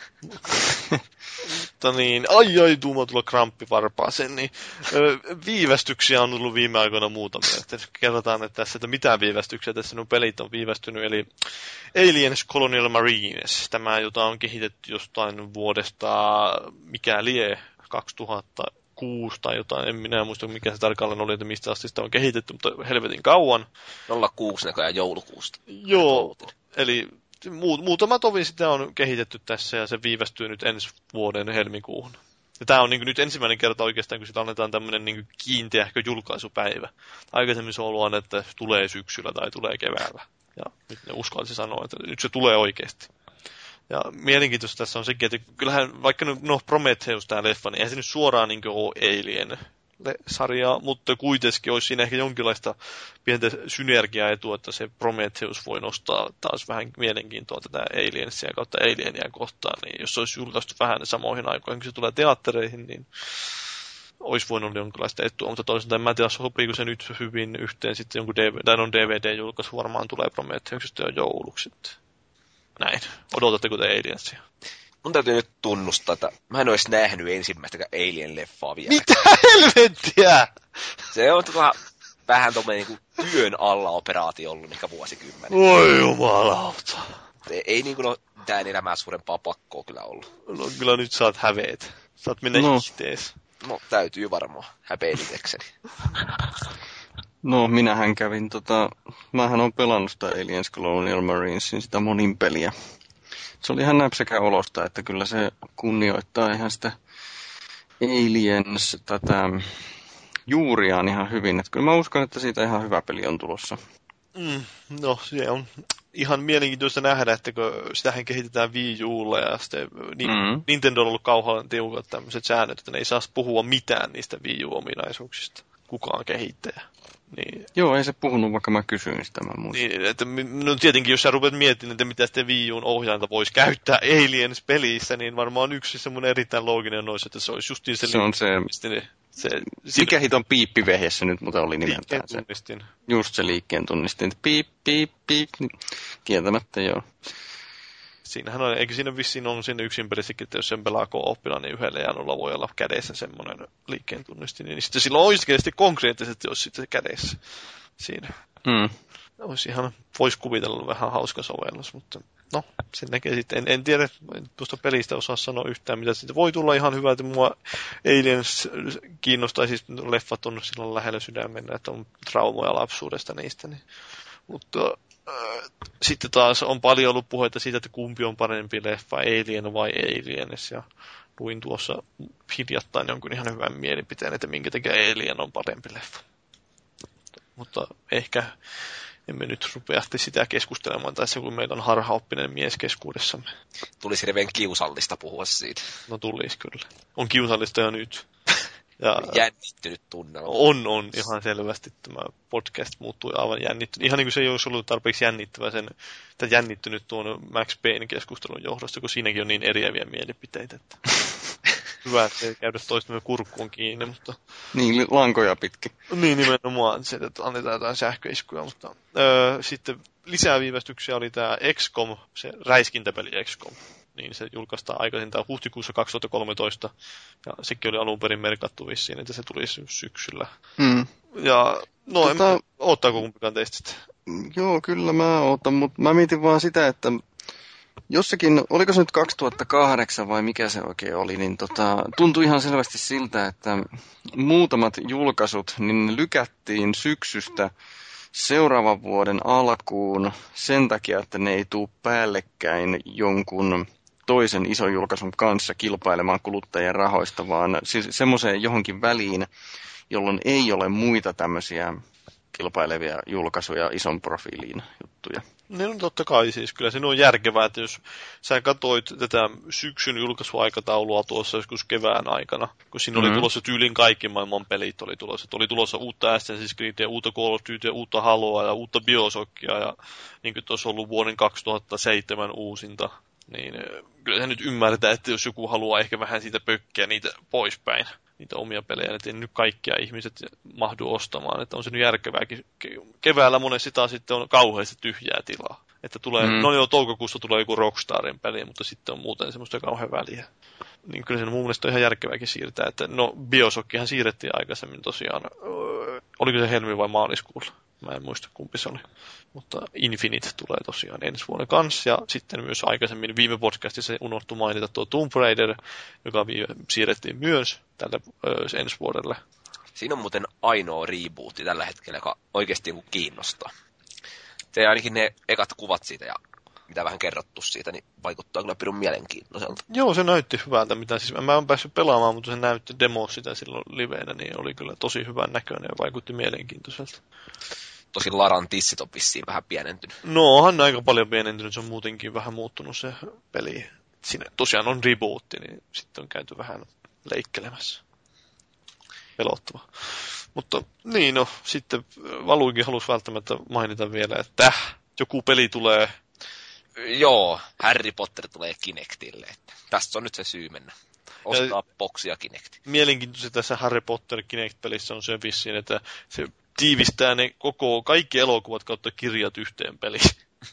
Mutta niin, tuuma tulla kramppi varpaaseen, niin viivästyksiä on tullut viime aikoina muutamia. Että kerrotaan, että tässä, että mitään viivästyksiä tässä nuo pelit on viivästynyt, eli Aliens Colonial Marines, tämä jota on kehitetty jostain vuodesta, mikä lie, 2006 tai jotain, en minä muista mikä se tarkalleen oli, että mistä asti sitä on kehitetty, mutta helvetin kauan. 06 näköjään joulukuusta. Joo, eli muutama tovi sitä on kehitetty tässä ja se viivästyy nyt ensi vuoden helmikuuhun. Ja tämä on niin nyt ensimmäinen kerta oikeastaan, kun sitä annetaan tämmöinen niin kiinteähkö julkaisupäivä. Aikaisemmin se on ollut aina, että tulee syksyllä tai tulee keväällä. Ja nyt ne uskalsi sanoa, että nyt se tulee oikeasti. Ja mielenkiintoista tässä on sekin, että kyllähän vaikka Prometheus tämä leffa, niin eihän se nyt suoraan niin ole Alien-sarjaa, mutta kuitenkin olisi siinä ehkä jonkinlaista pientä synergiaetua, että se Prometheus voi nostaa taas vähän mielenkiintoa tätä Aliensia kautta Alienia kohtaan, niin jos se olisi julkaistu vähän samoihin aikoihin, kun se tulee teattereihin, niin olisi voinut olla jonkinlaista etua, mutta toisaalta en tiedä, sopiiko se nyt hyvin yhteen sitten jonkun DVD-julkaisu varmaan tulee Prometheuksesta jo jouluksi. Näin. Odotatteko te Aliensia? Mun täytyy nyt tunnustaa, että mä en olisi nähnyt ensimmäistäkään Alien-leffaa vielä. Mitä helvettiä? Se on vähän tommoinen niin työn alla operaatio ollut ehkä vuosikymmenen. Voi jumalauta. Ei niin kuin ole mitään elämää suurempaa pakkoa kyllä ollut. No kyllä nyt saat häveet. Saat mennä ittees. No täytyy varmaan häpeilitekseni. No minähän kävin mähän olen pelannut sitä Aliens Colonial Marinesin sitä monin peliä. Se oli ihan näpsäkään olosta, että kyllä se kunnioittaa ihan sitä Aliens tätä juuriaan ihan hyvin. Että kyllä mä uskon, että siitä ihan hyvä peli on tulossa. No se on ihan mielenkiintoista nähdä, että kun sitähän kehitetään Wii U:lla ja sitten Nintendo on ollut kauhean tiukat tämmöiset säännöt, että ne ei saa puhua mitään niistä Wii U-ominaisuuksista. Kukaan kehittäjä. Niin. Joo, ei se puhunut, vaikka mä kysyin sitä, mä muistin. Niin, että, no tietenkin, jos sä rupeat miettimään, että mitä sitten Wii U:n ohjainta voisi käyttää Aliens-pelissä, niin varmaan yksi semmoinen erittäin looginen olisi, että se olisi justiin se... Se on se mikä hiton piippivehjessä nyt muuten oli nimeltään se? Tunnistin. Just se liikkeen tunnistin. Piip, piip, piip. Kieltämättä joo. Siinähän on, eikö siinä vissiin on siinä yksin pelissäkin, että jos sen pelaa co-opilla, niin yhdellä janolla voi olla kädessä semmoinen liikkeen tunnistin, niin sitten silloin oikeasti konkreettisesti olisi sitten kädessä siinä. Olisi ihan, voisi kuvitella vähän hauska sovellus, mutta no, sen näkee sitten. En tiedä, tuosta pelistä osaa sanoa yhtään, mitä siitä voi tulla ihan hyvä, että mua Aliens kiinnostaa, siis leffat on silloin lähellä sydämennä, että on traumoja lapsuudesta niistä, niin. Mutta sitten taas on paljon ollut puhetta siitä, että kumpi on parempi leffa, Alien vai Aliens, ja luin tuossa hiljattain jonkun ihan hyvän mielipiteen, että minkä takia Alien on parempi leffa. Mutta ehkä emme nyt rupeasti sitä keskustelemaan tässä, kun meillä on harhaoppinen mies keskuudessamme. Tulisi hirveän kiusallista puhua siitä. No tulisi kyllä. On kiusallista jo nyt. Ja jännittynyt tunnelma. On ihan selvästi. Tämä podcast muuttui aivan jännittynyt. Ihan niin kuin se ei olisi ollut tarpeeksi jännittynyt tuon Max Payne keskustelun johdosta, kun siinäkin on niin eriäviä mielipiteitä. Että hyvä, että ei käydä toistamme kurkkuun kiinni, mutta... Niin, lankoja pitkin. Niin, nimenomaan se, että annetaan jotain sähköiskuja, mutta sitten lisää viivästyksiä oli tämä XCOM, se räiskintäpeli XCOM. Niin se julkaistaan aikaisintaan huhtikuussa 2013, ja sekin oli alun perin merkattu vissiin, että se tulisi syksyllä. Ja no, oottaako kumpikaan teistä sitä? Joo, kyllä mä ootan, mutta mä mietin vaan sitä, että jossakin, oliko se nyt 2008 vai mikä se oikein oli, niin tuntui ihan selvästi siltä, että muutamat julkaisut niin lykättiin syksystä seuraavan vuoden alkuun sen takia, että ne ei tule päällekkäin jonkun toisen ison julkaisun kanssa kilpailemaan kuluttajien rahoista, vaan siis semmoiseen johonkin väliin, jolloin ei ole muita tämmöisiä kilpailevia julkaisuja ison profiiliin juttuja. No totta kai siis, kyllä se on järkevää, että jos sä katsoit tätä syksyn julkaisuaikataulua tuossa joskus kevään aikana, kun siinä oli tulossa tyylin kaikki maailman pelit oli tulossa uutta Assassin's Creedia, uutta Call of Dutyä, uutta Haloa ja uutta Bioshockia ja niin kuin tuossa on ollut vuoden 2007 uusinta, niin kyllä se nyt ymmärtää, että jos joku haluaa ehkä vähän siitä pökkiä niitä poispäin, niitä omia pelejä, että ei nyt kaikkia ihmiset mahdu ostamaan, että on se nyt järkevääkin. Keväällä monesti taas sitten on kauheasti tyhjää tilaa. Että tulee, no joo, toukokuussa tulee joku Rockstarin peli, mutta sitten on muuten semmoista kauhean väliä. Niin kyllä se mun mielestä on ihan järkevääkin siirtää, että no Bioshockihan siirrettiin aikaisemmin tosiaan, oliko se helmi vai maaliskuulla? Mä en muista kumpi se oli. Mutta Infinite tulee tosiaan ensi vuoden kanssa. Ja sitten myös aikaisemmin viime podcastissa unohtui mainita tuo Tomb Raider, joka siirrettiin myös tälle ensi vuodelle. Siinä on muuten ainoa rebootti tällä hetkellä, joka oikeasti kiinnostaa. Se ainakin ne ekat kuvat siitä ja mitä vähän kerrottu siitä, niin vaikuttaa kyllä pidun mielenkiintoiselta. Joo, se näytti hyvältä. Mä en päässyt pelaamaan, mutta se näytti demo sitä silloin liveenä, niin oli kyllä tosi hyvän näköinen ja vaikutti mielenkiintoiselta. Tosin Laran tissit on vissiin vähän pienentynyt. No, onhan aika paljon pienentynyt, se on muutenkin vähän muuttunut se peli. Siinä tosiaan on rebootti, niin sitten on käyty vähän leikkelemässä. Pelottava. Mutta niin no, sitten Valuikin halusi välttämättä mainita vielä, että joku peli tulee. Joo, Harry Potter tulee Kinectille. Että tässä on nyt se syy mennä. Ostaa boksia Kinecti. Mielenkiintoista tässä Harry Potter Kinect-pelissä on se vissiin, että se tiivistää ne kaikki elokuvat kautta kirjat yhteen peliin.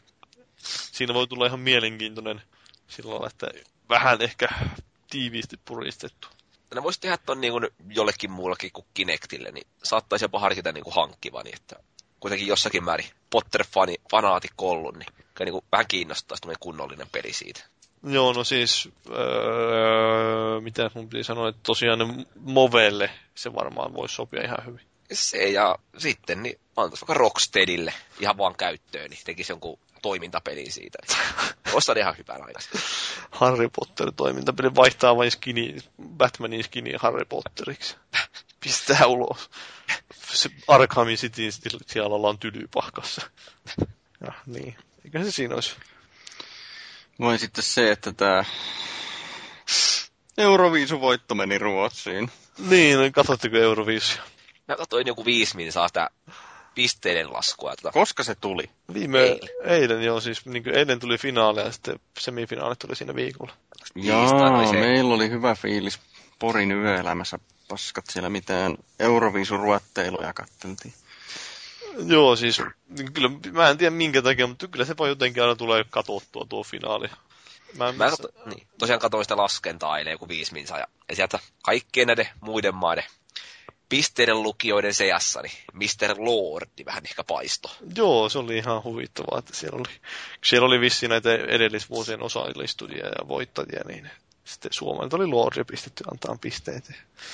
Siinä voi tulla ihan mielenkiintoinen sillä lailla, että vähän ehkä tiiviisti puristettu. Ne voisi tehdä ton niin kuin jollekin muullekin kuin Kinectille, niin saattaisi jopa harkita niin kuin hankkivani, että kuitenkin jossakin määrin Potter-fanaatikko ollut, niin vähän kiinnostaisi tämmöinen kunnollinen peli siitä. Joo, no siis, mitä mun piti sanoa, että tosiaan Movelle se varmaan voisi sopia ihan hyvin. Se ja sitten, niin antaisi vaikka Rocksteadille ihan vaan käyttöön, niin tekisi jonkun toimintapelin siitä. Ostan ihan hyvän aina. Harry Potter-toimintapeli vaihtaa vain Batmanin skini Harry Potteriksi. Pistää ulos. Se Arkhamin City siellä ollaan tylypahkassa. Ja niin, eikä se siinä olisi. Vai sitten se, että tämä Euroviisu-voitto meni Ruotsiin. Niin, katsotteko Euroviisuja? Mä katsoin joku 5 minsaa sitä pisteiden laskua. Koska se tuli? Eilen joo, siis niin eilen tuli finaali ja sitten semifinaalit tuli siinä viikolla. Jaa, meillä oli hyvä fiilis Porin yöelämässä. Paskat siellä mitään Euroviisu-ruotteiluja katteltiin. Joo, siis kyllä mä en tiedä minkä takia, mutta kyllä se voi jotenkin aina tulee katsottua tuo finaali. Tosiaan katsoin sitä laskentaa eilen joku 5 minsaa ja sieltä kaikkien näiden muiden maiden pisteiden lukijoiden seassa, niin Mr. Lordi vähän ehkä paisto. Joo, se oli ihan huvittavaa, että siellä oli vissiin näitä edellisvuosien osallistujia ja voittajia, niin sitten Suomelta oli Lordi pistetty antaa pisteitä.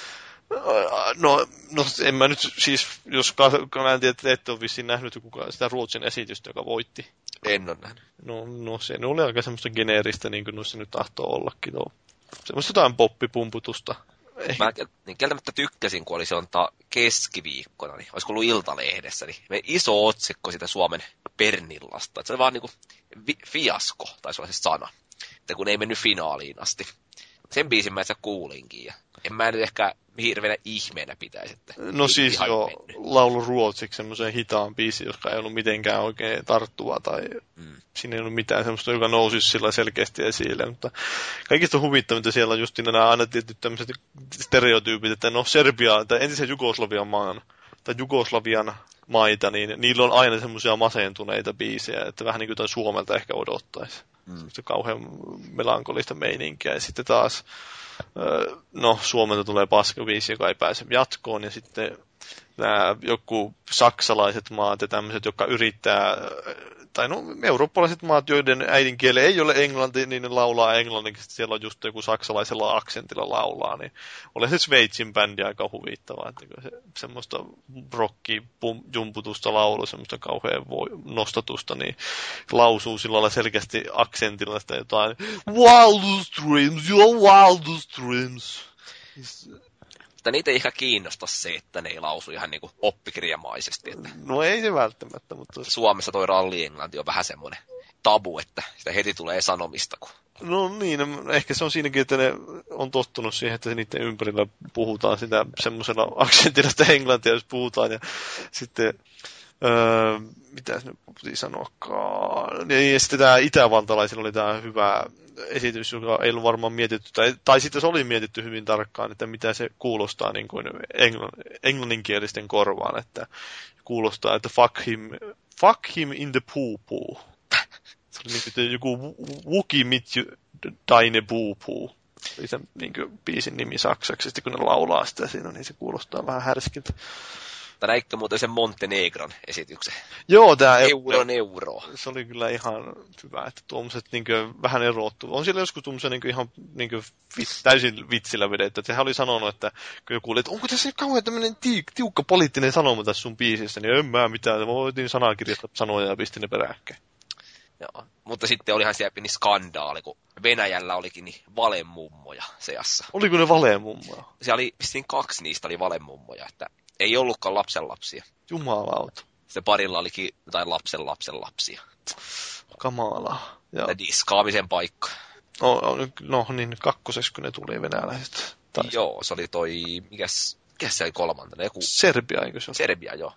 No en mä nyt siis, jos mä en tiedä, että ette ole vissiin nähnyt sitä Ruotsin esitystä, joka voitti. En ole nähnyt. No se oli aika semmoista geneeristä, niin kuin se nyt tahtoo ollakin tuo semmoista jotain poppipumputusta. Mä niin kieltämättä tykkäsin, kun oli silloin keskiviikkona, niin olisiko ollut Iltalehdessä, niin me iso otsikko sitä Suomen Pernillasta. Että se oli vaan niinku fiasko, taisi olla se sana, että kun ei mennyt finaaliin asti. Sen biisin mä kuulinkin, ja en mä nyt ehkä hirveänä ihmeenä pitäisi. Että no siis joo, laulu ruotsiksi semmoisen hitaan biisin, joka ei ollut mitenkään oikein tarttuvaa, tai siinä ei ollut mitään semmoista, joka nousisi sillä selkeästi esille, mutta kaikista huvittavinta siellä on just nämä aina tietyt tämmöiset stereotyypit, että no Serbia, tai entisen Jugoslavian maan, tai Jugoslavian maita, niin niillä on aina semmoisia masentuneita biisejä, että vähän niin kuin Suomelta ehkä odottaisi. Se kauhean melankolista meininkiä. Ja sitten taas, no Suomelta tulee paskabiisi, joka ei pääse jatkoon. Ja sitten nämä joku saksalaiset maat ja tämmöiset, jotka yrittää, tai no eurooppalaiset maat, joiden äidinkieli ei ole englanti, niin ne laulaa englanniksi. Siellä on just joku saksalaisella aksentilla laulaa. Niin oli se Sveitsin bändi aika huvittavaa. Että se, semmoista rock-jumputusta laulua, semmoista kauhean nostatusta, niin lausuu sillä lailla selkeästi aksentilla sitä jotain wildest dreams, your wildest dreams. Mutta niitä ei ehkä kiinnosta se, että ne ei lausu ihan niinku oppikirjamaisesti. Että no ei se välttämättä, mutta Suomessa toi ralli-englanti on vähän semmoinen tabu, että sitä heti tulee sanomista. Kun no niin, ehkä se on siinäkin, että ne on tottunut siihen, että niiden ympärillä puhutaan sitä semmoisella aksentilla sitä englantia, jos puhutaan. Ja sitten, mitä nyt piti sanoakaan. Ja sitten tämä itävaltalaisilla oli tämä hyvä esitys, joka ei ollut varmaan mietitty, tai sitten se oli mietitty hyvin tarkkaan, että mitä se kuulostaa niin kuin englanninkielisten korvaan, että kuulostaa, että fuck him in the poo-poo. Se oli niin kuin joku Wookie Mitju Daine Poo-poo. Oli se niin kuin biisin nimi saksaksi, sitten kun ne laulaa sitä siinä, niin se kuulostaa vähän härskiltä. Tai näitkö muuten sen Montenegron esityksen? Joo, tämä euro. Se oli kyllä ihan hyvä, että tuommoiset niin vähän erottuu. On siellä joskus tuommoisia niin ihan niin täysin vitsillä vedetty. Sehän oli sanonut, että kun joku oli, että onko tässä kauhean tämmöinen tiukka poliittinen sanoma tässä sun biisissä, niin en mä mitään. Mä voitin sanakirjasta sanoja ja pistin ne peräkkäin. Joo, mutta sitten olihan siellä pieni skandaali, kun Venäjällä olikin niin valemummoja seassa. Oliko ne valemummoja? Siellä oli, vissiin 2 niistä oli valemummoja, että ei ollutkaan lapsenlapsia. Jumalauta. Sitten parilla olikin jotain lapsenlapsia. Kamalaa. Ja diskaamisen paikka. No niin, 2, kun ne tuli venäläiset. Taisi. Joo, se oli toi, mikäs se oli 3? Joku Serbia, eikö se ole? Serbia, joo.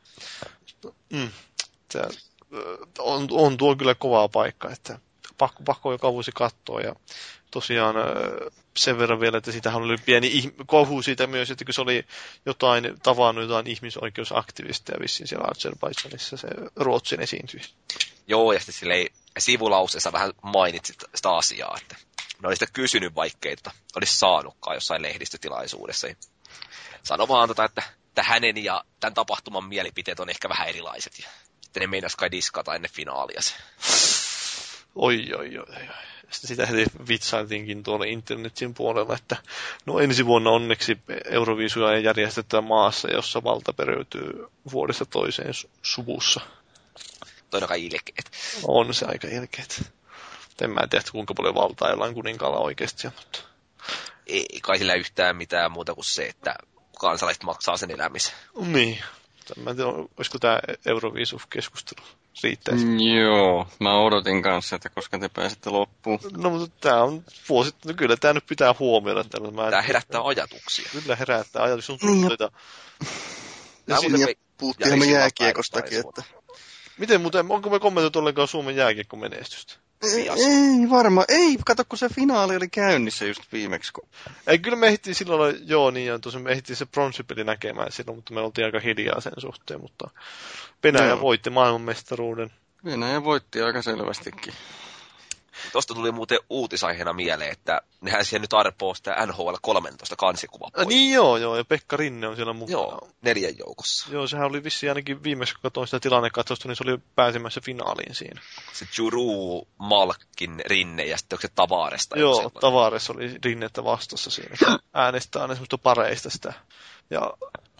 On tuo kyllä kovaa paikka, että pakko joka vuosi katsoa. Ja tosiaan sen verran vielä, että siitähän oli pieni kohu siitä myös, että kun se oli tavannut jotain ihmisoikeusaktivisteja vissiin siellä Azerbaidžanissa, se Ruotsin esiintyi. Joo, ja sitten silleen sivulauseessa vähän mainitsit sitä asiaa, että ne oli sitä kysynyt, vaikkei olisi saanutkaan jossain lehdistötilaisuudessa. Sano vaan, että hänen ja tämän tapahtuman mielipiteet on ehkä vähän erilaiset, ja sitten ne meinas kai diskata ennen finaalia se. Oi. Sitten sitä heti vitsailtiinkin tuolla internetin puolella, että no ensi vuonna onneksi Euroviisuja ei järjestetä maassa, jossa valta periytyy vuodesta toiseen suvussa. Toi on aika ilkeet. On se aika ilkeet. En mä tiedä, kuinka paljon valtaa jollain kuninkaalla oikeasti, mutta ei kai sillä yhtään mitään muuta kuin se, että kansalaiset maksaa sen elämisen. Niin. Mä en tiedä, olisiko tämä Euroviisu-keskustelu riittäisi. Joo, mä odotin kanssa, että koska te pääsette loppuun. No, mutta tämä on vuosittain, kyllä tämä nyt pitää huomioida. Tämä herättää ajatuksia. Kyllä herättää ajatuksia, on tunteita. Ja puhuttiin hieman jääkiekostakin, että miten muuten, onko me kommentoitu ollenkaan Suomen jääkiekkomenestystä? Ei varmaan, ei, kato kun se finaali oli käynnissä just viimeksi. Ei, kyllä me ehdittiin silloin, joo niin, ja tosiaan me ehdittiin se pronssipeli näkemään silloin, mutta me oltiin aika hiljaa sen suhteen, mutta Venäjä voitti maailmanmestaruuden. Venäjä voitti aika selvästikin. Tuosta tuli muuten uutisaiheena mieleen, että nehän siellä nyt arpoo sitä NHL 13 kansikuvapoikia. Niin joo, ja Pekka Rinne on siellä mukana. Joo, 4 joukossa. Joo, sehän oli vissiin ainakin viimeksi, kun katsoin sitä tilannekatsosta, niin se oli pääsemässä finaaliin siinä. Se Juru, Malkin, Rinne ja sitten onko se Tavaresta? Joo, Tavares oli Rinnettä vastassa siinä. Äänestää aina semmoista pareista sitä. Ja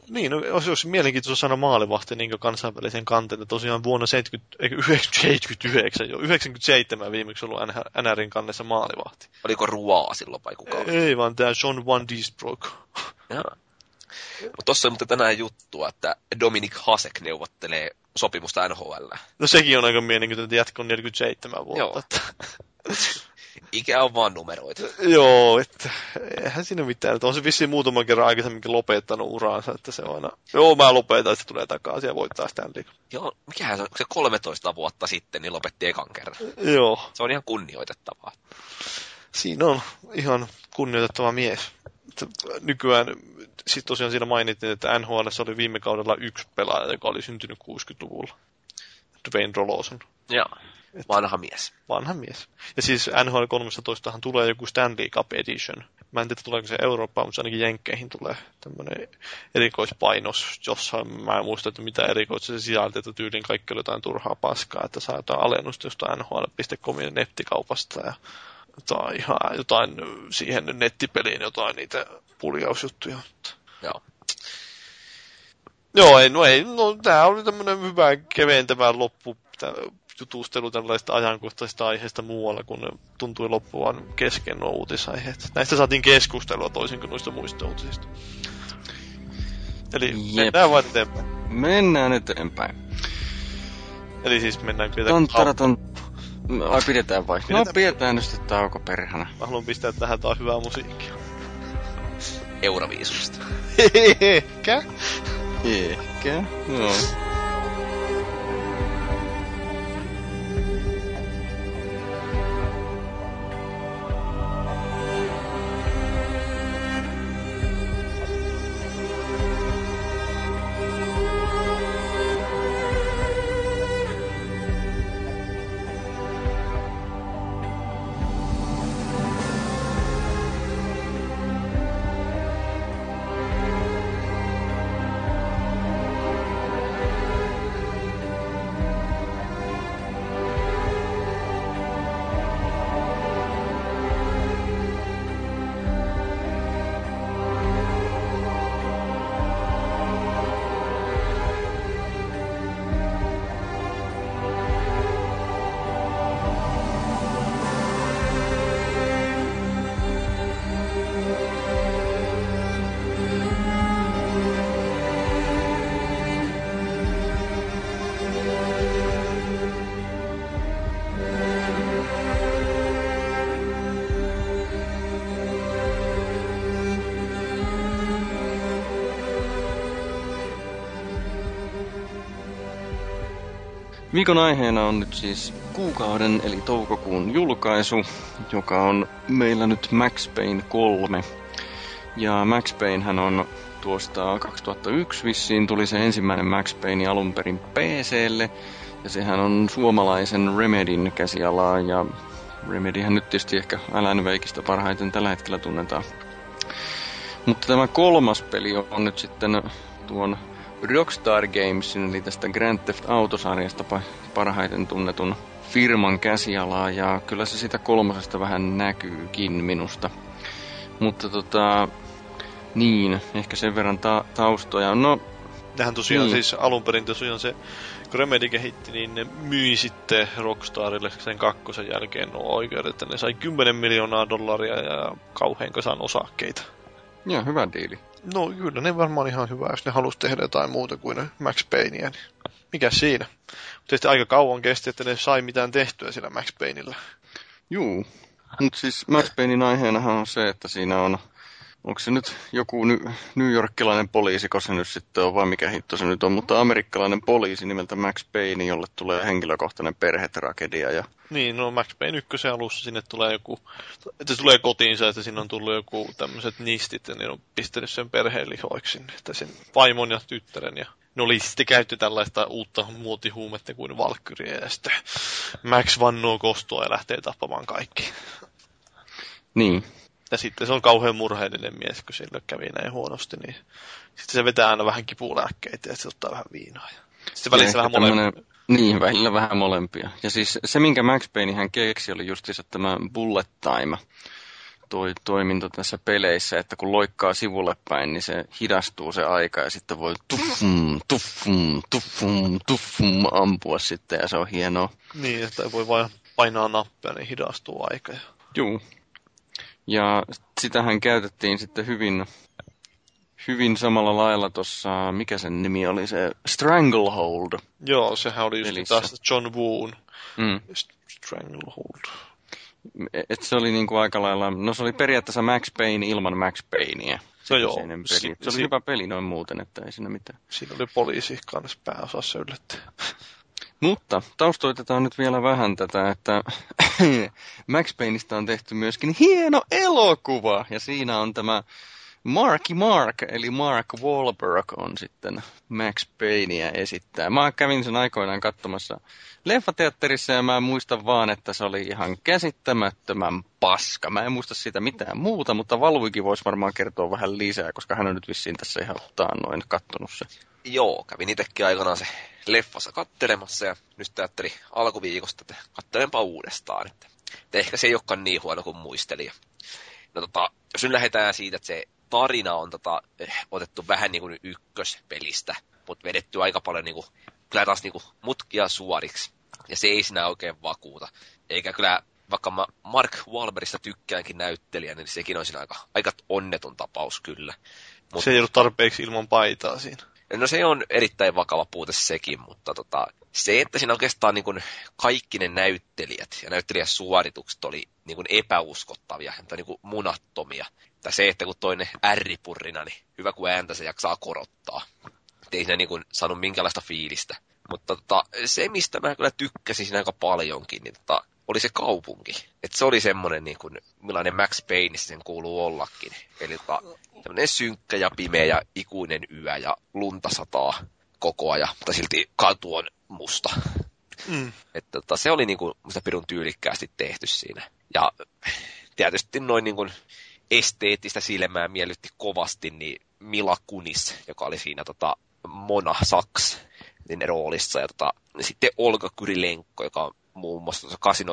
Niin, no, olisi mielenkiintoista saada maalivahti niin kansainvälisen kanteen. Tosiaan vuonna 97 viimeksi ollut NRin kannessa maalivahti. Oliko Ruaa silloin vai kuka? Ei, vaan tämä John Van Diesbrook. Mutta tossa on muuten tänään juttua, että Dominic Hasek neuvottelee sopimusta NHL. No sekin on aika mielenkiintoinen, että jätkä on 47 vuotta. Joo. Ikä on vaan numeroita. Joo, että eihän siinä mitään. On se vissiin muutaman kerran aikaisemminkin lopettanut uraansa, että se on aina, joo mä lopetan, että se tulee takaisin ja voittaa Stanley. Joo, mikähän se on, se 13 vuotta sitten, niin lopetti ekan kerran. Joo. Se on ihan kunnioitettavaa. Siinä on ihan kunnioitettava mies. Nykyään, siis tosiaan siinä mainittiin, että NHL:ssä oli viime kaudella yksi pelaaja, joka oli syntynyt 60-luvulla. Dwayne Rolloson. Joo, vanha mies. Vanha mies. Ja siis NHL 13 tulee joku Stanley Cup Edition. Mä en tiedä, tuleeko se Eurooppaan, mutta ainakin Jenkkeihin tulee tämmöinen erikoispainos, jossa mä en muista, että mitä erikoista se sisältää, että tyyliin kaikki oli jotain turhaa paskaa, että saa jotain alennusta jostain NHL.comin nettikaupasta ja jotain siihen nettipeliin, jotain niitä puljausjuttuja. Joo. Joo, no tää oli tämmönen hyvä keventävä jutustelu tällaista ajankohtaisista aiheista muualla, kun tuntui loppuvan kesken nuo uutisaiheet. Näistä saatiin keskustelua toisin kuin noista muista uutisista. Eli mennään vaan eteenpäin. Mennään eteenpäin. Eli siis mennään Ai pidetään vai? Pidetään nyt sitten tauko perhana. Mä haluan pistää tähän taas hyvää musiikkia. Euroviisusta. Ehkä. Joo. Viikon aiheena on nyt siis kuukauden eli toukokuun julkaisu, joka on meillä nyt Max Payne 3. Ja Max Paynehän on tuosta 2001 vissiin tuli se ensimmäinen Max Payne alun perin PC:lle. Ja sehän on suomalaisen Remedyn käsialaa ja Remedyhän nyt tietysti ehkä Alan Wakeista parhaiten tällä hetkellä tunnetaan. Mutta tämä kolmas peli on nyt sitten tuon Rockstar Gamesin, eli tästä Grand Theft Auto-sarjasta parhaiten tunnetun firman käsialaa, ja kyllä se sitä kolmosesta vähän näkyykin minusta. Mutta niin, ehkä sen verran taustoja. No, tähän tosiaan siis alun perin tosiaan se, kun Remedy kehitti, niin ne myi sitten Rockstarille sen kakkosen jälkeen nuo oikeudet, että ne sai $10 miljoonaa ja kauhean kasan osakkeita. Joo, hyvä diili. No kyllä, ne varmaan ihan hyvä, jos ne halusi tehdä jotain muuta kuin Max Paynea, niin mikä siinä? Tietysti aika kauan kesti, että ne sai mitään tehtyä sillä Max Paynella. Juu, mutta siis Max Paynein aiheenahan on se, että siinä onko se nyt joku newyorkilainen poliisi, kun se nyt sitten on, vai mikä hitto se nyt on, mutta amerikkalainen poliisi nimeltä Max Payne, jolle tulee henkilökohtainen perhetragedia. Ja niin, no Max Payne 1 alussa sinne tulee joku, että se tulee kotiinsa, että siinä on tullut joku tämmöiset nistit, ja ne on pistänyt sen perheen lihoiksi sinne, että sen vaimon ja tyttären, ja ne oli sitten käytti tällaista uutta muotihuumetta kuin valkkyriä, ja sitten Max vannoo kostoa ja lähtee tappamaan kaikki. Niin. Ja sitten se on kauhean murheellinen mies, kun sille kävi näin huonosti, niin sitten se vetää aina vähän kipulääkkeitä ja se ottaa vähän viinaa. Sitten välissä vähän molempia. Niin, välillä vähän molempia. Ja siis se, minkä Max Payne hän keksi, oli justiinsa tämä bullet time. toiminto tässä peleissä, että kun loikkaa sivulle päin, niin se hidastuu se aika ja sitten voi tuffum ampua sitten ja se on hienoa. Niin, että voi vain painaa nappia, niin hidastuu aika. Juu. Ja sitähän käytettiin sitten hyvin samalla lailla tuossa, mikä sen nimi oli, se Stranglehold. Joo, sehän oli just pelissä. taas John Woon. Stranglehold. Et se oli niinku aika lailla, no se oli periaatteessa Max Payne ilman Max Payneä. No joo. Peli. Se oli hyvä peli noin muuten, että ei siinä mitään. Siinä oli poliisi kanssa pääosassa yllättäen. Mutta taustoitetaan nyt vielä vähän tätä, että Max Payneista on tehty myöskin hieno elokuva. Ja siinä on tämä Marky Mark, eli Mark Wahlberg on sitten Max Payneä esittää. Mä kävin sen aikoinaan katsomassa leffateatterissa ja mä muistan vaan, että se oli ihan käsittämättömän paska. Mä en muista siitä mitään muuta, mutta Valvuikin voisi varmaan kertoa vähän lisää, koska hän on nyt vissiin tässä ihan taannoin kattonut se. Joo, kävin itsekin aikanaan se leffassa kattelemassa ja nyt ajattelin alkuviikosta, että kattelenpa uudestaan. Että ehkä se ei olekaan niin huono kuin muistelin. No jos nyt lähdetään siitä, että se tarina on otettu vähän niin kuin ykköspelistä, mutta vedetty aika paljon niin kuin, kyllä taas niin kuin mutkia suoriksi. Ja se ei sinä oikein vakuuta. Eikä kyllä, vaikka mä Mark Wahlbergista tykkäänkin näyttelijänä, niin sekin on siinä aika onneton tapaus kyllä. Se ei ollut tarpeeksi ilman paitaa siinä. No se on erittäin vakava puute sekin, mutta se, että siinä oikeastaan niin kuin kaikki ne näyttelijät ja näyttelijäsuoritukset oli niin kuin epäuskottavia, niin kuin munattomia. Tai se, että kun toinen ärripurrina, niin hyvä kun ääntä se jaksaa korottaa. Et ei siinä niin kuin saanut minkäänlaista fiilistä. Mutta se, mistä mä kyllä tykkäsin siinä aika paljonkin, niin oli se kaupunki. Että se oli semmoinen, niin kuin, millainen Max Payne sen kuuluu ollakin. Eli tämmöinen synkkä ja pimeä ja ikuinen yö ja lunta sataa koko ajan, mutta silti katu on musta. Että se oli niin kuin, musta pirun tyylikkäästi tehty siinä. Ja tietysti noin niin kuin esteettistä silmää miellytti kovasti niin Mila Kunis, joka oli siinä Mona Saks niin roolissa. Ja sitten Olga Kurilenko, joka on muun muassa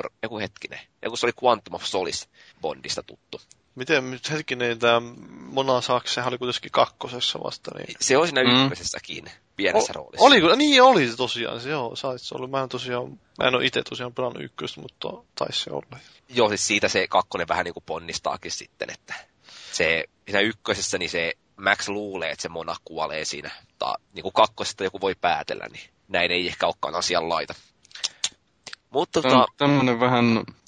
joku se oli Quantum of Solace Bondista tuttu. Miten nyt hetkinen, tämä Mona Saks, sehän oli kuitenkin kakkosessa vasta. Niin... Se on siinä ykkösessäkin, pienessä roolissa. Oliko? Niin oli se tosiaan, se joo, se ollut. Mä en ole itse tosiaan pelannut ykköstä, mutta taisi se olla. Joo, siis siitä se kakkonen vähän niin kuin ponnistaakin sitten, että se siinä ykkösessä niin se Max luulee, että se Mona kuolee siinä, mutta niin kuin kakkosesta joku voi päätellä, niin näin ei ehkä olekaan asianlaita. Mutta tämmöinen vähän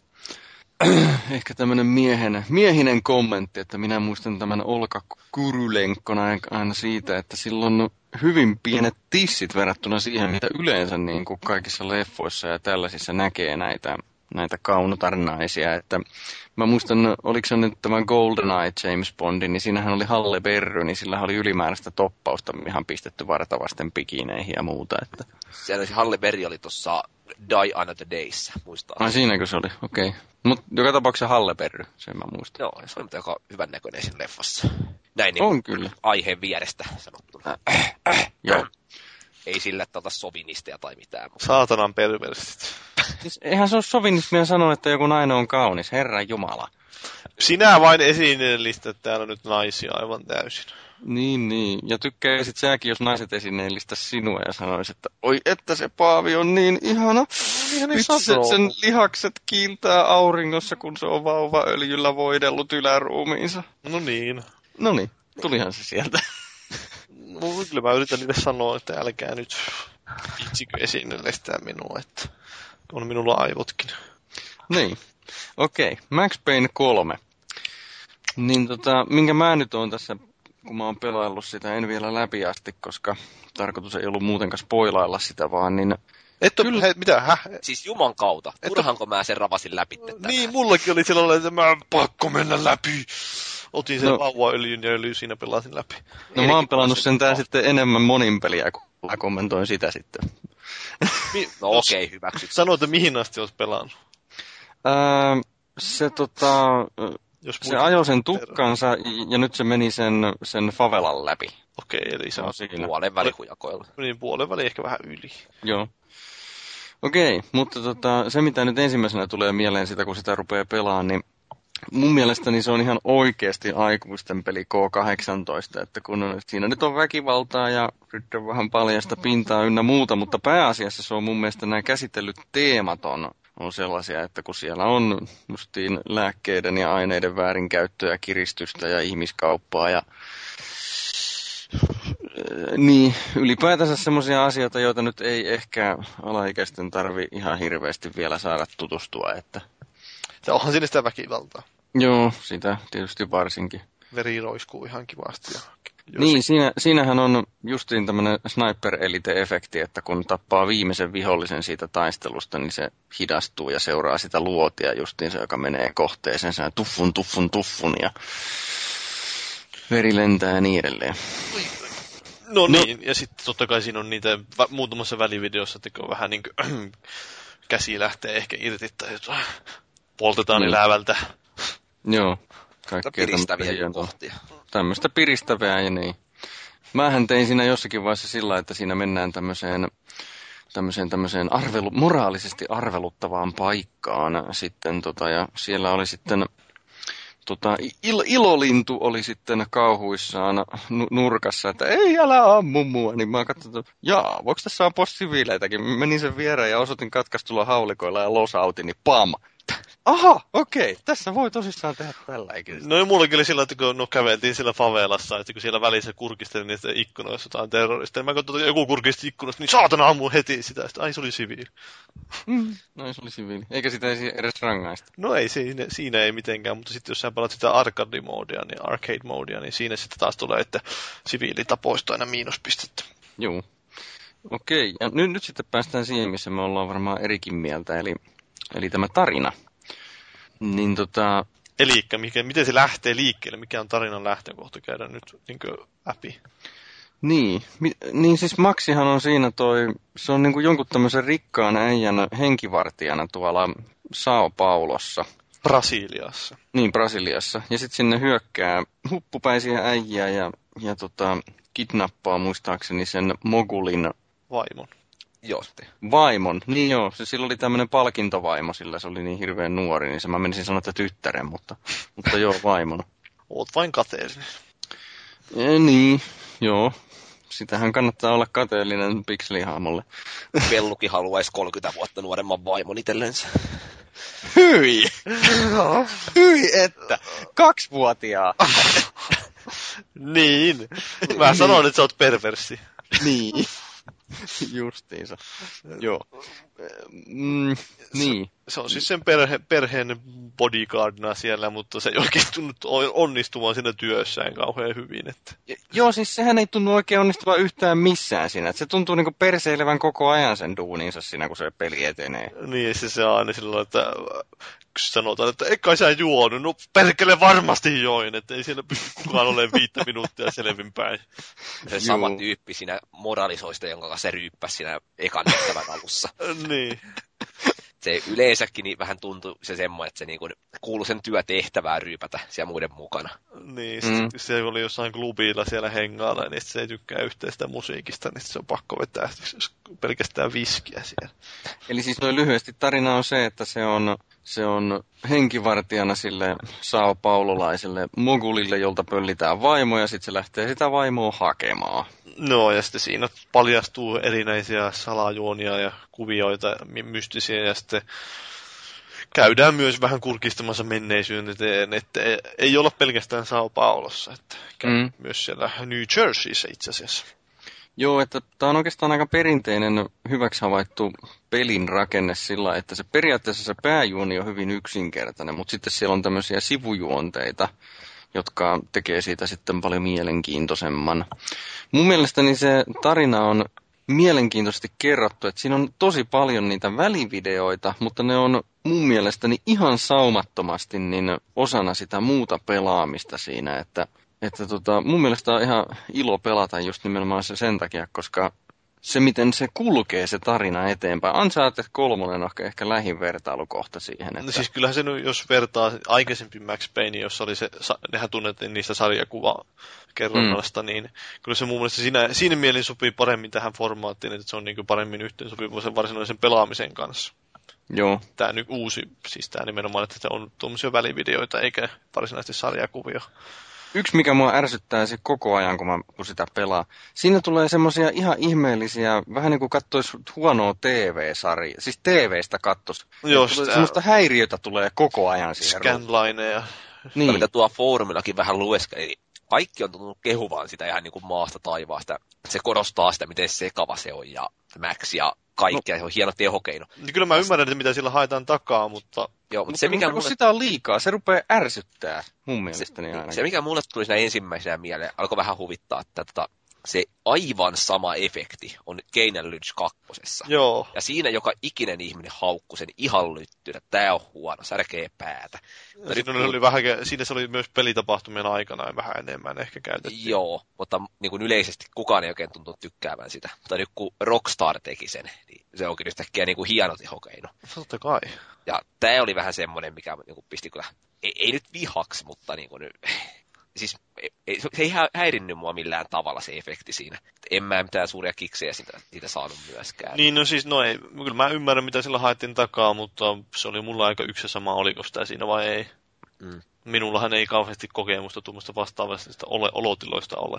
ehkä tämmöinen miehinen kommentti, että minä muistan tämän Olka Kurylenkona aina siitä, että sillä on hyvin pienet tissit verrattuna siihen, mitä yleensä niin kuin kaikissa leffoissa ja tällaisissa näkee näitä kaunotarnaisia. Että mä muistan, oliko se nyt tämä GoldenEye James Bondi, niin siinähän oli Halle Berry, niin sillä oli ylimääräistä toppausta ihan pistetty vartavasten pikineihin ja muuta. Että... Siellä Halle Berry oli tuossa Die Another Days, muistaa. Ai siinäkö se oli? Okei. Okay. Mutta joka tapauksessa Halle Berry, sen mä muistan. Joo, se oli aika hyvän näköinen siinä leffassa. Näin niin on kyllä. Aiheen vierestä sanottuna. Joo. Ei sillä sovinisteja tai mitään. Mutta... Saatanan perversit. Siis eihän se ole sovinismia sanoa, että joku nainen on kaunis, Herran Jumala. Sinä vain esineellistät täällä nyt naisia aivan täysin. Niin. Ja tykkäisit säkin, jos naiset esineellistäisi sinua ja sanoisi, että oi, että se Paavi on niin ihana. Sen lihakset kiiltää auringossa, kun se on vauvaöljyllä voidellut yläruumiinsa. No niin, tulihan se sieltä. No kyllä mä yritän niille sanoa, että älkää nyt vitsikö esineellistää minua, että on minulla aivotkin. Niin, okei. Max Payne 3. Niin minkä mä nyt oon tässä, kun mä oon pelaillut sitä, en vielä läpi asti, koska tarkoitus ei ollut muutenkaan spoilailla sitä vaan, niin... Mitä? Siis Juman kautta. Turhanko mä sen ravasin läpi tänään? Niin, mullakin oli sellainen, että mä pakko mennä läpi. Otin sen vauvaöljyn ja öljyn siinä pelasin läpi. No mä oon pelannut sen tää sitten enemmän monin peliä, kun mä kommentoin sitä sitten. No okei, hyväksyt. Sano, että mihin asti olet pelannut? Se ajoi sen tukkansa ja nyt se meni sen favelan läpi. Okei, eli se on siinä. Puolen välihujakoilla. Niin, puolen väli ehkä vähän yli. Joo. Okei, mutta se mitä nyt ensimmäisenä tulee mieleen sitä, kun sitä rupeaa pelaamaan, niin mun mielestäni se on ihan oikeasti aikuisten peli K18, että kun siinä nyt on väkivaltaa ja sitten vähän paljasta pintaa ynnä muuta, mutta pääasiassa se on mun mielestä nämä käsitellyt teemat on sellaisia, että kun siellä on justiin lääkkeiden ja aineiden väärinkäyttöä, kiristystä ja ihmiskauppaa ja niin, ylipäätänsä semmoisia asioita, joita nyt ei ehkä alaikäisten tarvi ihan hirveästi vielä saada tutustua, että Ja onhan siinä sitä väkivaltaa. joo, sitä tietysti varsinkin. Veri roiskuu ihan kivasti. Niin, siinähän on justiin tämmöinen sniper-elite-efekti, että kun tappaa viimeisen vihollisen siitä taistelusta, niin se hidastuu ja seuraa sitä luotia justiin se, joka menee kohteeseen. Se tuffun ja veri lentää ja niin edelleen. No niin, ja sitten totta kai siinä on niitä muutamassa välivideossa, että vähän niin kuin käsi lähtee ehkä irti tai jotain. Poltetaan elävältä. Joo, kaikkea piristäviä kohtia. Tämmöistä piristävää ja niin. Mähän tein siinä jossakin vaiheessa sillä, että siinä mennään tämmöiseen moraalisesti arveluttavaan paikkaan sitten ja siellä oli sitten ilolintu oli sitten kauhuissaan nurkassa, että ei älä ammu mua, niin mä katsoin, että jaa, voiko tässä ampua siviileitäkin? Menin sen viereen ja osoitin katkastulla haulikoilla ja losautin, niin pam! Aha, okei, tässä voi tosissaan tehdä tällä ikinä. No ja mullakin oli sillä, että kun käveltiin siellä favelassa, että kun siellä välissä kurkistelin niistä ikkunoissa jotain terroristeja, mä katsoin, että joku kurkisti ikkunasta, niin saatana ammu heti sitä, että ai se oli siviili. No se oli siviili, eikä sitä edes rangaista. No ei, siinä ei mitenkään, mutta sitten jos sä palaat sitä arcade-modea, niin siinä sitten taas tulee, että siviilitapoista aina miinuspistettä. Joo. Okei, ja nyt sitten päästään siihen, missä me ollaan varmaan erikin mieltä, eli tämä tarina. Niin Elikkä, miten se lähtee liikkeelle? Mikä on tarinan lähtökohta? Käydä nyt niin läpi. Niin siis Maxihan on siinä se on niin kuin jonkun tämmöisen rikkaan äijän henkivartijana tuolla Sao Paulossa. Brasiliassa. Niin, Brasiliassa. Ja sitten sinne hyökkää huppupäisiä äijiä ja kidnappaa muistaakseni sen mogulin vaimon. Vaimon, niin joo. Sillä oli tämmöinen palkintovaimo, sillä se oli niin hirveän nuori, niin mä menisin sanoa, että tyttären, mutta joo, vaimon. Oot vain kateellinen. Niin, joo. Sitähän kannattaa olla kateellinen pikselihahmolle. Pellukin haluaisi 30 vuotta nuoremman vaimon itsellensä. Hyi! Hyi, että 2-vuotiaa. Niin. Mä sanon, että sä oot perverssi. Niin. Justiinsa. Joo. Niin. Se on siis sen perheen bodyguardina siellä, mutta se ei oikein tunnu onnistumaan siinä työssään kauhean hyvin. Että. Joo, siis sehän ei tunnu oikein onnistuvan yhtään missään siinä. Että se tuntuu niinku perseilevän koko ajan sen duuninsa siinä, kun se peli etenee. Niin, se on aina silloin, että sanotaan, että ei kai sä juonut. No perkele varmasti join, että ei siellä pysty kukaan olemaan 5 minuuttia selvinpäin. Se sama tyyppi siinä moralisoista, jonka kanssa se ryyppäsi siinä ekan tehtävän alussa. Niin. Se yleensäkin niin vähän tuntuu se semmoinen, että se niin kuin kuului sen työtehtävään ryypätä siellä muiden mukana. Niin, se oli jossain klubilla siellä hengailla, niin se ei tykkää yhtään sitä musiikista, niin se on pakko vetää pelkästään viskiä siellä. Eli siis noin lyhyesti tarina on se, että se on henkivartijana sille Sao Paulolaiselle mogulille, jolta pöllitään vaimo, ja sitten se lähtee sitä vaimoa hakemaan. No, ja sitten siinä paljastuu erinäisiä salajuonia ja kuvioita mystisiä, ja sitten käydään myös vähän kurkistamassa menneisyyteen, että ei olla pelkästään Sao Paulossa, että myös siellä New Jerseyssä itse asiassa. Joo, että tämä on oikeastaan aika perinteinen hyväksi havaittu pelin rakenne sillä, että se periaatteessa se pääjuoni on hyvin yksinkertainen, mutta sitten siellä on tämmöisiä sivujuonteita, jotka tekee siitä sitten paljon mielenkiintoisemman. Mun mielestäni se tarina on mielenkiintoisesti kerrottu, että siinä on tosi paljon niitä välivideoita, mutta ne on mun mielestäni ihan saumattomasti niin osana sitä muuta pelaamista siinä, että mun mielestä on ihan ilo pelata just nimenomaan se sen takia, koska se miten se kulkee se tarina eteenpäin. Uncharted 3 on ehkä lähivertailukohta siihen. Että. No siis kyllähän se jos vertaa aikaisempi Max Payne, jossa oli se, nehän tunnettiin niistä sarjakuvakerronnasta, niin kyllä se mun mielestä siinä mielin sopii paremmin tähän formaattiin, että se on niin kuin paremmin yhteensopiva sen varsinaisen pelaamisen kanssa. Joo. Tämä nyt uusi, siis tämä nimenomaan, että se on tuommoisia välivideoita eikä varsinaisesti sarjakuvia. Yksi, mikä mua ärsyttää se koko ajan, kun sitä pelaa, siinä tulee semmoisia ihan ihmeellisiä, vähän niin kuin kattoisi huonoa TV-sarjaa. Siis TVstä kattoisi. Semmoista häiriötä tulee koko ajan siihen. Scanlineja. Niin. Mitä tuo foorumillakin vähän lueskeli, niin kaikki on tuntunut kehuvaan sitä ihan niin kuin maasta taivaasta. Se korostaa sitä, miten sekava se on ja Max ja kaikkea, se on hieno tehokeino. Niin kyllä mä ymmärrän, että mitä sillä haetaan takaa, mutta... Joo, mutta se, mikä kun sitä on liikaa, se rupeaa ärsyttää mun mielestäni ainakin. Se, mikä mulle tuli siinä ensimmäisenä mieleen, alkoi vähän huvittaa, että se aivan sama efekti on Kane & Lynch 2. Joo. Ja siinä joka ikinen ihminen haukkui sen ihan lyttynä. Tää on huono, särkee päätä. Siinä se oli myös pelitapahtumien aikana ja vähän enemmän ehkä käytetty. Joo, mutta niin kuin yleisesti kukaan ei oikein tuntunut tykkäävän sitä. Mutta nyt kun Rockstar teki sen, niin se onkin yhtäkkiä niin kuin hieno tehokeino. Totta kai. Ja tää oli vähän semmoinen, mikä niin kuin pisti kyllä, ei nyt vihaksi, mutta niin kuin, siis se ei häirinnyt mua millään tavalla se efekti siinä. En mä mitään suuria kiksejä siitä saanut myöskään. Niin, no siis, no ei. Kyllä mä ymmärrän, mitä sillä haettiin takaa, mutta se oli mulla aika yksi sama, oliko sitä siinä vai ei. Minullahan ei kauheasti kokemusta tuommoista vastaavasta olotiloista ole.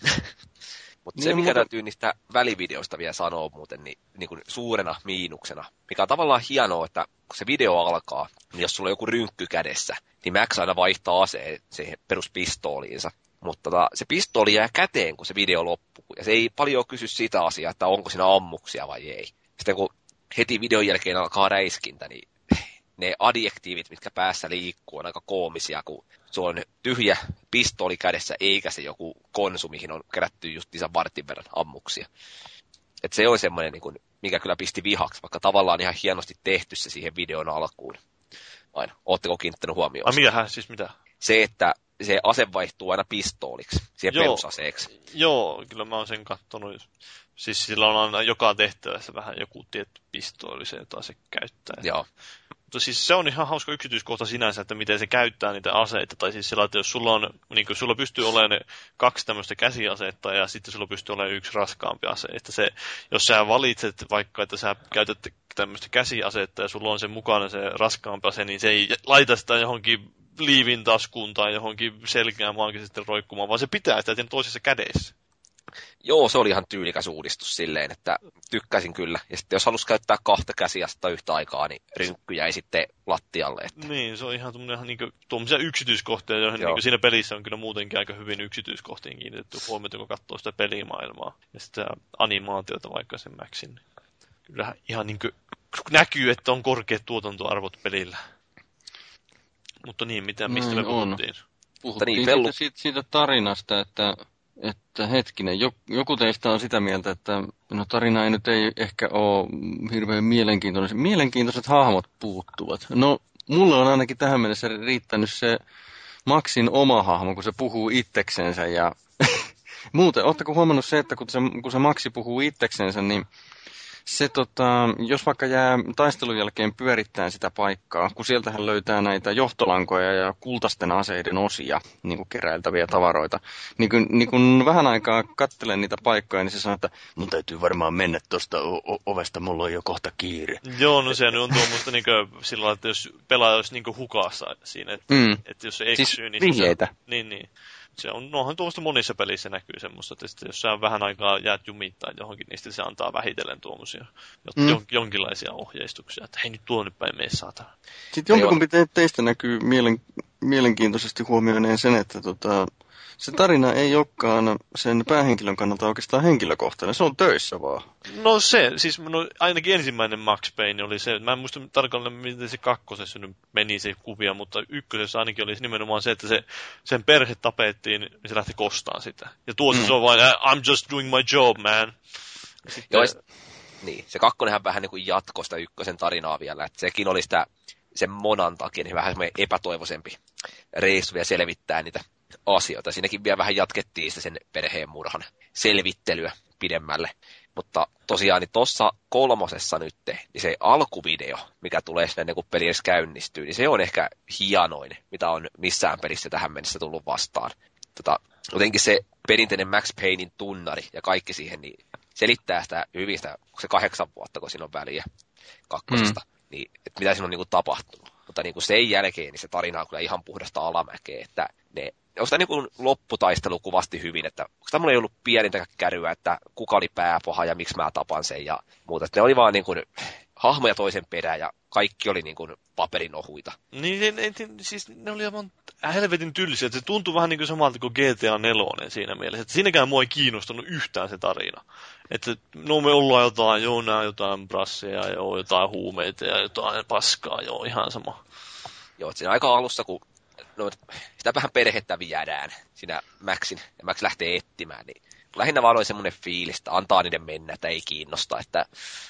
Mutta se, mikä täytyy niistä välivideoista vielä sanoa muuten, niin kuin suurena miinuksena, mikä on tavallaan hienoa, että kun se video alkaa, niin jos sulla on joku rynkky kädessä, niin Max aina vaihtaa aseen siihen peruspistooliinsa. Mutta se pistooli jää käteen, kun se video loppuu. Ja se ei paljon kysy sitä asiaa, että onko siinä ammuksia vai ei. Sitten kun heti videon jälkeen alkaa räiskintä, niin ne adjektiivit, mitkä päässä liikkuu, on aika koomisia, kun se on tyhjä pistooli kädessä, eikä se joku konsu, mihin on kerätty just vartin verran ammuksia. Et se on semmoinen, niin kuin, mikä kyllä pisti vihaksi, vaikka tavallaan ihan hienosti tehty se siihen videon alkuun. Aina. Ootteko kiinnittänyt huomioon? Mitähän? Siis mitä? Se, että se ase vaihtuu aina pistooliksi, siihen perusaseeksi. Joo, kyllä mä oon sen kattonut. Siis sillä on aina joka tehtävässä vähän joku tietty pistooli, se jota se käyttää. Joo. Mutta siis se on ihan hauska yksityiskohta sinänsä, että miten se käyttää niitä aseita. Tai siis sillä, että jos sulla on, niin sulla pystyy olemaan 2 tämmöistä käsiasetta ja sitten sulla pystyy olemaan 1 raskaampi ase. Että se, jos sä valitset vaikka, että sä käytät tämmöistä käsiasetta ja sulla on sen mukana se raskaampi ase, niin se ei laita sitä johonkin liivin taskuun tai johonkin selkään vaankin sitten roikkumaan, vaan se pitää sitä toisessa kädessä. Joo, se oli ihan tyylikäs uudistus silleen, että tykkäsin kyllä. Ja sitten jos halusi käyttää 2 käsiasta yhtä aikaa, niin rynkky jäi sitten lattialle. Että... Niin, se on ihan tuommoisia yksityiskohtia, joihin niin siinä pelissä on kyllä muutenkin aika hyvin yksityiskohtiin kiinnitetty huomiota, kun katsoo sitä pelimaailmaa. Ja sitä animaatiota vaikka sen Maxin. Kyllä ihan niin kuin näkyy, että on korkeat tuotantoarvot pelillä. Mutta niin, mistä me puhuttiin? Puhuttiin siitä tarinasta, että hetkinen, joku teistä on sitä mieltä, että no tarina ei nyt ehkä ole hirveän mielenkiintoinen. Mielenkiintoiset hahmot puuttuvat. No, mulle on ainakin tähän mennessä riittänyt se Maxin oma hahmo, kun se puhuu itseksensä. Ja muuten, ootteko huomannut se, että kun se Maxi puhuu itseksensä, niin se jos vaikka jää taistelun jälkeen pyörittämään sitä paikkaa, kun sieltähän löytää näitä johtolankoja ja kultaisten aseiden osia, niin kuin keräiltäviä tavaroita, niin kun vähän aikaa katselen niitä paikkoja, niin se sanoo, että mun täytyy varmaan mennä tuosta ovesta, mulla on jo kohta kiire. Joo, no se on tuommoista sillä että jos pelaaja olisi hukassa siinä, että jos se eksyy, siis niin vihjeitä. Niin. Se on, tuommoista monissa pelissä näkyy semmoista, että jos sä vähän aikaa jäät jumittaa johonkin, niin se antaa vähitellen tuommoisia jonkinlaisia ohjeistuksia, että hei nyt tuonne päin mene saatana. Sitten jompikumpi teistä näkyy mielenkiintoisesti huomioineen sen, että se tarina ei olekaan sen päähenkilön kannalta oikeastaan henkilökohtainen, se on töissä vaan. No ainakin ensimmäinen Max Payne oli se, mä en muista tarkalleen miten se 2. nyt meni se kuvia, mutta 1. ainakin oli nimenomaan se, että sen perhe tapettiin, niin se lähti kostaan sitä. Ja tuossa se on vain, I'm just doing my job, man. Sitten... Joo, niin, se 2 vähän niin kuin jatkosta 1. tarinaa vielä, että sekin oli sen monan takia niin vähän semmoinen epätoivoisempi reissu vielä selvittää niitä asioita. Siinäkin vielä vähän jatkettiin sitä sen perheen murhan selvittelyä pidemmälle. Mutta tosiaan niin tuossa 3. nyt, niin se alkuvideo, mikä tulee sinne ennen kuin peli edes käynnistyy, niin se on ehkä hienoin, mitä on missään pelissä tähän mennessä tullut vastaan. Jotenkin se perinteinen Max Paynein tunnari ja kaikki siihen, niin selittää sitä hyvin sitä, se 8 vuotta, kun siinä on väliä 2. niin että mitä siinä on niin kuin tapahtunut. Mutta niin kuin sen jälkeen niin se tarina on kyllä ihan puhdasta alamäkeä, että onko tämä niin lopputaistelu kuvasti hyvin, että onko tämä mulla ei ollut pienintäkään käryä, että kuka oli pääpaha ja miksi mä tapan sen ja muuta. Että ne oli vaan niin kuin hahmoja toisen perään ja kaikki oli niin kuin paperinohuita. Niin, siis ne oli aivan helvetin tylsiä. Se tuntui vähän niin kuin samalta kuin GTA 4 siinä mielessä. Että siinäkään mua ei kiinnostanut yhtään se tarina. Että no me ollaan jotain, joo nää jotain brasseja, joo jotain huumeita ja jotain paskaa, joo ihan sama. Joo, siinä aika alussa, kun sitä vähän perhettä viedään siinä Maxin, ja Max lähtee etsimään, niin lähinnä vaan oli semmoinen fiilis, että antaa niiden mennä, että ei kiinnosta, että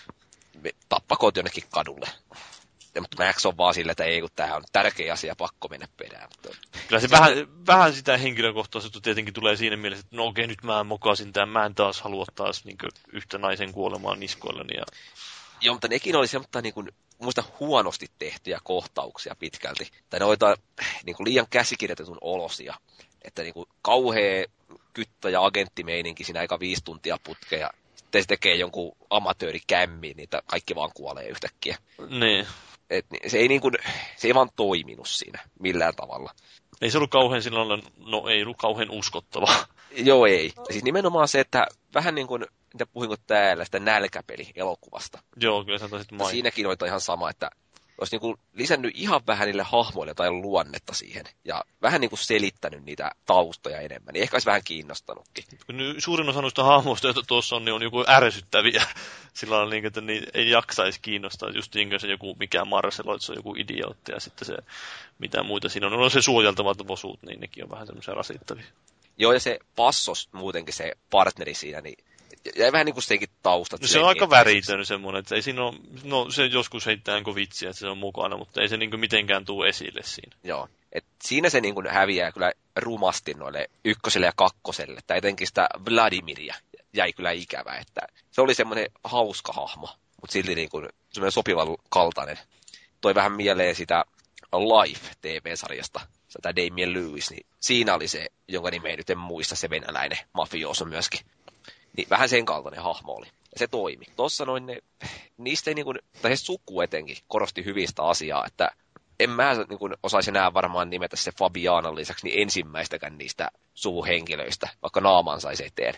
tappakoot jonnekin kadulle. Mutta Max on vaan sillä, että ei, kun tämä on tärkeä asia, pakko mennä perään. Kyllä se vähän sitä henkilökohtaisuutta tietenkin tulee siinä mielessä, että no okei, nyt mä mokasin tämän, mä en taas halua taas niin yhtä naisen kuolemaan niskoilleni. Ja... Joo, mutta nekin oli semmoista niin kuin, muista huonosti tehtyjä kohtauksia pitkälti. Tai ne oli niin kuin liian käsikirjoitetun olosia. Että niin kuin kauhea kyttä- ja agenttimeininki siinä aika 5 tuntia putkea. Ja sitten se tekee jonkun amatöörikämmin, niitä kaikki vaan kuolee yhtäkkiä. Niin. Se ei vaan toiminut siinä millään tavalla. Ei se ollut kauhean silloin, no ei ollut kauhean uskottavaa. Joo, ei. Ja siis nimenomaan se, että vähän niin kuin, mitä puhuinko täällä, sitä nälkäpeli-elokuvasta. Joo, kyllä sä taisit mainita. Siinäkin oli ihan sama, että olisi niin kuin lisännyt ihan vähän niille hahmoille tai luonnetta siihen. Ja vähän niin kuin selittänyt niitä taustoja enemmän. Niin ehkä olisi vähän kiinnostanutkin. Suurin osa noista hahmoista, joita tuossa on, niin on joku ärsyttäviä. Sillä on niin, että niin ei jaksaisi kiinnostaa. Just niin kuin se joku mikään Marcelo, että se on joku idiootti. Ja sitten se, mitä muita siinä on. No se suojeltavat osuut, niin nekin on vähän semmoisia rasittavia. Joo, ja se passos muutenkin se partneri siinä, niin jäi vähän niin kuin senkin taustat. No se on aika väritön semmoinen, että ei siinä ole, no se joskus heittää vitsiä, että se on mukana, mutta ei se niin mitenkään tule esille siinä. Joo, että siinä se niin kuin häviää kyllä rumasti noille 1. ja 2. että etenkin sitä Vladimiria jäi kyllä ikävä, että se oli semmoinen hauska hahmo, mutta silti niin kuin semmoinen sopivan kaltainen. Toi vähän mieleen sitä Life-TV-sarjasta, sitä Damien Lewis, niin siinä oli se, jonka nimeä nyt en muista, se venäläinen mafioso myöskin. Niin vähän sen kaltainen hahmo oli. Ja se toimi. Tossa noin niistä ei niin kuin, tai se suku etenkin korosti hyvistä asiaa, että en mä niin kuin osaisi enää varmaan nimetä se Fabianan lisäksi niin ensimmäistäkään niistä suvuhenkilöistä, vaikka naaman saisi eteen.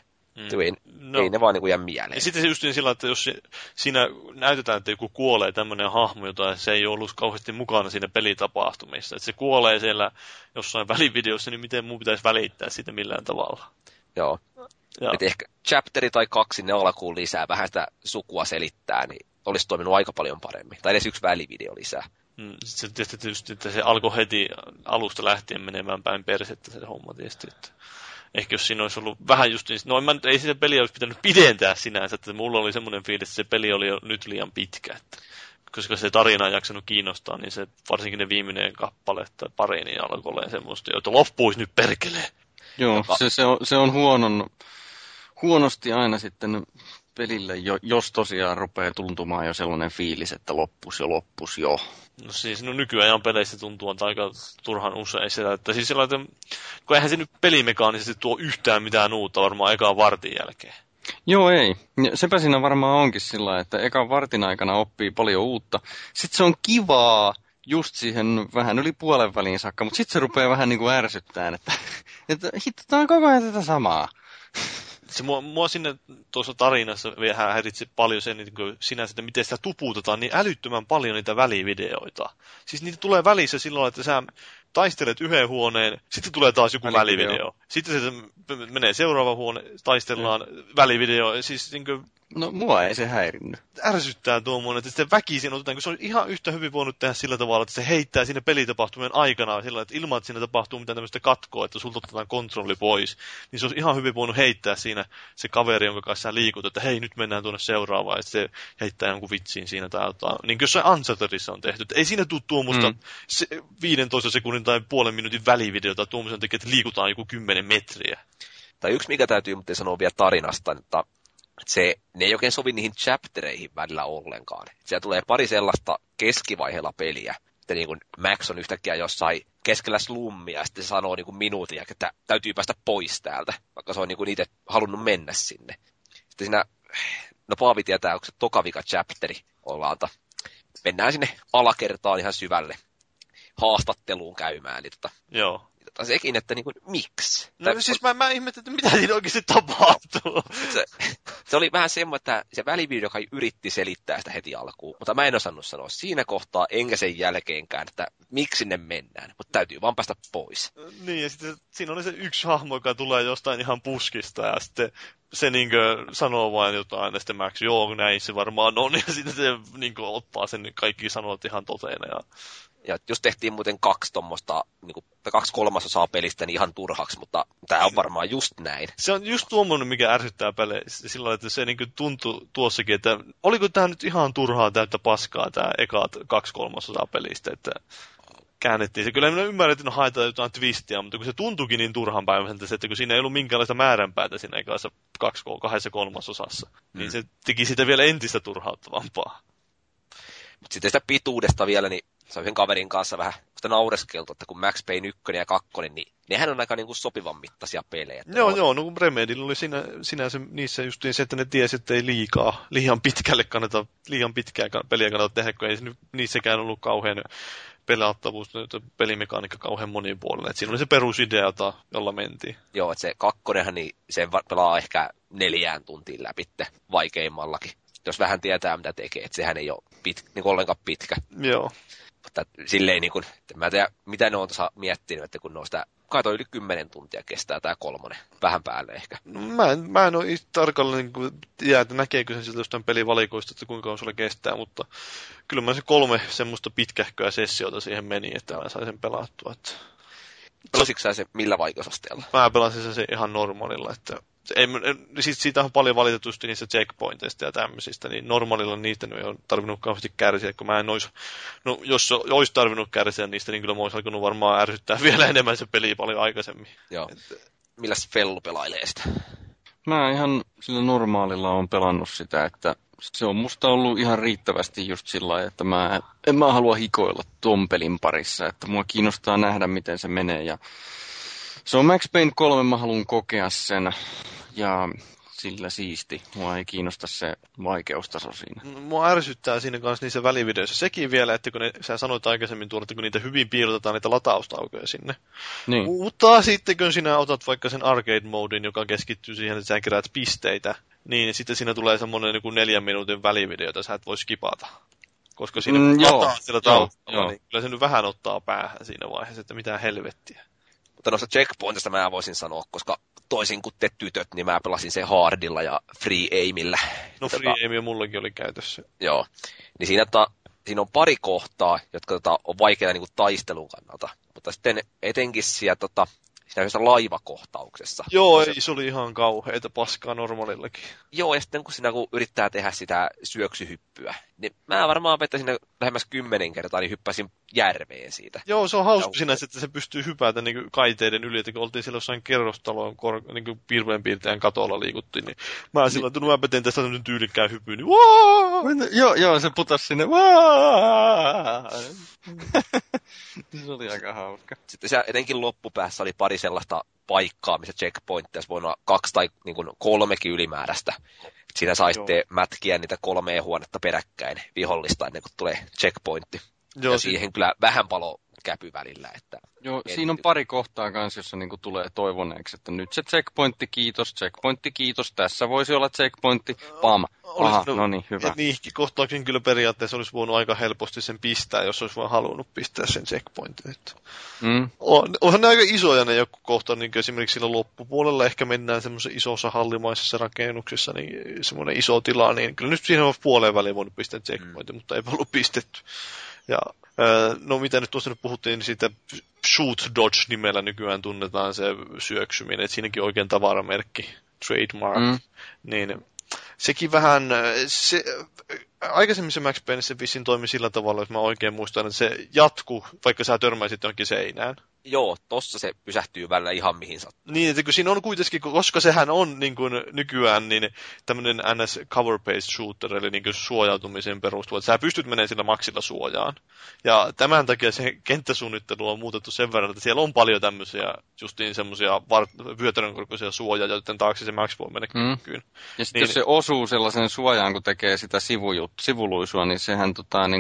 Ei ne vaan niin kuin jää mieleen. Ja sitten se just niin sillä, että jos siinä näytetään, että joku kuolee tämmöinen hahmo, jota se ei ollut kauheasti mukana siinä pelitapahtumissa. Että se kuolee siellä jossain välivideossa, niin miten mun pitäisi välittää siitä millään tavalla. Joo. Että ehkä chapteri tai 2 ne alkuun lisää, vähän sitä sukua selittää, niin olisi toiminut aika paljon paremmin. Tai edes 1 välivideo lisää. Se tietysti, että se alkoi heti alusta lähtien menemään päin persettä se homma tietysti. Että ehkä jos siinä olisi ollut vähän just niin, no ei sitä peliä olisi pitänyt pidentää sinänsä, että mulla oli semmoinen fiilis, että se peli oli jo nyt liian pitkä. Että koska se tarina ei jaksanut kiinnostaa, niin se varsinkin ne viimeinen kappale tai pari, niin alkoi olemaan semmoista, että loppuisi nyt perkelee. Joo, se on huonosti aina sitten pelille, jos tosiaan rupeaa tuntumaan jo sellainen fiilis, että loppus jo. No siis nykyajan peleissä tuntuu aika turhan usein sitä, että siis sellainen, kun eihän se nyt pelimekaanisesti tuo yhtään mitään uutta varmaan ekaan vartin jälkeen. Joo, ei. Sepä siinä varmaan onkin sillä, että ekan vartin aikana oppii paljon uutta. Sitten se on kivaa just siihen vähän yli puolen väliin saakka, mutta sitten se rupeaa vähän niin kuin ärsyttämään, että hitto, tämä on koko ajan tätä samaa. Se mua sinne tuossa tarinassa vähän häiritsi paljon sen, niin sinänsä, että miten sitä tuputetaan niin älyttömän paljon niitä välivideoita. Siis niitä tulee välissä silloin, että sä taistelet yhden huoneen, sitten tulee taas joku välivideo. Sitten se menee seuraava huone, taistellaan välivideo. Siis niin kuin, no mua ei se häirinnyt. Ärsyttää tuommoinen, että sitten väkisin otetaan, kun se on ihan yhtä hyvin voinut tehdä sillä tavalla, että se heittää siinä pelitapahtumien aikana sillä, että ilman, että siinä tapahtuu mitään tämmöistä katkoa, että sulta otetaan kontrolli pois, niin se on ihan hyvin voinut heittää siinä se kaveri, jonka kanssa sä liikut, että hei, nyt mennään tuonne seuraavaan, ja se heittää jonkun vitsiin siinä tai jotain. Niin kuin jossain Unchartedissa on tehty, että ei siinä tule tuommoista 15 sekunnin tai puolen minuutin välivideota, tuommoisen takia, että liikutaan joku 10 metriä. Tai yksi, mikä täytyy mutta sanoa vielä tarinasta, että ne ei oikein sovi niihin chaptereihin välillä ollenkaan. Siellä tulee pari sellaista keskivaiheella peliä, että niin kuin Max on yhtäkkiä jossain keskellä slummia, ja sitten se sanoo niin kuin minuutin, että täytyy päästä pois täältä, vaikka se on niin kuin itse halunnut mennä sinne. Sitten siinä, no Paavi tietää, onko se tokavika chapteri ollaan mennään sinne alakertaan ihan syvälle haastatteluun käymään. Eli Joo. Sekin, että niinku, miksi? No siis mä ihmettelin, että mitä siinä oikeasti tapahtuu. Se oli vähän semmoinen, että se välivideo, joka yritti selittää sitä heti alkuun, mutta mä en osannut sanoa siinä kohtaa, enkä sen jälkeenkään, että miksi ne mennään, mutta täytyy vaan päästä pois. Niin, ja sitten siinä oli se yksi hahmo, joka tulee jostain ihan puskista, ja sitten se niinkö sanoo vain jotain, ja sitten Max, joo, näin se varmaan on, ja sitten se niinkö ottaa sen kaikki sanot ihan toteena. Ja jos tehtiin muuten 2 3/4 pelistä, niin ihan turhaksi, mutta tämä on varmaan just näin. Se on just tuommoinen, mikä ärsyttää peleissä. Sillä että se niin tuntui tuossakin, että oliko tämä nyt ihan turhaa täyttä paskaa, tämä ekat 2/3 pelistä, että käännettiin se. Kyllä minä ymmärrän, että haetaan jotain twistiä, mutta kun se tuntuikin niin turhan päivältä, että kun siinä ei ollut minkäänlaista määränpäätä siinä ekassa 2/3, niin se teki sitä vielä entistä turhauttavampaa. Mutta sitten sitä pituudesta vielä, niin se on yhden kaverin kanssa vähän sitä naureskeltu, että kun Max Payne 1 ja 2, niin nehän on aika niinku sopivan mittaisia pelejä. Joo, no kun Remedillä oli sinänsä niissä justiin se, että ne tiesi, että ei liian pitkää peliä kannata tehdä, kun ei niissäkään ollut kauhean pelattavuus, pelimekaniikka kauhean monipuolinen. Siinä oli se perusidea, jolla mentiin. Joo, että se 2, niin sen pelaa ehkä 4 tuntiin läpi vaikeimmallakin. Jos vähän tietää, mitä tekee, että sehän ei ole ollenkaan pitkä. Joo. Mutta silleen, niin kuin, mä en tiedä, mitä ne on tuossa miettinyt, että kun ne on sitä, kato yli 10 tuntia kestää tämä 3, vähän päälle ehkä. No, mä en ole tarkalleen niin tiedä, että näkeekö sen sieltä jostain pelivalikoista, että kuinka on sulle kestää, mutta kyllä mä se 3 semmoista pitkähköä sessiota siihen meni, että mä sain sen pelattua. Että... Pelasitko sä se millä vaikeusasteella? Mä pelasin sen ihan normaalilla, että siis siitä on paljon valitetusti niistä checkpointeista ja tämmöisistä, niin normaalilla niistä ei ole tarvinnut kauheasti kärsiä, kun mä en olisi, no jos olisi tarvinnut kärsiä niistä, niin kyllä mä olisi alkanut varmaan ärsyttää vielä enemmän se peli paljon aikaisemmin. Joo. Milläs Fellu pelailee sitä? Mä ihan sillä normaalilla on pelannut sitä, että se on musta ollut ihan riittävästi just sillä lailla, että en mä halua hikoilla ton pelin parissa, että mua kiinnostaa nähdä, miten se menee ja se on Max Payne 3, mä haluan kokea sen ja sillä siisti. Mua ei kiinnosta se vaikeustaso siinä. Mua ärsyttää siinä kanssa niissä välivideoissa. Sekin vielä, että kun sä sanoit aikaisemmin tuolla, että kun niitä hyvin piilotetaan niitä lataustaukoja sinne. Niin. Mutta sitten kun sinä otat vaikka sen arcade-modin, joka keskittyy siihen, että sä keräät pisteitä, niin sitten siinä tulee semmoinen niin 4 minuutin välivideo, jota sä et voi skipata. Koska siinä lataa sillä taustalla, niin kyllä se nyt vähän ottaa päähän siinä vaiheessa, että mitään helvettiä. Mutta noista checkpointista mä voisin sanoa, koska toisin kuin te tytöt, niin mä pelasin sen hardilla ja free aimillä. No free aimia mullakin oli käytössä. Joo. Niin siinä on pari kohtaa, jotka on vaikeita niin kuin taistelun kannalta. Mutta sitten etenkin siellä siinä laivakohtauksessa. Joo, se oli ihan kauheita paskaa normaalillakin. Joo, ja sitten kun yrittää tehdä sitä syöksyhyppyä, niin mä varmaan vettäisin lähemmäs 10 kertaa, niin hyppäsin järveen siitä. Joo, se on hauska sinänsä, että se pystyy hypätä niin kaiteiden yli, että kun oltiin siellä jossain kerrostaloon niin pilven piirteän katolla liikuttiin, niin mä silloin, että mä teen tästä nyt tyylikkään hypyyn, niin Joo, se putosi sinne. Se oli aika hauska. Sitten siellä etenkin loppupäässä oli pari sellaista paikkaa, missä checkpointteja olisi voinut olla 2 tai niin kuin 3 ylimääräistä. Siinä sai sitten mätkiä niitä 3 huonetta peräkkäin vihollista ennen kuin tulee checkpointti. Joo, ja siihen kyllä vähän palo käpy välillä. Että joo, siinä on pari kohtaa kanssa, jossa niinku tulee toivoneeksi, että nyt se checkpointti kiitos, tässä voisi olla checkpointti, pam. Aha, no niin, hyvä. Niihinkin kohtauksiin kyllä periaatteessa olisi voinut aika helposti sen pistää, jos olisi vaan halunnut pistää sen checkpointin. Onhan ne aika isoja ne joku kohta, niin esimerkiksi sillä loppupuolella ehkä mennään semmoisen isossa hallimaisessa rakennuksessa, niin semmoinen iso tila, niin kyllä nyt siihen on puoleen väliin voinut pistää checkpointin, mutta ei ollut pistetty. Ja no mitä nyt tuossa nyt puhuttiin, niin siitä Shoot Dodge-nimellä nykyään tunnetaan se syöksyminen, että siinäkin oikein tavaramerkki, trademark, niin sekin vähän, aikaisemmin se Max Payne se vissiin toimi sillä tavalla, että mä oikein muistan, että se jatkuu, vaikka sä törmäisit johonkin seinään. joo, tossa se pysähtyy välillä ihan mihin sattuu. Niin, että kun siinä on kuitenkin, koska sehän on niin kuin nykyään niin tämmöinen NS cover-based shooter, eli niin kuin suojautumiseen perustuva, että sä pystyt menemään sillä maksilla suojaan. Ja tämän takia se kenttäsuunnittelu on muutettu sen verran, että siellä on paljon tämmöisiä justiin semmoisia vyötärönkorkuisia suojaa, joiden taakse se Max voi mennä kyykkyyn. Ja sitten jos se osuu sellaisen suojaan, kun tekee sitä sivuluisua, niin sehän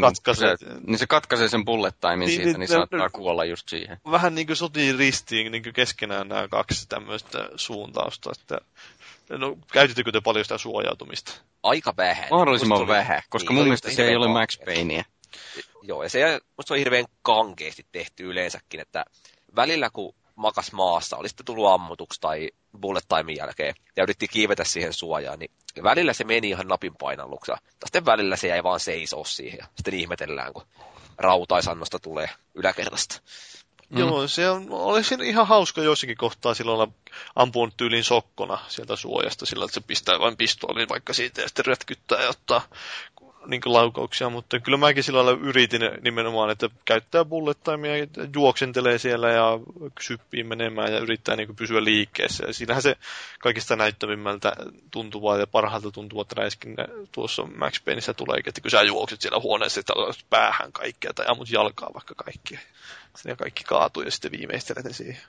se katkaisee sen bullet timein siitä, niin saattaa kuolla just siihen. Vähän niin kuin sotii ristiin niin kuin keskenään nämä kaksi tämmöistä suuntausta, että no, käytittekö te paljon sitä suojautumista? Aika vähän. Mahdollisimman vähän, koska mun mielestä se ei ole Max Paynea. Joo, ja se on hirveän kankeasti tehty yleensäkin, että välillä kun makas maassa, oli sitten tullut ammutuksi tai bullet timein jälkeen, ja yritti kiivetä siihen suojaan, niin välillä se meni ihan napin painalluksi, ja sitten välillä se jäi vaan seisoo siihen, ja sitten ihmetellään, kun rautaisannosta tulee yläkerrasta. Joo, se olisi ihan hauska joissakin kohtaa silloin ampuun tyyliin sokkona sieltä suojasta, sillä että se pistää vain pistoolin vaikka siitä ja sitten rätkyttää ja ottaa niin laukauksia, mutta kyllä mäkin sillä lailla yritin nimenomaan, että käyttää bullet timea ja juoksentelee siellä ja syppii menemään ja yrittää niin pysyä liikkeessä. Ja siinähän se kaikista näyttävimmältä tuntuvaa ja parhaalta tuntuva räiskintä tuossa Max Payneissa tulee, että kun sä juokset siellä huoneessa, että päähän kaikkea tai ammut jalkaa vaikka kaikkia. Sitten kaikki kaatuu ja sitten viimeistelet ne siihen.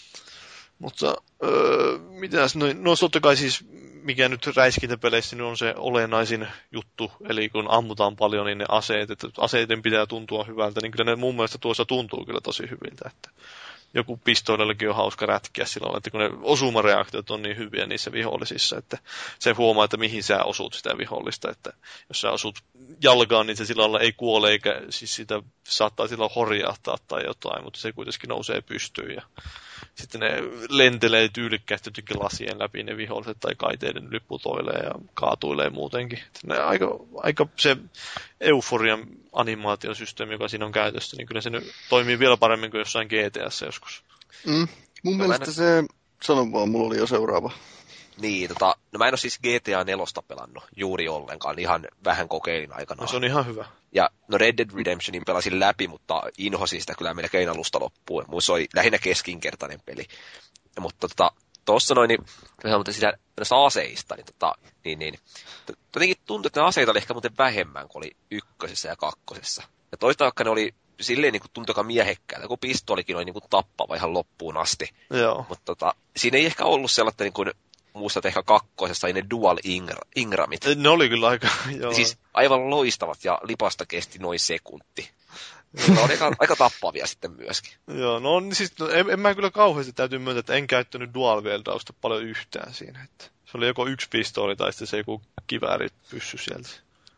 Mutta mitäs, no totta kai siis, mikä nyt räiskintäpeleissä niin on se olennaisin juttu, eli kun ammutaan paljon, niin ne aseet, että aseiden pitää tuntua hyvältä, niin kyllä ne mun mielestä tuossa tuntuu kyllä tosi hyviltä, että joku pistoolillakin on hauska rätkiä silloin, että kun ne osumareaktiot on niin hyviä niissä vihollisissa, että se huomaa, että mihin sä osut sitä vihollista, että jos sä osut jalkaan, niin se sillä lailla ei kuole, eikä siis sitä saattaa silloin horjahtaa tai jotain, mutta se kuitenkin nousee pystyyn ja sitten ne lentelee tyylikkäästi jotenkin lasien läpi ne viholliset tai kaiteiden yli putoilee ja kaatuilee muutenkin. Aika se euforian animaatiosysteemi, joka siinä on käytössä, niin kyllä se nyt toimii vielä paremmin kuin jossain GTA:ssa joskus. Mun mielestä se, sano vaan, mulla oli jo seuraava. Niin, no mä en ole siis GTA 4 pelannut juuri ollenkaan, ihan vähän kokeilin aikanaan. No se on ihan hyvä. Ja no Red Dead Redemptionin pelasin läpi, mutta inhosin sitä kyllä melkein alusta loppuun. Muissa oli lähinnä keskinkertainen peli. Mutta tuossa noin, niin sitä aseista, niin jotenkin tuntui, että ne aseita oli ehkä muuten vähemmän kuin oli ykkösessä ja kakkosessa. Ja toista vaikka ne oli silleen niin tuntui aika miehekkäältä, kun pistoolikin oli niin tappava ihan loppuun asti. Joo. Mutta siinä ei ehkä ollut sellaista niin kuin muistat ehkä kakkosessa, ne dual ingramit. Ne oli kyllä aika, joo. Siis aivan loistavat ja lipasta kesti noin sekunti. Ne oli aika tappavia sitten myöskin. Joo, no siis en mä kyllä kauheasti täytyy myöntää, että en käyttänyt dual wieldausta paljon yhtään siinä. Että se oli joko yksi pistooli tai sitten se joku kivääri pyssy sieltä.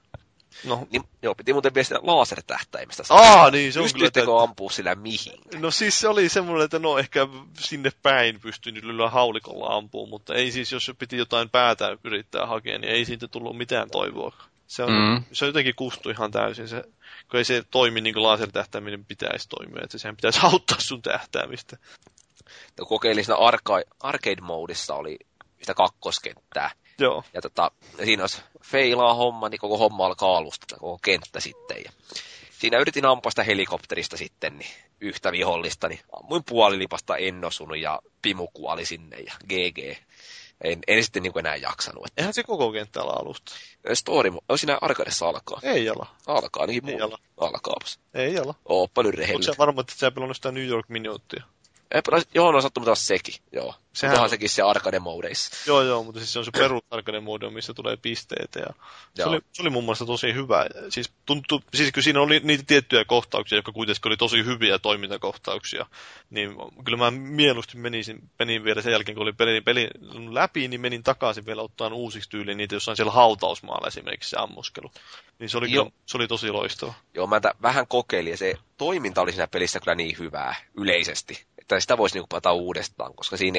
No. Niin, joo, piti muuten vielä sitä lasertähtäimestä. Niin se on kyllä. Pystyttekö ampua sillä mihin? No siis se oli semmoinen, että no ehkä sinne päin pystyi nyt haulikolla ampumaan, mutta ei siis, jos piti jotain päätä yrittää hakea, niin ei siitä tullut mitään toivoa. Se jotenkin kustui ihan täysin. Kun ei se toimi niin kuin lasertähtäiminen pitäisi toimia, että sehän pitäisi auttaa sun tähtäämistä. Kokeilin siinä arcade-modissa oli sitä kakkoskenttää. Joo. Ja siinä jos feilaa homma, niin koko homma alkaa alusta, koko kenttä sitten. Ja siinä yritin ampua sitä helikopterista sitten, niin yhtä vihollista, niin ammuin puolilipasta, en osunut ja Pimu kuoli sinne ja GG. En sitten niin kuin enää jaksanut. Että... Eihän se koko kenttä ala alusta. Story, on siinä arcadessa alkaa. Ei ala. Alkaa, ainakin ei ala. Alkaapas. Ei ala. Ooppa nyt rehellinen. Onko sä varma, että sä pelannut sitä New York Minuuttia? Joo, no sattuu taas sekin, joo. Sehän on sekin se arcade-modeissa. Joo, mutta siis se on se perus arcade-mode, missä tulee pisteitä. Ja se oli mun mielestä tosi hyvä. Siis kun siinä oli niitä tiettyjä kohtauksia, jotka kuitenkin oli tosi hyviä toimintakohtauksia, niin kyllä mä mieluusti menin vielä sen jälkeen, kun oli peli läpi, niin menin takaisin vielä ottaan uusiksi tyyliin niitä jossain siellä hautausmaalla esimerkiksi se ammuskelu. Niin se oli tosi loistava. Joo, mä vähän kokeilin ja se toiminta oli siinä pelissä kyllä niin hyvää yleisesti, että sitä voisi niinku palata uudestaan, koska siinä ei sitä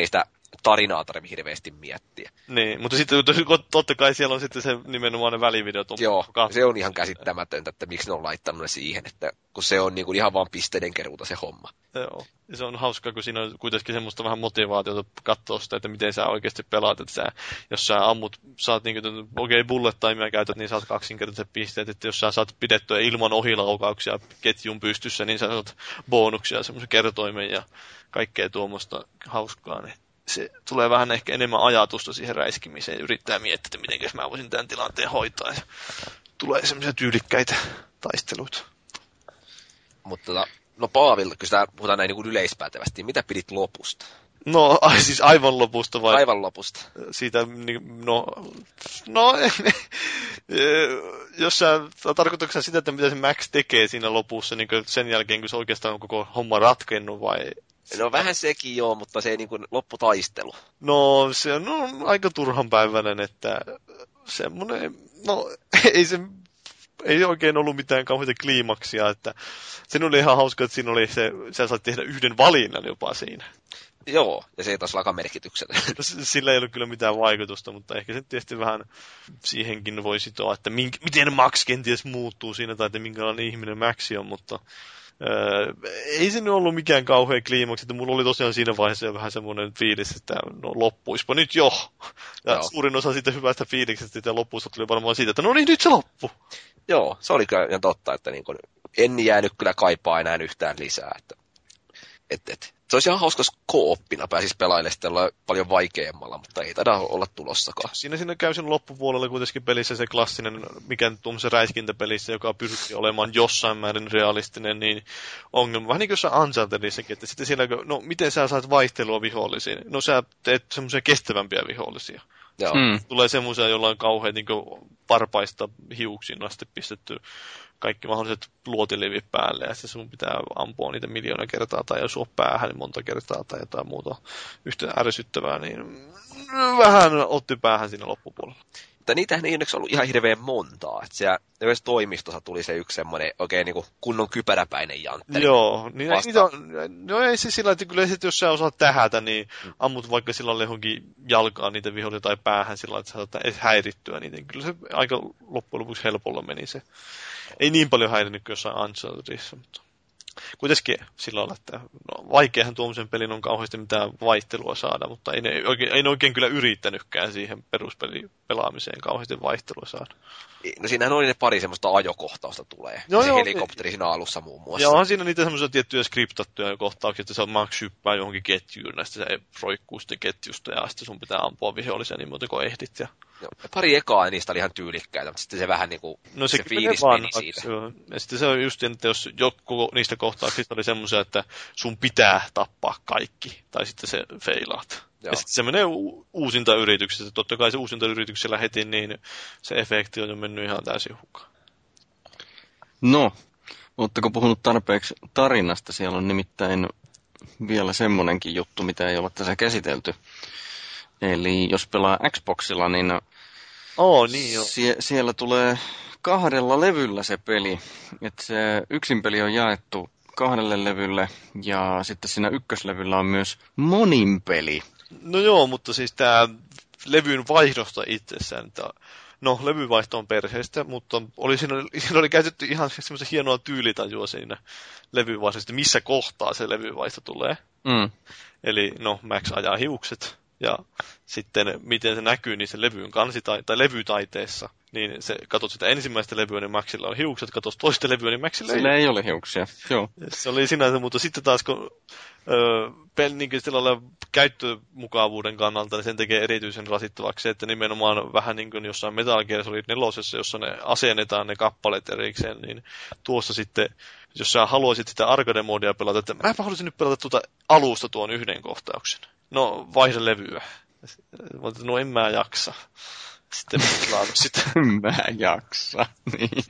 tarinaa tarvitse hirveästi miettiä. Niin, mutta sitten totta kai siellä on sitten se nimenomaan ne välivideot. Joo, se on ihan käsittämätöntä, että miksi ne on laittanut ne siihen, että kun se on niinku ihan vaan pisteiden keruuta se homma. Joo, ja se on hauskaa, kun siinä on kuitenkin semmoista vähän motivaatiota katsoa sitä, että miten sä oikeasti pelaat, että jos sä ammut, saat niinku, bullet timea käytät, niin saat kaksinkertaiset pisteet, että jos sä saat pidettyä ilman ohilaukauksia ketjun pystyssä, niin sä saat bonuksia, semmoisen kertoimen ja kaikkea tuommoista hauskaa, niin se tulee vähän ehkä enemmän ajatusta siihen räiskimiseen ja yrittää miettiä, että miten mä voisin tämän tilanteen hoitaa. Ja tulee semmoisia tyylikkäitä taisteluita. Mutta no Paavilta, kun sitä puhutaan näin niin yleispäätävästi, mitä pidit lopusta? No, siis aivan lopusta vai? Aivan lopusta. Siitä, jos tarkoitatko sä sitä, että mitä se Max tekee siinä lopussa, niin sen jälkeen, kun se oikeastaan on koko homma ratkennut vai? No vähän sekin joo, mutta se niin kuin lopputaistelu. No se on aika turhanpäiväinen, että semmoinen, ei oikein ollut mitään kauheita kliimaksia, että sen oli ihan hauska, että siinä oli sä sait tehdä yhden valinnan jopa siinä. Joo, ja se ei taas lakaa merkityksellä. Sillä ei ollut kyllä mitään vaikutusta, mutta ehkä se tietysti vähän siihenkin voi sitoa, että miten Max kenties muuttuu siinä, tai että minkälainen ihminen Maxi on, mutta ei se nyt ollut mikään kauhea kliimaksi, että mulla oli tosiaan siinä vaiheessa jo vähän semmoinen fiilis, että no loppuispa nyt jo. Ja joo. Suurin osa siitä hyvästä fiiliksestä ja lopussa tuli varmaan siitä, että no niin, nyt se loppu. Joo, se oli kyllä ihan totta, että niin kun, en jäänyt kyllä kaipaa enää yhtään lisää. Että se olisi ihan hauska, jos co-oppina pääsisi pelailemaan sitten paljon vaikeammalla, mutta ei taida olla tulossakaan. Siinä käy sen loppupuolella kuitenkin pelissä se klassinen, mikä tuommoisen räiskintäpelissä, joka pyrkii olemaan jossain määrin realistinen, niin ongelma. Vähän niin kuin jossain Unchartedissakin, että sitten siellä, no miten sä saat vaihtelua vihollisiin? No sä teet semmoisia kestävämpiä vihollisia. Joo. Tulee semmoisia, joilla on kauhean niin parpaista hiuksiin asti pistetty kaikki mahdolliset luotilivit päälle, ja sitten sun pitää ampua niitä miljoona kertaa, tai osua päähän monta kertaa, tai jotain muuta yhtä ärsyttävää, niin vähän otti päähän siinä loppupuolella. Mutta niitähän ei onneksi ollut ihan hirveän montaa, että siellä yhdessä toimistossa tuli se yksi semmoinen oikein niin kuin kunnon kypäräpäinen jantteri. Joo, niin no ei se sillä, että kyllä jos sä osaat tähätä, niin ammut vaikka sillä johonkin jalkaan niitä vihollisia tai päähän sillä, että sä saat häirittyä niitä. Kyllä se aika loppujen lopuksi helpolla meni se. Ei niin paljon häirinyt kuin jossain Unchartedissa, mutta kuitenkin sillä lailla, että vaikeahan tuommoisen pelin on kauheasti mitään vaihtelua saada, mutta ei ne oikein kyllä yrittänytkään siihen peruspelin pelaamiseen kauheasti vaihtelua saada. No siinähän oli ne pari semmoista ajokohtausta tulee. Joo, se helikopteri siinä alussa muun muassa. Joo, onhan siinä niitä semmoisia tiettyjä skriptattuja kohtauksia, että se Max hyppää johonkin ketjuun, ja sitten se roikkuu sitten ketjusta, ja sitten sun pitää ampua vihollisia niin muuta kuin ehdit. Ja pari ekaa niistä oli ihan tyylikkäitä, mutta sitten se vähän niinku se fiilis meni siitä. Ja sitten se on just, että jos joku niistä kohtauksista oli semmoisia, että sun pitää tappaa kaikki, tai sitten se feilaat. Joo. Ja sitten se menee uusintayrityksessä. Totta kai se uusintayrityksellä heti, niin se efekti on jo mennyt ihan täysin hukkaan. No, ootteko puhunut tarpeeksi tarinasta? Siellä on nimittäin vielä semmonenkin juttu, mitä ei ole tässä käsitelty. Eli jos pelaa Xboxilla, niin, niin jo. Siellä tulee 2 levyllä se peli. Että se yksin peli on jaettu 2 levylle, ja sitten siinä ykköslevyllä on myös monin peli. No joo, mutta siis tämä levyn vaihdosta itsessään, että no levyvaihto on perheestä, mutta siinä oli käytetty ihan semmoista hienoa tyylitajua siinä levyvaihdosta, missä kohtaa se levyvaihto tulee. Eli no Max ajaa hiukset, ja sitten miten se näkyy niin se levyn tai levytaiteessa. Niin se katsot sitä ensimmäistä levyä, niin Maxilla on hiukset, katsot toista levyä, niin Maxilla ei ole hiuksia, joo. Se oli sinänsä, mutta sitten taas kun niin käyttömukavuuden kannalta, niin sen tekee erityisen rasittavaksi, että nimenomaan vähän niin kuin jossain Metal Gear Solid 4, jossa ne asennetaan ne kappaleet erikseen, niin tuossa sitten, jos sä haluaisit sitä arcade-moodia pelata, että mä haluaisin nyt pelata tuota alusta tuon yhden kohtauksen. No, vaihda levyä. No en mä jaksa. Sitten sitä. Mä jaksa, niin.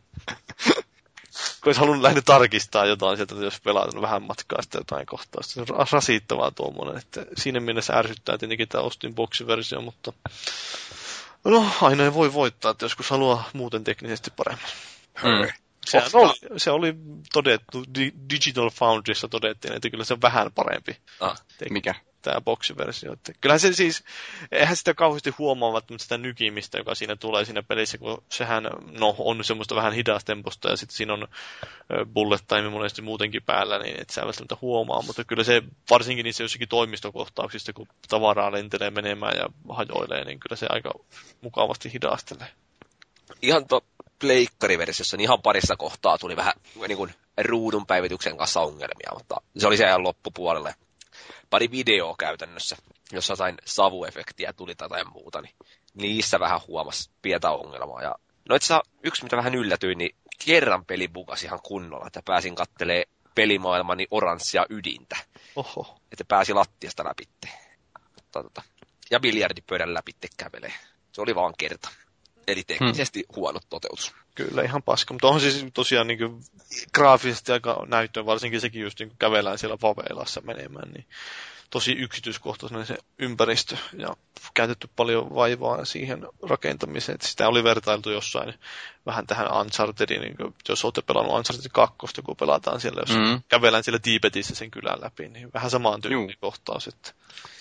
Kun olisi halunnut lähteä tarkistaa jotain sieltä, jos pelaat vähän matkaa sitten jotain kohtaa. Se on rasittavaa tuommoinen, että siinä mielessä ärsyttää tietenkin tämä Austin Box-versio, mutta no aina ei voi voittaa, että joskus haluaa muuten teknisesti paremmin. Se oli todettu, Digital Foundryssa todettiin, että kyllä se on vähän parempi. Mikä? Tämä boksiversio. Kyllähän se siis, eihän sitä kauheasti huomaavat sitä nykimistä, joka siinä tulee siinä pelissä, kun sehän on semmoista vähän hidastemposta ja sitten siinä on bullet time monesti muutenkin päällä, niin et sä välttämättä huomaa, mutta kyllä se varsinkin niissä jossakin toimistokohtauksista, kun tavaraa lentelee menemään ja hajoilee, niin kyllä se aika mukavasti hidastelee. Ihan pleikkariversiossa niin ihan parissa kohtaa tuli vähän niin kuin ruudun päivityksen kanssa ongelmia, mutta se oli se ihan loppupuolelle. Pari videoa käytännössä, jossa jotain savuefektiä tuli tai jotain muuta, niin niissä vähän huomasi pientä ongelmaa. Ja no itse asiassa yksi, mitä vähän yllätyin, niin kerran peli bugasi ihan kunnolla, että pääsin kattelee pelimaailmani oranssia ydintä. Oho. Että pääsi lattiasta läpitte. Ja biljardipöydän läpitte kävelee. Se oli vaan kerta. Eli teknisesti huono toteutus. Kyllä, ihan paska. Mutta onhan siis tosiaan niin kuin, graafisesti aika näyttöön, varsinkin sekin just niin kuin kävellään siellä favelassa menemään, niin tosi yksityiskohtainen se ympäristö ja käytetty paljon vaivaa siihen rakentamiseen. Että sitä oli vertailtu jossain vähän tähän Unchartediin, niin kuin, jos olette pelannut Uncharted 2, kun pelataan siellä, jos kävellään siellä Tiibetissä sen kylän läpi, niin vähän samaan tyyppinen kohtaus. Että...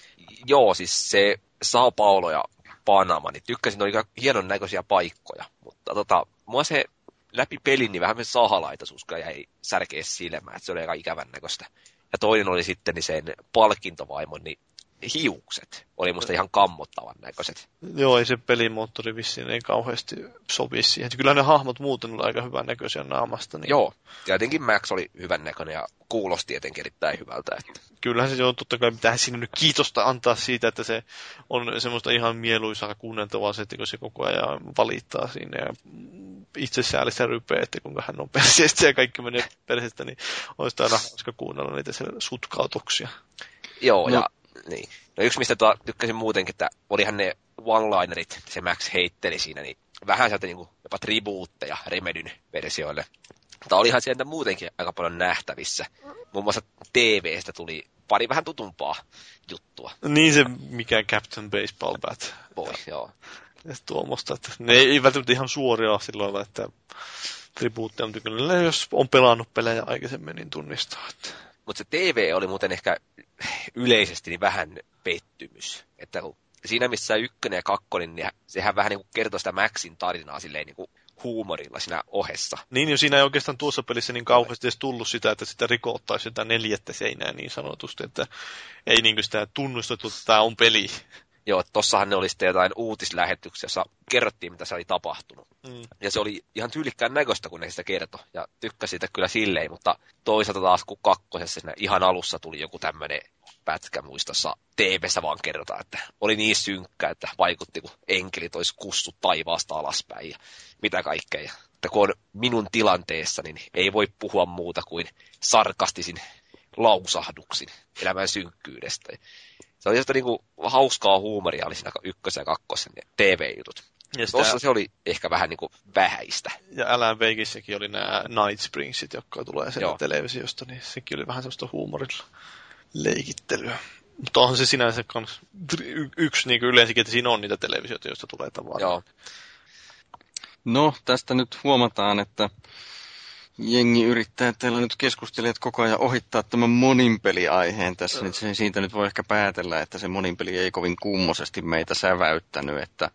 Joo, siis se Sao Paulo ja Panama, niin tykkäsin, oli hienon näköisiä paikkoja, mutta mua se läpi pelin, niin vähän me sahalaitaisuus jäi särkeä silmään, että se oli aika ikävän näköistä. Ja toinen oli sitten niin sen palkintovaimon, niin hiukset oli musta ihan kammottavan näköiset. Joo, ei se pelimoottori vissiin ei kauheasti sovi siihen. Kyllä ne hahmot muuten oli aika hyvän näköisiä naamasta. Niin... Joo, ja jotenkin Max oli hyvän näköinen ja kuulosti jotenkin erittäin hyvältä. Että... Kyllähän se on totta kai, pitää sinne nyt kiitosta antaa siitä, että se on semmoista ihan mieluisaa kuunneltavaa se, kun se koko ajan valittaa siinä ja itsesäällistä rypeä, että kuinka hän on perseestä ja kaikki menee perseestä, niin olisi aina hauska kuunnella niitä sutkautuksia. Joo, ja niin. No yksi, mistä tykkäsin muutenkin, että olihan ne one-linerit, se Max heitteli siinä, niin vähän sieltä niin jopa tribuutteja Remedyn versioille. Mutta olihan sieltä muutenkin aika paljon nähtävissä. Muun muassa TV:stä tuli pari vähän tutumpaa juttua. Niin se mikä Captain Baseball Bat. Joo. Ja tuommoista, että ne ei välttämättä ihan suoria sillä lailla, että tribuutteja on kyllä, jos on pelannut pelejä aikaisemmin, niin tunnistaa. Että... Mutta se TV oli muuten ehkä yleisesti niin vähän pettymys. Että siinä missä 1 ja 2, niin sehän vähän niin kuin kertoi sitä Maxin tarinaa silleen niin kuin huumorilla siinä ohessa. Niin, jo siinä ei oikeastaan tuossa pelissä niin kauheasti edes tullut sitä, että sitä rikottaisi sitä 4. seinää niin sanotusti, että ei niin kuin sitä tunnustettu, että tämä on peli. Joo, tossahan ne oli sitten jotain uutislähetyksiä, jossa kerrottiin, mitä se oli tapahtunut. Ja se oli ihan tyylikkään näköistä, kun ne sitä kertoi. Ja tykkäsin sitä kyllä silleen, mutta toisaalta taas kun 2. siinä ihan alussa tuli joku tämmöinen pätkä muistossa TV:ssä vaan kerrotaan, että oli niin synkkä, että vaikutti, kun enkelit olisi kussut taivaasta alaspäin ja mitä kaikkea. Ja, että kun on minun tilanteessa, niin ei voi puhua muuta kuin sarkastisin lausahduksin elämän synkkyydestä. Se oli josta niinku hauskaa huumoria oli siinä 1. ja 2. TV-jutut. Tuossa se oli ehkä vähän niinku vähäistä. Ja Alan Wakeissäkin oli nämä Night Springsit, jotka tulee sen televisiosta, niin sekin oli vähän semmoista huumorilla leikittelyä. Mutta onhan se sinänsä kans yksi niin yleensäkin, että siinä on niitä televisioita, joista tulee tavaraa. Joo. No, tästä nyt huomataan, että jengi yrittää teillä nyt keskustelijat koko ajan ohittaa tämän moninpeliaiheen tässä. Nyt siitä nyt voi ehkä päätellä, että se moninpeli ei kovin kummosesti meitä säväyttänyt, että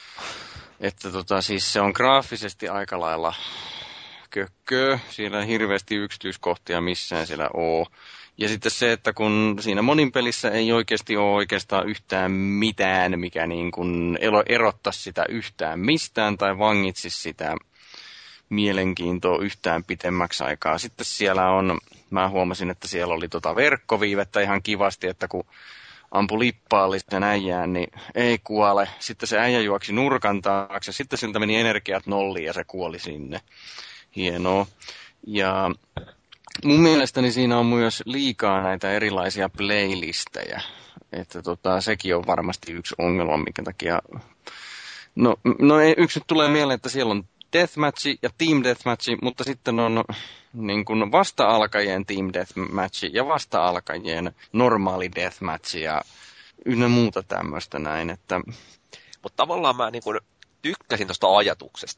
siis se on graafisesti aika lailla kökköä. Siellä ei hirveästi yksityiskohtia missään siellä ole. Ja sitten se, että kun siinä moninpelissä ei oikeasti ole oikeastaan yhtään mitään, mikä niin kuin erottaisi sitä yhtään mistään tai vangitsisi sitä mielenkiintoa yhtään pitemmäksi aikaa. Sitten siellä on, mä huomasin, että siellä oli verkkoviivettä ihan kivasti, että kun ampui lippaallisen äijään, niin ei kuole. Sitten se äijä juoksi nurkan taakse, sitten siltä meni energiat nolliin ja se kuoli sinne. Hienoa. Ja mun mielestäni siinä on myös liikaa näitä erilaisia playlistejä. Että sekin on varmasti yksi ongelma, minkä takia... No yksi nyt tulee mieleen, että siellä on deathmatchi ja team deathmatchi, mutta sitten on niin kuin vasta-alkajien team deathmatchi ja vasta-alkajien normaali deathmatchi ja ynnä muuta tämmöistä näin. Että... Mutta tavallaan mä niin kuin tykkäsin tuosta ajatuksesta,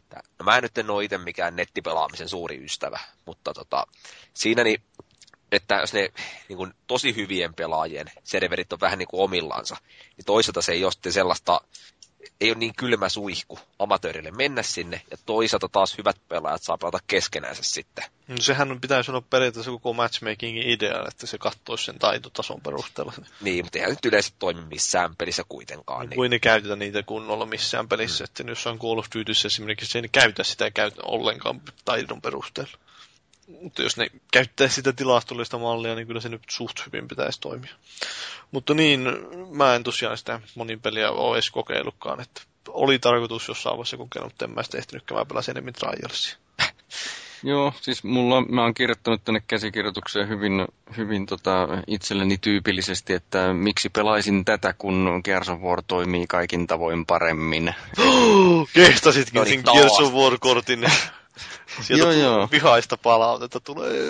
No mä en nyt en ole itse mikään nettipelaamisen suuri ystävä, mutta siinä niin, että jos ne niin kuin, tosi hyvien pelaajien serverit on vähän niin kuin omillansa, niin toisaalta se ei ole sitten sellaista, ei ole niin kylmä suihku amatöörille mennä sinne, ja toisaalta taas hyvät pelaajat saa pelata keskenänsä sitten. No sehän pitäisi olla periaatteessa koko matchmakingin idea, että se kattoisi sen taitotason perusteella. Niin, mutta eihän nyt yleensä toimi missään pelissä kuitenkaan. Niin. Kuin ne käytetä niitä kunnolla missään pelissä, että jos on Call of Dutyssä esimerkiksi, ei ne käytä sitä ollenkaan taidon perusteella. Mutta jos ne käyttää sitä tilastollista mallia, niin kyllä se nyt suht hyvin pitäisi toimia. Mutta niin, mä en tosiaan sitä monin peliä ole edes kokeillutkaan, että oli tarkoitus jossain vaiheessa kokeilla, mutta en mä sitä ehtinytkään, mä pelasin enemmän Trialsia. Joo, siis mä oon kirjoittanut tänne käsikirjoitukseen hyvin itselleni tyypillisesti, että miksi pelaisin tätä, kun Gears of War toimii kaikin tavoin paremmin. Kehtasitkin sen Gears of War-kortin. Sieltä joo. Vihaista palautetta tulee.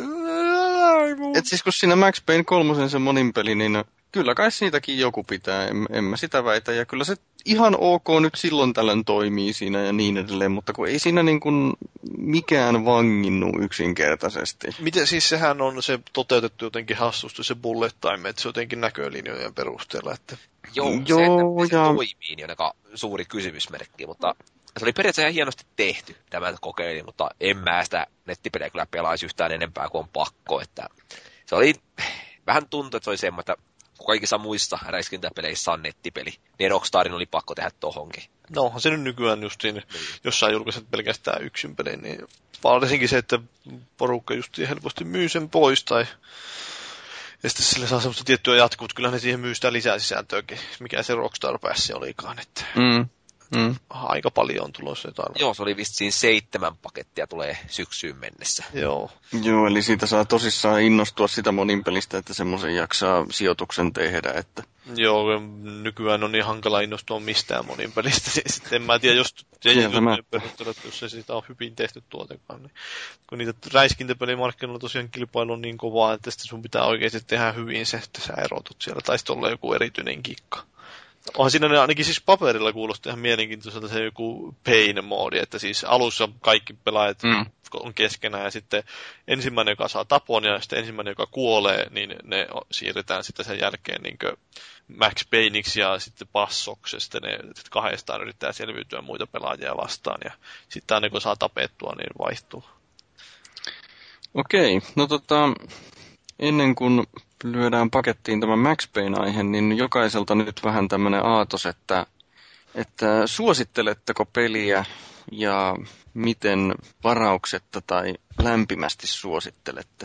Et siis kun siinä Max Payne 3 se monin peli, niin kyllä kai siitäkin joku pitää, en mä sitä väitä. Ja kyllä se ihan ok nyt silloin tällöin toimii siinä ja niin edelleen, mutta kun ei siinä niin kuin mikään vanginnu yksinkertaisesti. Miten siis sehän on se toteutettu jotenkin hassusti se bullet time, että se jotenkin näkölinjojen perusteella. Että... Joo, se, että se toimii, niin on aika suuri kysymysmerkki, mutta se oli periaatteessa ihan hienosti tehty, tämä kokeili, mutta en mä sitä nettipelejä kyllä pelaisi yhtään enempää kuin on pakko. Että se oli, vähän tuntui, että se oli semmoinen, että kun kaikissa muissa räiskintäpeleissä on nettipeli, niin Rockstarin oli pakko tehdä tohonkin. No onhan se nyt nykyään justiin, jossain julkaiset pelkästään yksin peli, niin varsinkin se, että porukka justiin helposti myy sen pois, tai ja sitten sille saa semmoista tiettyä jatkuvuutta, kyllä ne siihen myy sitä lisää sisältöäkin, mikä se Rockstar Pass olikaan, että... Aika paljon on tulossa jotain. Joo, se oli vissiin 7 pakettia tulee syksyyn mennessä. Joo, eli siitä saa tosissaan innostua sitä moninpelistä, että semmoisen jaksaa sijoituksen tehdä. Että... Joo, nykyään on niin hankala innostua mistään moninpelistä. Sitten en mä tiedä, jos se siitä on hyvin tehty tuotekaan. Niin, kun niitä räiskintäpelimarkkinoilla tosiaan kilpailu on niin kovaa, että sun pitää oikeasti tehdä hyvin se, että sä erotut siellä. Tai sitten olla joku erityinen kikka. Onhan siinä ne ainakin siis paperilla kuulosti ihan mielenkiintoiselta se joku pain-moodi, että siis alussa kaikki pelaajat on keskenään ja sitten ensimmäinen, joka saa tapon ja sitten ensimmäinen, joka kuolee, niin ne siirretään sitten sen jälkeen niin Max Payneiksi ja sitten passoksi ja sitten ne kahdestaan yrittää selviytyä muita pelaajia vastaan ja sitten aina kun saa tapettua, niin vaihtuu. Okei, no ennen kuin lyödään pakettiin tämä Max Payne-aihe, niin jokaiselta nyt vähän tämmöinen aatos, että suositteletteko peliä ja miten varauksetta tai lämpimästi suosittelette?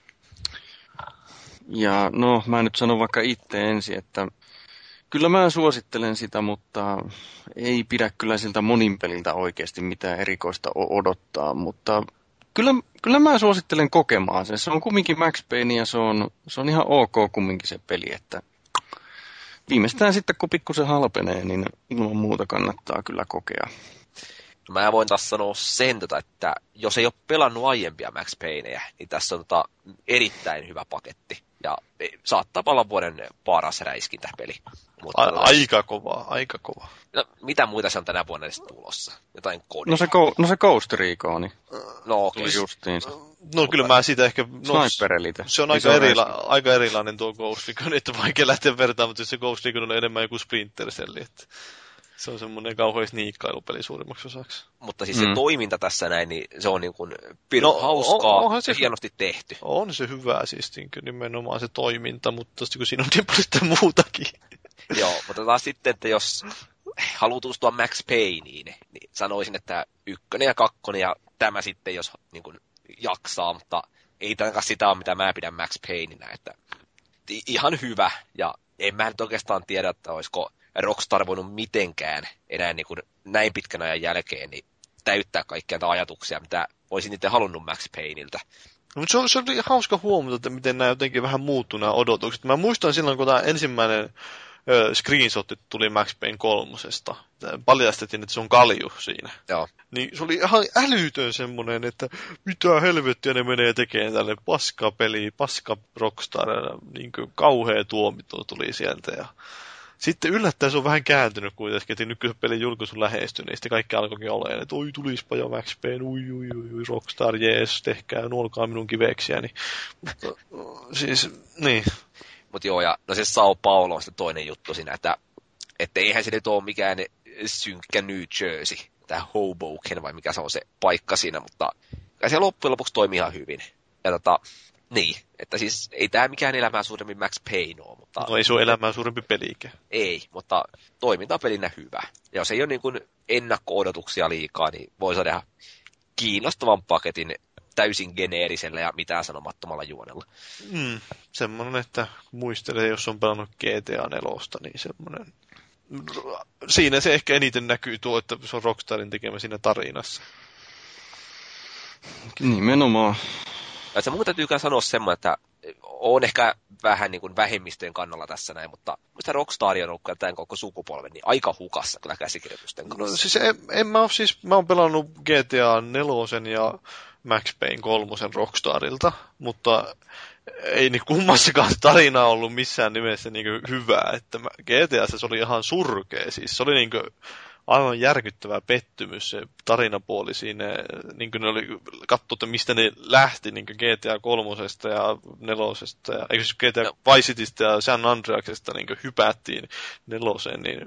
Ja no, mä nyt sanon vaikka itse ensin, että kyllä mä suosittelen sitä, mutta ei pidä kyllä siltä monin peliltä oikeasti mitään erikoista odottaa, mutta Kyllä mä suosittelen kokemaan sen. Se on kumminkin Max Payne ja se on ihan ok kumminkin se peli, että viimeistään sitten kun pikkusen halpenee, niin ilman muuta kannattaa kyllä kokea. Mä voin taas sanoa sen, että jos ei ole pelannut aiempia Max Payneja, niin tässä on erittäin hyvä paketti. Ja saattaa olla vuoden paras räiskintäpeli. Aika kova. No, mitä muita se on tänä vuonna edes tulossa? Jotain kodia? No se Ghost Recon. No okay. Justiinsa. No kyllä mä siitä ehkä... Sniper Elite. Se on aika erilainen tuo Ghost Recon, että vaikea lähteä vertaan, mutta se Ghost Recon on enemmän joku Splinter Cell, että se on semmoinen kauhean sniikkailupeli suurimmaksi osaksi. Mutta siis se toiminta tässä näin, niin se on niin kuin hauskaa ja hienosti tehty. On se hyvä siis nimenomaan se toiminta, mutta kun siinä on niin paljon sitä muutakin. Joo, mutta taas sitten, että jos haluaa tutustua Max Payneen, niin sanoisin, että 1 ja 2 ja tämä sitten, jos niin kuin jaksaa, mutta ei tämänkaan sitä ole, mitä mä pidän Max Payneinä, että ihan hyvä, ja en mä nyt oikeastaan tiedä, että olisiko Rockstar voinut mitenkään enää niin kuin näin pitkän ajan jälkeen niin täyttää kaikkia näitä ajatuksia, mitä olisin itse halunnut Max Payneiltä. No, mutta se oli hauska huomata, että miten nämä jotenkin vähän muuttuu nämä odotukset. Mä muistan silloin, kun tämä ensimmäinen screenshotti tuli Max Payne 3:sta. Paljastettiin, että se on kalju siinä. Joo. Niin se oli ihan älytön semmoinen, että mitä helvettiä ne menee tekemään tälle paska Rockstar, niin kuin kauhea tuomito tuli sieltä ja Sitten yllättäen se on vähän kääntynyt kuitenkin, että nykyisen pelin julkaisu lähestyi, niin sitten kaikki alkoikin olemaan, että oi tulispa jo Max Payne, ui, Rockstar, jees, tehkää, nuolkaa minun kiveksiäni. Mutta siis, niin. Mut joo, ja no se Sao Paulo on sitten toinen juttu siinä, että eihän se nyt ole mikään synkkä New Jersey, tää Hoboken vai mikä se on se paikka siinä, mutta kai se loppujen lopuksi toimii ihan hyvin. Ja niin, että siis ei tää mikään elämää suurempi Max Payne ole, mutta... No ei se ole elämää suurempi peliikä. Ei, mutta toimintapelinä hyvä. Ja jos ei ole niin kuin ennakko-odotuksia liikaa, niin voi saada kiinnostavan paketin täysin geneerisellä ja mitään sanomattomalla juonella. Semmoinen, että muistelee, jos on pelannut GTA 4, niin semmoinen... Siinä se ehkä eniten näkyy tuo, että se on Rockstarin tekemä siinä tarinassa. Nimenomaan. Ja se mun täytyykään sanoa semmoinen, että on ehkä vähän niin kuin vähemmistöjen kannalla tässä näin, mutta muista Rockstar on ollut tämän koko sukupolven niin aika hukassa kyllä käsikirjoitusten kanssa. No siis mä oon pelannut GTA 4 ja Max Payne 3 Rockstarilta, mutta ei niin kummassakaan tarina ollut missään nimessä niin hyvää, että GTA:ssa se oli ihan surkea, siis se oli niin kuin aivan järkyttävä pettymys se tarinapuoli siinä, niin kuin ne oli katsoa, että mistä ne lähti niin kuin GTA 3 ja 4, ja eikö GTA Vice Citystä ja San Andreasesta niin kuin hypättiin 4, niin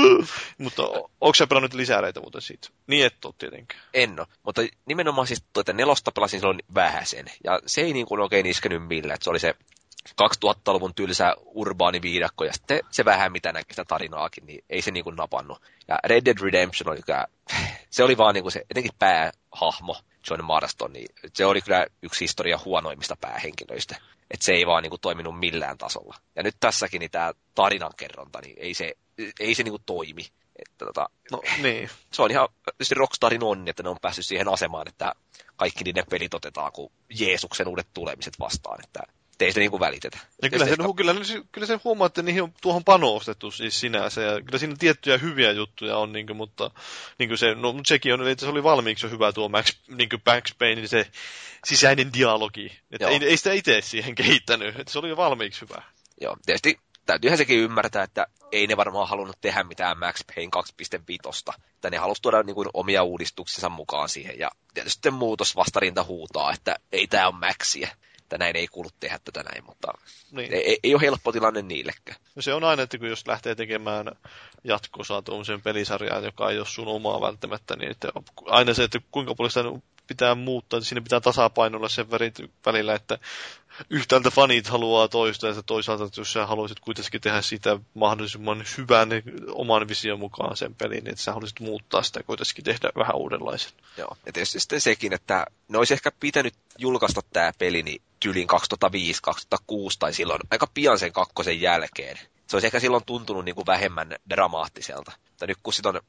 mutta onko sä pelannut lisäreitä muuten siitä? Niin et ole tietenkään. En ole, mutta nimenomaan siis 4 pelasin silloin vähäsen, ja se ei niin kuin oikein iskenyt millään, että se oli se 2000-luvun tylsä urbaani viidakko, ja sitten se vähän mitä näki sitä tarinaakin, niin ei se niin kuin napannut. Ja Red Dead Redemption oli kyllä, se oli vaan niin kuin se etenkin päähahmo, John Marston, niin se oli kyllä yksi historian huonoimmista päähenkilöistä. Että se ei vaan niin kuin toiminut millään tasolla. Ja nyt tässäkin niin tämä tarinankerronta, niin ei se niin kuin toimi. Että no, niin. Se on ihan tietysti Rockstarin onni, että ne on päässyt siihen asemaan, että kaikki niiden pelit otetaan kuin Jeesuksen uudet tulemiset vastaan, että ei sitä niinku välitetä. Ja kyllä se huomaa, että niihin on tuohon panostettu siis sinänsä. Ja kyllä siinä tiettyjä hyviä juttuja on, niin kuin, mutta niin kuin se, no, sekin on, että se oli valmiiksi jo hyvä tuo Max Payne, se sisäinen dialogi. Että ei sitä itse siihen kehittänyt, että se oli jo valmiiksi hyvä. Joo, tietysti täytyyhän sekin ymmärtää, että ei ne varmaan halunnut tehdä mitään Max Payne 2.5. Että ne halusi tuoda niin kuin omia uudistuksensa mukaan siihen. Ja tietysti muutos vastarinta huutaa, että ei tää ole Maxia. Että näin ei kuulu tehdä tätä näin, mutta niin. ei ole helppo tilanne niillekään. No se on aina, että kun jos lähtee tekemään jatko-osaa tuollaisen pelisarjaan, joka ei ole sun omaa välttämättä, niin että aina se, että kuinka paljon sitä pitää muuttaa, että siinä pitää tasapainolla sen välillä, että yhtäältä fanit haluaa toista, ja toisaalta, että jos sä haluaisit kuitenkin tehdä sitä mahdollisimman hyvän oman vision mukaan sen pelin, niin että sä haluaisit muuttaa sitä kuitenkin tehdä vähän uudenlaisen. Joo, ja tietysti sitten sekin, että ne olisi ehkä pitänyt julkaista tämä peli niin tyylin 2005-2006 tai silloin aika pian sen 2 jälkeen. Se olisi ehkä silloin tuntunut niin kuin vähemmän dramaattiselta. Mutta nyt kun sitä on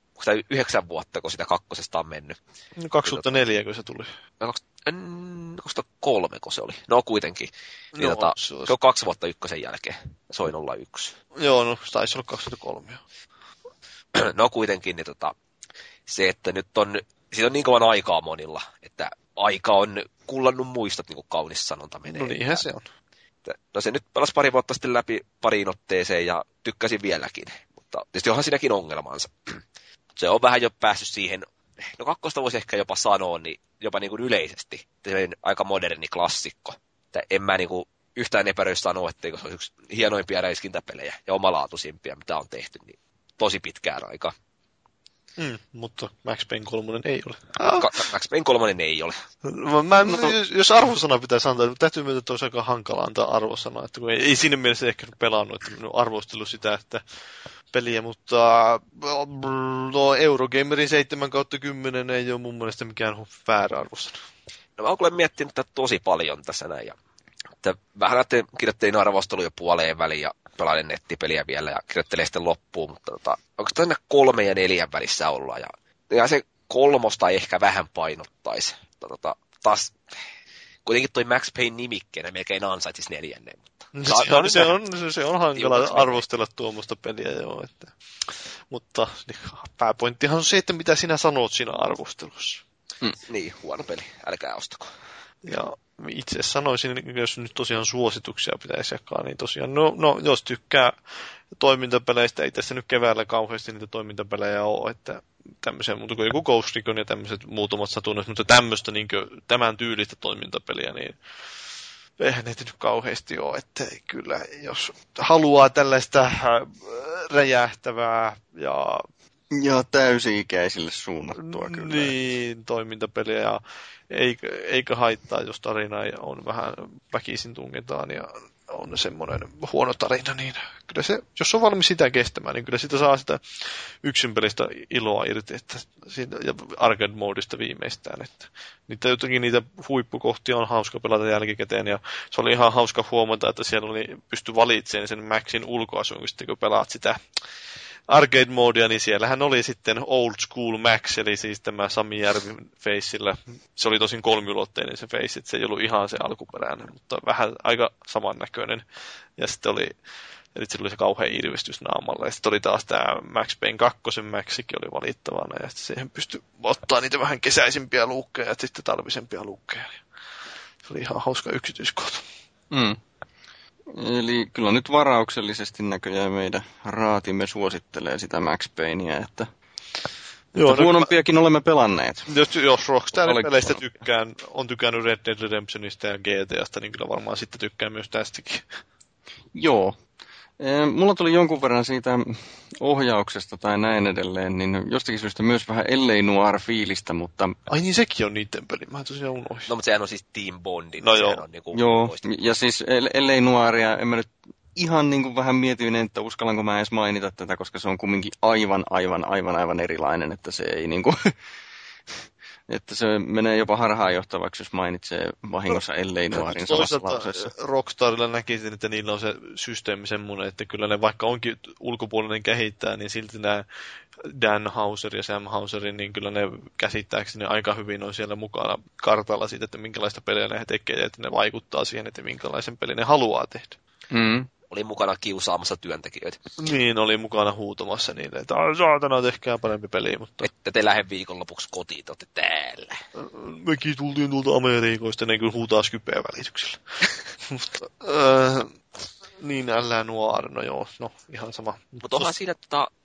9 vuotta, kun sitä 2 on mennyt. 2004, kun se tuli. 2003, kun se oli. No kuitenkin. Niin no, se on 2 vuotta 1 jälkeen. Se oli 01. Joo, no se taisi olla 2003. No kuitenkin, niin se, että nyt on, siitä on niin kauan aikaa monilla, että aika on kullannut muistot, niin kuin kaunis sanonta menee. No niinhän se on. No se nyt pelasi pari vuotta sitten läpi pariin otteeseen ja tykkäsin vieläkin. Mutta tietysti onhan siinäkin ongelmansa. Se on vähän jo päässyt siihen, no 2 voisi ehkä jopa sanoa, niin jopa niin kuin yleisesti. Se on aika moderni klassikko. Että en mä niin kuin yhtään epäröi sanoa, etteikö se olisi yksi hienoimpia räiskintäpelejä ja omalaatuisimpia, mitä on tehty, niin tosi pitkään aikaa. Mutta Max Payne 3 ei ole. Max Payne 3 ei ole. Jos arvosana pitäisi antaa, niin täytyy myötä, että olisi aika hankala antaa arvosana. Että kun ei siinä mielessä ehkä pelannut, että arvostellut sitä että peliä, mutta no, Eurogamerin 7/10 ei ole mun mielestä mikään väärä arvosana. No mä oon kyllä miettinyt tätä tosi paljon tässä näin. Ja, että vähän kirjoittelin arvostelu jo puoleen väliin ja pelailen nettipeliä vielä ja kirjoittelee sitten loppuun, mutta onko tämä 3 ja 4 välissä ollaan. Ja se 3 ehkä vähän painottaisi. Taas kuitenkin toi Max Payne nimikkeenä melkein ansaitsisi 4. Mutta se on hankala arvostella tuommoista peliä, joo. Mutta pääpointtihan on se, että mitä sinä sanot siinä arvostelussa. Niin, huono peli. Älkää ostako. Ja itse sanoisin, jos nyt tosiaan suosituksia pitäisi jakaa, niin tosiaan, no jos tykkää toimintapeleistä, ei tässä nyt keväällä kauheasti niitä toimintapelejä ole, että tämmöisiä muuta kuin joku Ghost Recon ja tämmöiset muutamat satunnat, mutta tämmöistä niin tämän tyylistä toimintapeliä, niin eihän niitä nyt kauheasti ole, että kyllä jos haluaa tällaista räjähtävää ja täysi-ikäisille suunnattua kyllä. Niin, toimintapeliä ja eikä haittaa, jos tarina on vähän väkisin tungetaan ja on semmoinen huono tarina, niin kyllä se, jos on valmis sitä kestämään, niin kyllä sitä saa sitä yksinpelistä iloa irti, että siitä, ja arcade-moodista viimeistään, että niitä huippukohtia on hauska pelata jälkikäteen, ja se oli ihan hauska huomata, että siellä pystyi valitsemaan sen Maxin ulkoasun, kun pelaat sitä arcade-moodia, niin siellähän oli sitten Old School Max, eli siis tämä Sami Järvin feissillä. Se oli tosin kolmiulotteinen se feissi, että se ei ollut ihan se alkuperäinen, mutta vähän aika samannäköinen. Ja sitten oli, eli sillä oli se kauhean irvistys naamalla. Ja sitten oli taas tämä Max Payne 2 Maxikin oli valittavana, ja sitten siihen pystyi ottaa niitä vähän kesäisimpiä luukkeja ja sitten talvisempia luukkeja. Se oli ihan hauska yksityiskohta. Eli kyllä nyt varauksellisesti näköjään meidän raatimme suosittelee sitä Max Paynea, että huonompiakin olemme pelanneet. Jos Rockstarin peleistä on tykännyt Red Dead Redemptionista ja GTAsta, niin kyllä varmaan sitten tykkää myös tästäkin. Joo. Mulla tuli jonkun verran siitä ohjauksesta tai näin edelleen, niin jostakin syystä myös vähän LA Noir-fiilistä, mutta... Ai niin, sekin on niiden peli, mä tosiaan unohdin. No, mutta sehän on siis Team Bondin. No joo. On niinku joo, ja siis LA Noiria, en mä nyt ihan niinku vähän mietin, että uskallanko mä edes mainita tätä, koska se on kumminkin aivan erilainen, että se ei niinku... Että se menee jopa harhaanjohtavaksi, jos mainitsee vahingossa LA Noirin samassa lauseessa. Rockstarilla näkisin, että niillä on se systeemi semmoinen, että kyllä ne vaikka onkin ulkopuolinen kehittää, niin silti nämä Dan Houser ja Sam Houserin, niin kyllä ne käsittääkseni aika hyvin on siellä mukana kartalla siitä, että minkälaista peliä ne tekee ja että ne vaikuttaa siihen, että minkälaisen pelin ne haluaa tehdä. Oli mukana kiusaamassa työntekijöitä. Niin, oli mukana huutamassa niille, että saatana, tehkää parempi peli, mutta... Että te lähde viikonlopuksi kotiin, te olette täällä. Mekin tultiin tuolta Amerikoista, ne kyllä huutaa Skypeä välityksellä. Mutta, niin, LA Noir, no joo, no ihan sama. Mutta onhan siinä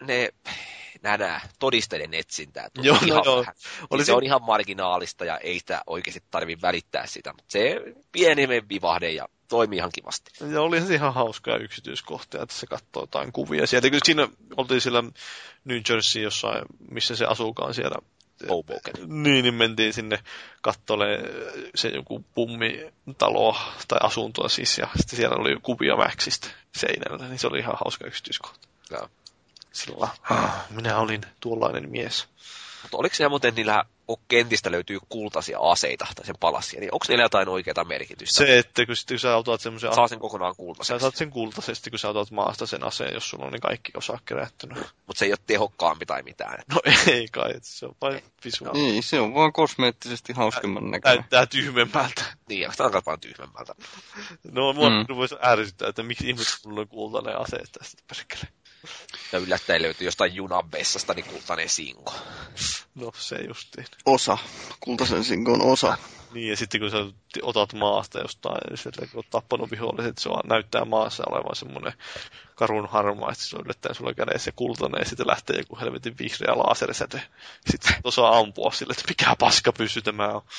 nämä todisteiden etsintää. Joo, no joo. Se on ihan marginaalista ja ei sitä oikeasti tarvitse välittää sitä, mutta se pieni vivahde ja toimii ihan kivasti. Ja oli ihan hauskaa yksityiskohtia, että se katsoo jotain kuvia sieltä. Kyllä siinä oltiin siellä New Jersey jossain, missä se asuukaan siellä. Niin mentiin sinne kattoleen se joku pummitaloa tai asuntoa siis, ja sitten siellä oli kuvia Maxista seinällä, niin se oli ihan hauska yksityiskohta. Joo. Sillä minä olin tuollainen mies. Mutta oliko siellä muuten niillä kentistä löytyy kultaisia aseita tai sen palasia, niin onko niillä jotain oikeaa merkitystä? Se, että kun sä otat semmoisen... Saa sen kokonaan kultaisesti. Sä saat sen kultaisesti, kun sä otat maasta sen aseen, jos sulla on niin kaikki osaa kerättynä. Mutta se ei ole tehokkaampi tai mitään. No ei kai, se on vain visuaali. Ei, se on vaan kosmeettisesti hauskemman näköinen. Näyttää tyhmemmältä. Niin, ja sitä on vaan tyhmemmältä. No, mua voisi ärsyttää, että miksi ihmiset mulla on kultainen ase tästä perkele. Ja yllättäen löytyy jostain junan vessasta niin kultainen sinko. No se justiin. Osa. Kultaisen sinkon osa. Niin, ja sitten kun sä otat maasta jostain, kun oot tappanut viholliset, se näyttää maassa olevan semmoinen karun harmaa, että se on yllättäen sulla kädessä kultainen, ja sitten lähtee joku helvetin vihreä lasersäte. Sitten osaa ampua sille, että mikä paska pysy tämä on.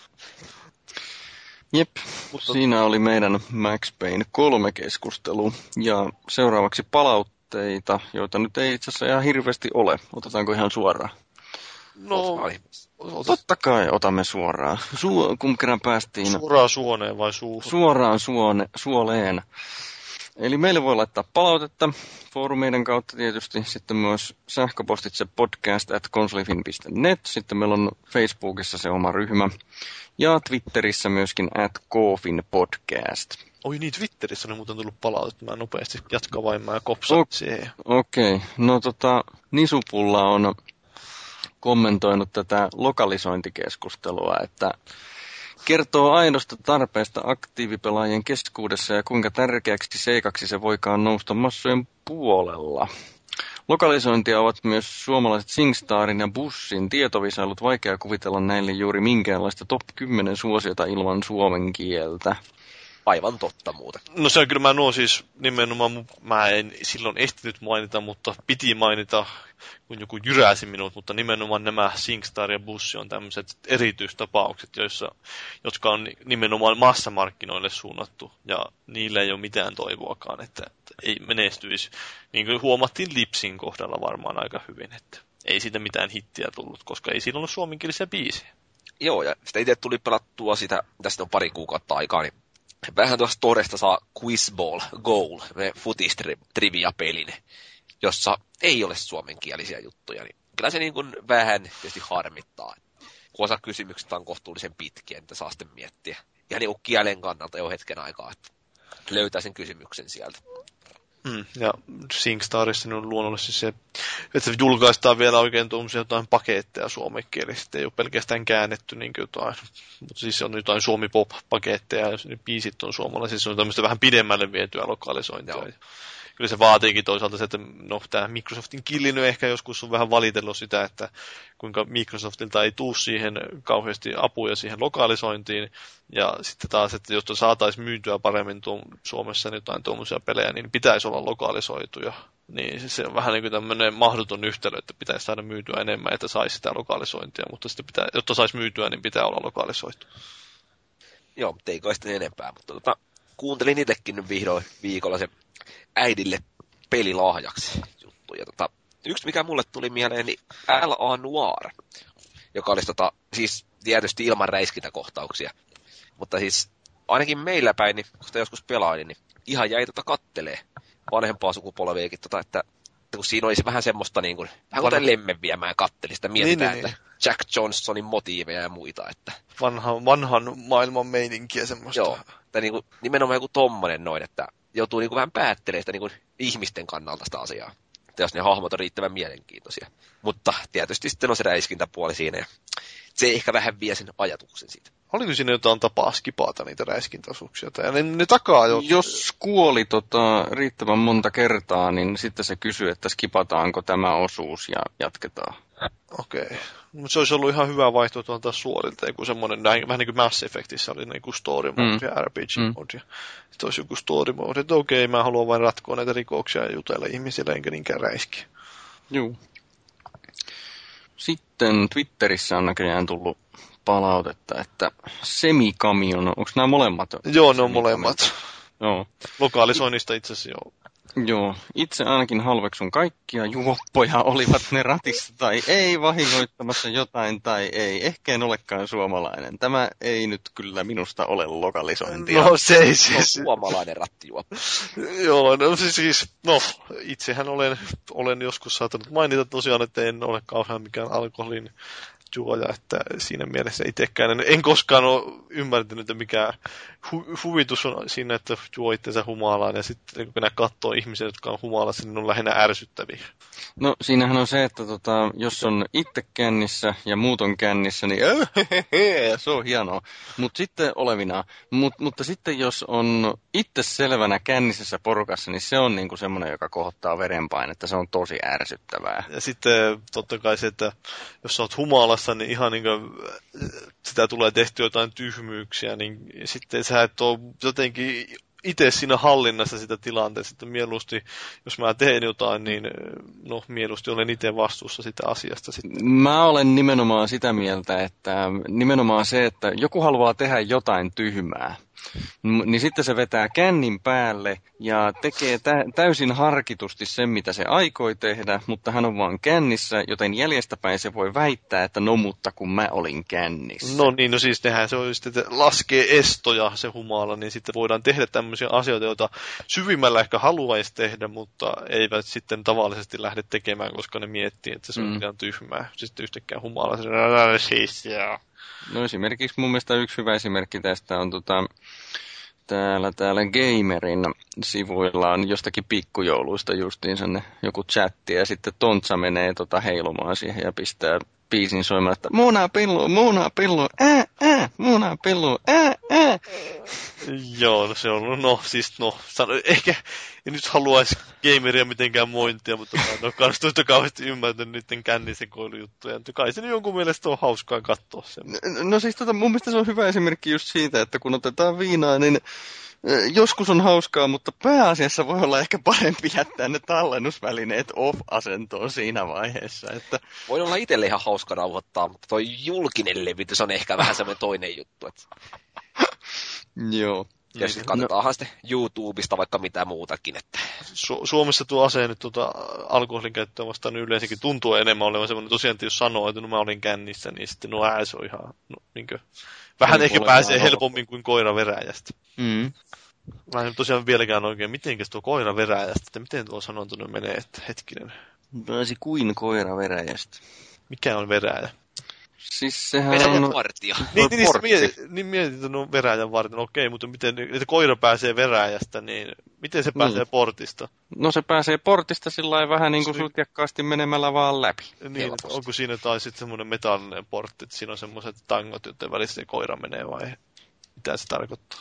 Jep, mutta siinä oli meidän Max Payne 3 keskustelu, ja seuraavaksi palautteita, joita nyt ei itse asiassa ihan hirveästi ole. Otetaanko ihan suoraan? No, totta kai otamme suoraan. Kun kerran päästiin... Suoraan suoneen vai suuhun? Suoraan suoleen. Eli meille voi laittaa palautetta foorumeiden kautta tietysti, sitten myös sähköpostitse podcast@konsolifin.net, sitten meillä on Facebookissa se oma ryhmä, ja Twitterissä myöskin @kofinpodcast. Oi niin, Twitterissä on muuten tullut palautetta, mä nopeasti jatkaa vain, mä kopsaan siihen. Okei, no Nisupulla on kommentoinut tätä lokalisointikeskustelua, että kertoo aidosta tarpeesta aktiivipelaajien keskuudessa ja kuinka tärkeäksi seikaksi se voikaan nousta massojen puolella. Lokalisointia ovat myös suomalaiset SingStarin ja Bussin tietovisailut. Vaikea kuvitella näille juuri minkäänlaista top 10 suosiota ilman suomen kieltä. Aivan totta muuten. No se on kyllä, mä siis nimenomaan, mä en silloin ehtinyt mainita, mutta piti mainita, kun joku jyräsi minut, mutta nimenomaan nämä SingStar ja Bussi on tämmöiset erityistapaukset, jotka on nimenomaan massamarkkinoille suunnattu, ja niillä ei ole mitään toivoakaan, että ei menestyisi. Niin kuin huomattiin Lipsin kohdalla varmaan aika hyvin, että ei siitä mitään hittiä tullut, koska ei siinä ollut suomenkielisiä biisejä. Joo, ja sitä itse tuli pelattua sitä, tästä on pari kuukautta aikaa, niin vähän tuosta Storesta saa Quizball Goal, futistrivia-pelin, jossa ei ole suomenkielisiä juttuja. Niin kyllä se niin kuin vähän tietysti harmittaa. Kun osa kysymyksistä on kohtuullisen pitkiä, niitä saa sitten miettiä. Ja niin kuin kielen kannalta jo hetken aikaa, että löytää sen kysymyksen sieltä. Ja SingStarissa on luonnollisesti se, että se julkaistaan vielä oikein tuommoisia jotain paketteja suomenkielisesti. Ei ole pelkästään käännetty niin jotain, mutta siis on jotain suomi-pop-paketteja, ja biisit on suomalaisia, siis on tämmöistä vähän pidemmälle vietyä lokalisointia. Joo. Kyllä se vaatiikin toisaalta se, että no, tämä Microsoftin killinyt ehkä joskus on vähän valitellut sitä, että kuinka Microsoftilta ei tule siihen kauheasti apuja siihen lokalisointiin. Ja sitten taas, että jos saataisiin myytyä paremmin Suomessa jotain tuommoisia pelejä, niin pitäisi olla lokalisoituja. Niin se on vähän niin kuin tämmöinen mahdoton yhtälö, että pitäisi saada myytyä enemmän, että saisi sitä lokalisointia. Mutta sitten jotta saisi myytyä, niin pitää olla lokalisoitu. Joo, mutta ei kai sitten enempää. Mutta kuuntelin itsekin nyt vihdoin viikolla se äidille pelilahjaksi juttu. Ja yksi, mikä mulle tuli mieleen, niin L.A. Noir, joka olisi siis tietysti ilman räiskintäkohtauksia. Mutta siis ainakin meillä päin, niin, kun sitä joskus pelailin, niin ihan jäi kattelee vanhempaa sukupolviakin, että kun siinä olisi vähän semmoista niin kuin, vähän kuten lemmenviä, mä kattelin sitä mietitään, että Jack Johnsonin motiiveja ja muita. Että vanhan maailman meininkiä semmoista. Joo, tai niin kuin, nimenomaan joku tommonen noin, että joutuu niin kuin vähän päättelemään sitä niin kuin ihmisten kannalta sitä asiaa. Että jos ne hahmot on riittävän mielenkiintoisia. Mutta tietysti sitten on se räiskintäpuoli siinä ja se ehkä vähän vie sen ajatuksen siitä. Oliko siinä jotain tapaa skipata niitä räiskintäosuuksia? Ja ne takaa jo. Jos kuoli riittävän monta kertaa, niin sitten se kysyy, että skipataanko tämä osuus ja jatketaan. Okei. Mutta se olisi ollut ihan hyvä vaihtoehto antaa suorilta. Joku semmoinen, vähän niin kuin Mass Effectissä oli niin kuin story mode ja RPG mode. Sitten olisi joku story mode, että okei, mä haluan vain ratkoa näitä rikoksia ja jutella ihmisille, enkä niinkään räiskiä. Joo. Sitten Twitterissä on näköjään tullut palautetta, että Semikamion, onko nämä molemmat? Joo, ne on molemmat. Joo. Lokalisoinnista itse asiassa joo. Joo, itse ainakin halveksun kaikkia juoppoja, olivat ne ratissa tai ei, vahingoittamassa jotain tai ei. Ehkä en olekaan suomalainen. Tämä ei nyt kyllä minusta ole lokalisointia. No se ei siis. Suomalainen rattijuoppo. Joo, no siis, itsehän olen joskus saattanut mainita tosiaan, että en ole kauhean mikään alkoholin juoja, että siinä mielessä itsekään en koskaan ole ymmärtänyt, että mikä huvitus on siinä, että juo itsensä humalaan ja sitten kun ne katsoo ihmisiä, jotka on humalassa, niin on lähinnä ärsyttäviä. No siinähän on se, että jos on itse kännissä ja muut on kännissä, niin se on hienoa. Mutta sitten olevinaan. Mutta sitten jos on itse selvänä kännisessä porukassa, niin se on niinku semmoinen, joka kohottaa verenpainetta. Se on tosi ärsyttävää. Ja sitten totta kai se, että jos sä oot humalassa, niin ihan niin kuin sitä tulee tehtyä jotain tyhmyyksiä, niin sitten sä et ole jotenkin itse siinä hallinnassa sitä tilanteesta, että mieluusti, jos mä teen jotain, niin mieluusti olen itse vastuussa sitä asiasta sitten. Mä olen nimenomaan sitä mieltä, että nimenomaan se, että joku haluaa tehdä jotain tyhmää, niin sitten se vetää kännin päälle ja tekee täysin harkitusti sen, mitä se aikoi tehdä, mutta hän on vaan kännissä, joten jäljestäpäin se voi väittää, että no mutta kun mä olin kännissä. No niin, siis nehän se on sitten, että laskee estoja se humala, niin sitten voidaan tehdä tämmöisiä asioita, joita syvimmällä ehkä haluaisi tehdä, mutta eivät sitten tavallisesti lähde tekemään, koska ne miettii, että se on ihan tyhmää. Sitten yhtäkkiä humala, siis joo. No esimerkiksi mun mielestä yksi hyvä esimerkki tästä on täällä Gamerin sivuilla on jostakin pikkujouluista justiinsa joku chatti ja sitten Tontsa menee muunaapillu, munapillu, Joo, no se on, ehkä en nyt haluaisi gameria mitenkään mointia, mutta mä en ole kanssa kauheasti ymmärtänyt niiden kännisekoilujuttuja. Kai se jonkun mielestä on hauskaa katsoa sen. No siis mun mielestä se on hyvä esimerkki just siitä, että kun otetaan viinaa, niin joskus on hauskaa, mutta pääasiassa voi olla ehkä parempi jättää ne tallennusvälineet off-asentoon siinä vaiheessa. Että... Voi olla itselle ihan hauska nauhoittaa, mutta toi julkinen levitys on ehkä vähän semmoinen toinen juttu. Että... Joo. Ja sitten katsotaanhan sitten YouTubesta vaikka mitä muutakin. Että... Suomessa tuo aseen nyt alkoholin käyttöä vastaan niin yleensäkin tuntuu enemmän olevan semmoinen, tosiaan, että jos sanoo, että mä olin kännissä, niin sitten se on ihan, vähän ehkä pääsee helpommin kuin koira veräjästä. Mä en tosiaan vieläkään oikein, mitenkäs tuo koira veräjästä, että miten tuo sanontunut menee, että hetkinen. Pääsi kuin koira veräjästä. Mikä on veräjä? Siis sehän veräjän on... vartija. Niin mietit, että no veräjän vartija, no okei, mutta miten, että koira pääsee veräjästä, niin miten se pääsee portista? No se pääsee portista sillä vähän niin kuin sutjakkaasti menemällä vaan läpi. Niin, onko siinä tai sitten semmoinen metallinen portti, että siinä on semmoiset tangot, joiden välissä se koira menee vai mitä se tarkoittaa?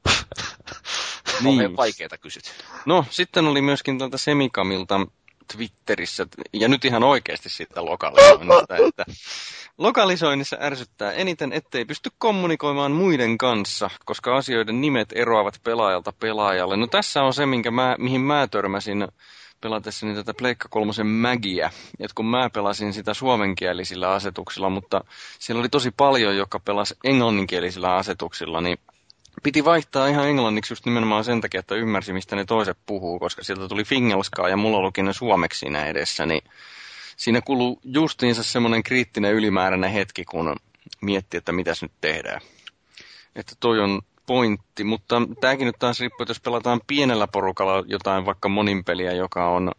Niin. Vaikeita kysyt. No, sitten oli myöskin tältä Semikamilta Twitterissä, ja nyt ihan oikeasti siitä lokalisoinnista, että lokalisoinnissa ärsyttää eniten, ettei pysty kommunikoimaan muiden kanssa, koska asioiden nimet eroavat pelaajalta pelaajalle. No tässä on se, mihin mä törmäsin pelatessani tätä Pleikka 3 Magia, että kun mä pelasin sitä suomenkielisillä asetuksilla, mutta siellä oli tosi paljon, joka pelasi englanninkielisillä asetuksilla, niin piti vaihtaa ihan englanniksi just nimenomaan sen takia, että ymmärsi, mistä ne toiset puhuu, koska sieltä tuli fingelskaa ja mulla luki ne suomeksi siinä edessä, niin siinä kului justiinsa semmoinen kriittinen ylimääräinen hetki, kun mietti, että mitäs nyt tehdään. Että toi on pointti, mutta tämäkin nyt taas riippuu, että jos pelataan pienellä porukalla jotain vaikka moninpeliä, joka on,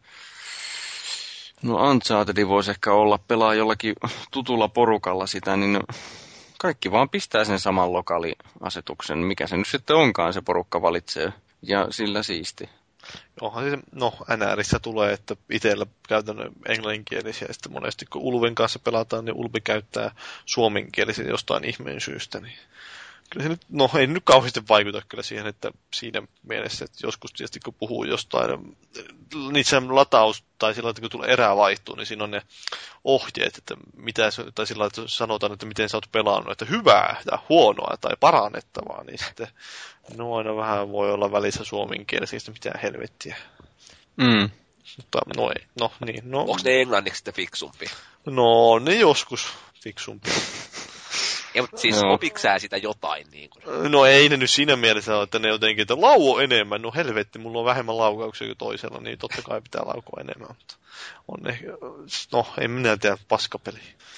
no Uncharted voisi ehkä olla, pelaa jollakin tutulla porukalla sitä, niin kaikki vaan pistää sen saman lokaaliasetuksen, mikä se nyt sitten onkaan, se porukka valitsee, ja sillä siisti. Onhan se, NRissä tulee, että itsellä käytän englanninkielisiä, ja sitten monesti kun Ulven kanssa pelataan, niin Ulvi käyttää suomenkielisiä jostain ihmeen syystä, niin kyllä se nyt, ei nyt kauheasti vaikuta kyllä siihen, että siinä mielessä, että joskus tietysti kun puhuu jostain, niin se lataus, tai sillä, että kun tulee erää vaihtuu, niin siinä on ne ohjeet, että mitä, tai sillä, että sanotaan, että miten sä oot pelannut, että hyvää, tai huonoa, tai parannettavaa, niin sitten aina vähän voi olla välissä suomenkielisiä, mitään helvettiä. Mutta Onko ne englanniksi sitten fiksumpi? No, ne joskus fiksumpi. Ja, mutta siis opiksää sitä jotain niin kuin? No ei ne nyt siinä mielessä ole, että ne jotenkin, että lauo enemmän. No helvetti, mulla on vähemmän laukauksia kuin toisella, niin totta kai pitää laukoa enemmän. Mutta on ehkä, en minä tiedä, paskapeli.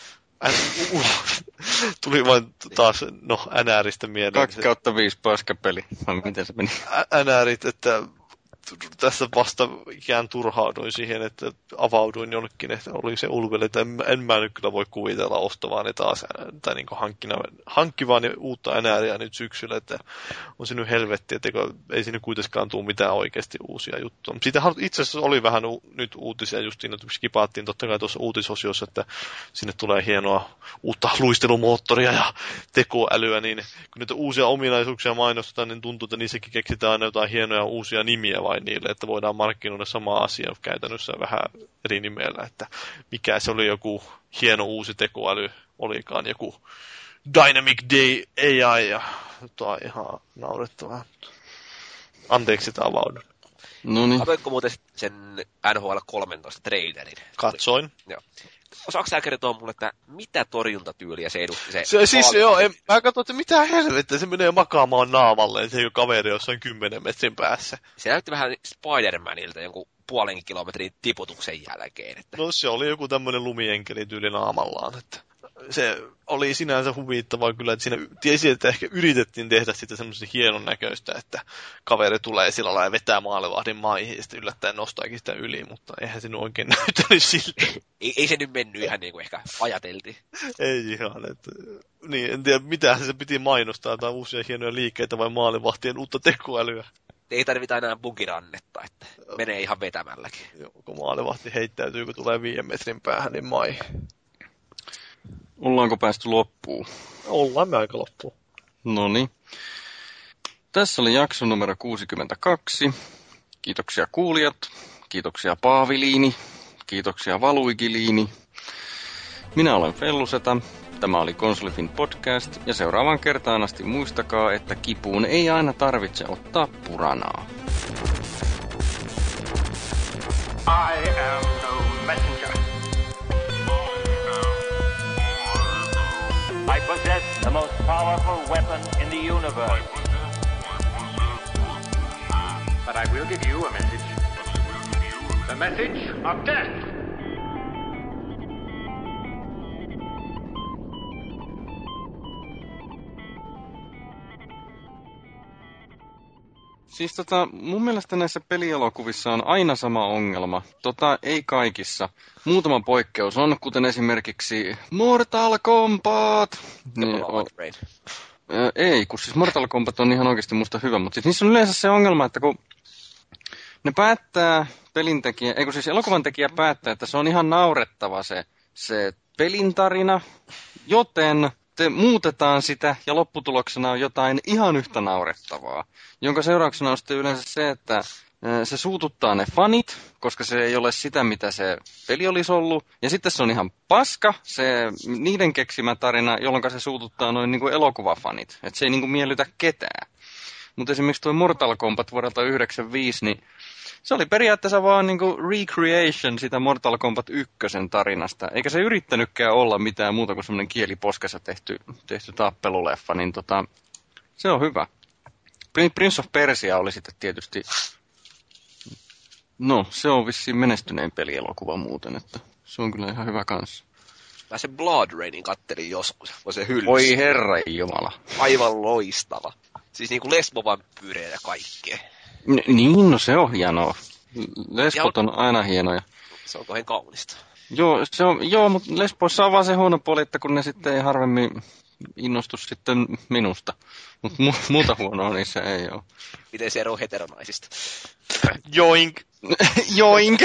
Tuli vain taas, NRistä mieleen. 2/5 paskapeli, vai miten se meni? NRit, että tässä vasta ikään turhauduin siihen, että avauduin jonnekin, että oli se Ulvelle, että en mä nyt kyllä voi kuvitella ostavaan taas, tai niin hankkivaan uutta NRiä nyt syksyllä, että on se nyt helvetti, että ei siinä kuitenkaan tule mitään oikeasti uusia juttuja. Siitä itse asiassa oli vähän nyt uutisia just siinä, että skipaattiin totta kai tuossa uutisosiossa, että sinne tulee hienoa uutta luistelumoottoria ja tekoälyä, niin kun niitä uusia ominaisuuksia mainostetaan, niin tuntuu, että niissäkin keksitään aina jotain hienoja uusia nimiä vai niille, että voidaan markkinoida sama asia käytännössä vähän eri nimellä, että mikä se oli joku hieno uusi tekoäly, olikaan joku Dynamic Day AI ja jotain ihan naurettavaa. Anteeksi, että avaudun. Noniin. Katoitko muuten sen NHL 13 trailerin? Katsoin. Joo. Osaatko sä kertoa mulle, että mitä torjuntatyyliä se edusti? Mä katsoin, että mitä helvettiä, se menee makaamaan naamalleen, se ei ole kaveri jossain 10 metrin päässä. Se näytti vähän Spider-Manilta jonkun 0,5 kilometrin tiputuksen jälkeen. Että... No se oli joku tämmöinen lumienkeli tyyli naamallaan, että se oli sinänsä huvittavaa kyllä, että siinä tiesi, että ehkä yritettiin tehdä sitä semmoista hienon näköistä, että kaveri tulee sillä lailla ja vetää maalivahdin maihin ja sitten yllättäen nostaakin sitä yli, mutta eihän se nyt oikein näyttänyt siltä. Ei se nyt mennyt ihan niin kuin ehkä ajateltiin. Ei ihan, että niin, en tiedä mitä se piti mainostaa, tai uusia hienoja liikkeitä vai maalivahtien uutta tekoälyä. Ei tarvita enää bugirannetta, että menee ihan vetämälläkin. Joo, kun maalivahti heittäytyy, kun tulee 5 metrin päähän, niin maihin. Ollaanko päästy loppuun? Ollaan me aika loppuun. Noniin. Tässä oli jakso numero 62. Kiitoksia kuulijat. Kiitoksia Paaviliini. Kiitoksia Valuikiliini. Minä olen Fellusetä. Tämä oli Konsolifin podcast. Ja seuraavaan kertaan asti muistakaa, että kipuun ei aina tarvitse ottaa puranaa. I am no messenger. I possess the most powerful weapon in the universe. But I will give you a message. The message of death. Siis mun mielestä näissä pelielokuvissa on aina sama ongelma. Ei kaikissa. Muutama poikkeus on, kuten esimerkiksi Mortal Kombat. Niin, ei, kun siis Mortal Kombat on ihan oikeasti musta hyvä, mutta siis niissä on yleensä se ongelma, että kun ne päättää elokuvan tekijä päättää, että se on ihan naurettava se pelintarina, joten muutetaan sitä ja lopputuloksena on jotain ihan yhtä naurettavaa, jonka seurauksena on sitten yleensä se, että se suututtaa ne fanit, koska se ei ole sitä, mitä se peli olisi ollut. Ja sitten se on ihan paska, se niiden keksimä tarina, jolloin se suututtaa noin niin kuin elokuvafanit. Että se ei niin kuin miellytä ketään. Mutta esimerkiksi tuo Mortal Kombat vuodelta 1995, niin se oli periaatteessa vaan niin kuin recreation sitä Mortal Kombat 1 tarinasta. Eikä se yrittänytkään olla mitään muuta kuin semmoinen kieliposkessa tehty tappeluleffa, niin se on hyvä. Prince of Persia oli sitten tietysti, no se on vissiin menestynein pelielokuva muuten, että se on kyllä ihan hyvä kanssa. Mä sen Blood Rainin kattelin joskus, kun se hyllyssä. Oi herra jumala. Aivan loistava. Siis niinku lesbovampyyrejä ja kaikkea. Niin, no se on hienoa. Lesbot on aina hienoja. Se on kauhean kaunista. Joo, mutta lesboissa on vaan se huono puoli, että kun ne sitten ei harvemmin innostu sitten minusta. Mutta muuta huonoa niissä ei ole. Miten se eroaa heteronaisista? Joink! Joink!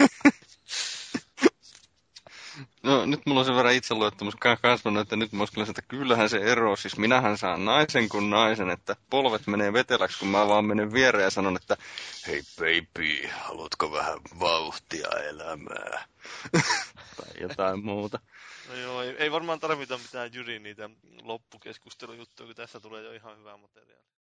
No nyt mulla on sen verran itseluottamus kasvanut, että nyt mä uskon, että kyllähän se ero. Siis minähän saan naisen kuin naisen, että polvet menee veteläksi, kun mä vaan menen viereen ja sanon, että hei baby, haluatko vähän vauhtia elämää? Tai jotain muuta. No joo, ei varmaan tarvita mitään Jyri niitä loppukeskustelujuttuja, kun tässä tulee jo ihan hyvää materiaalia.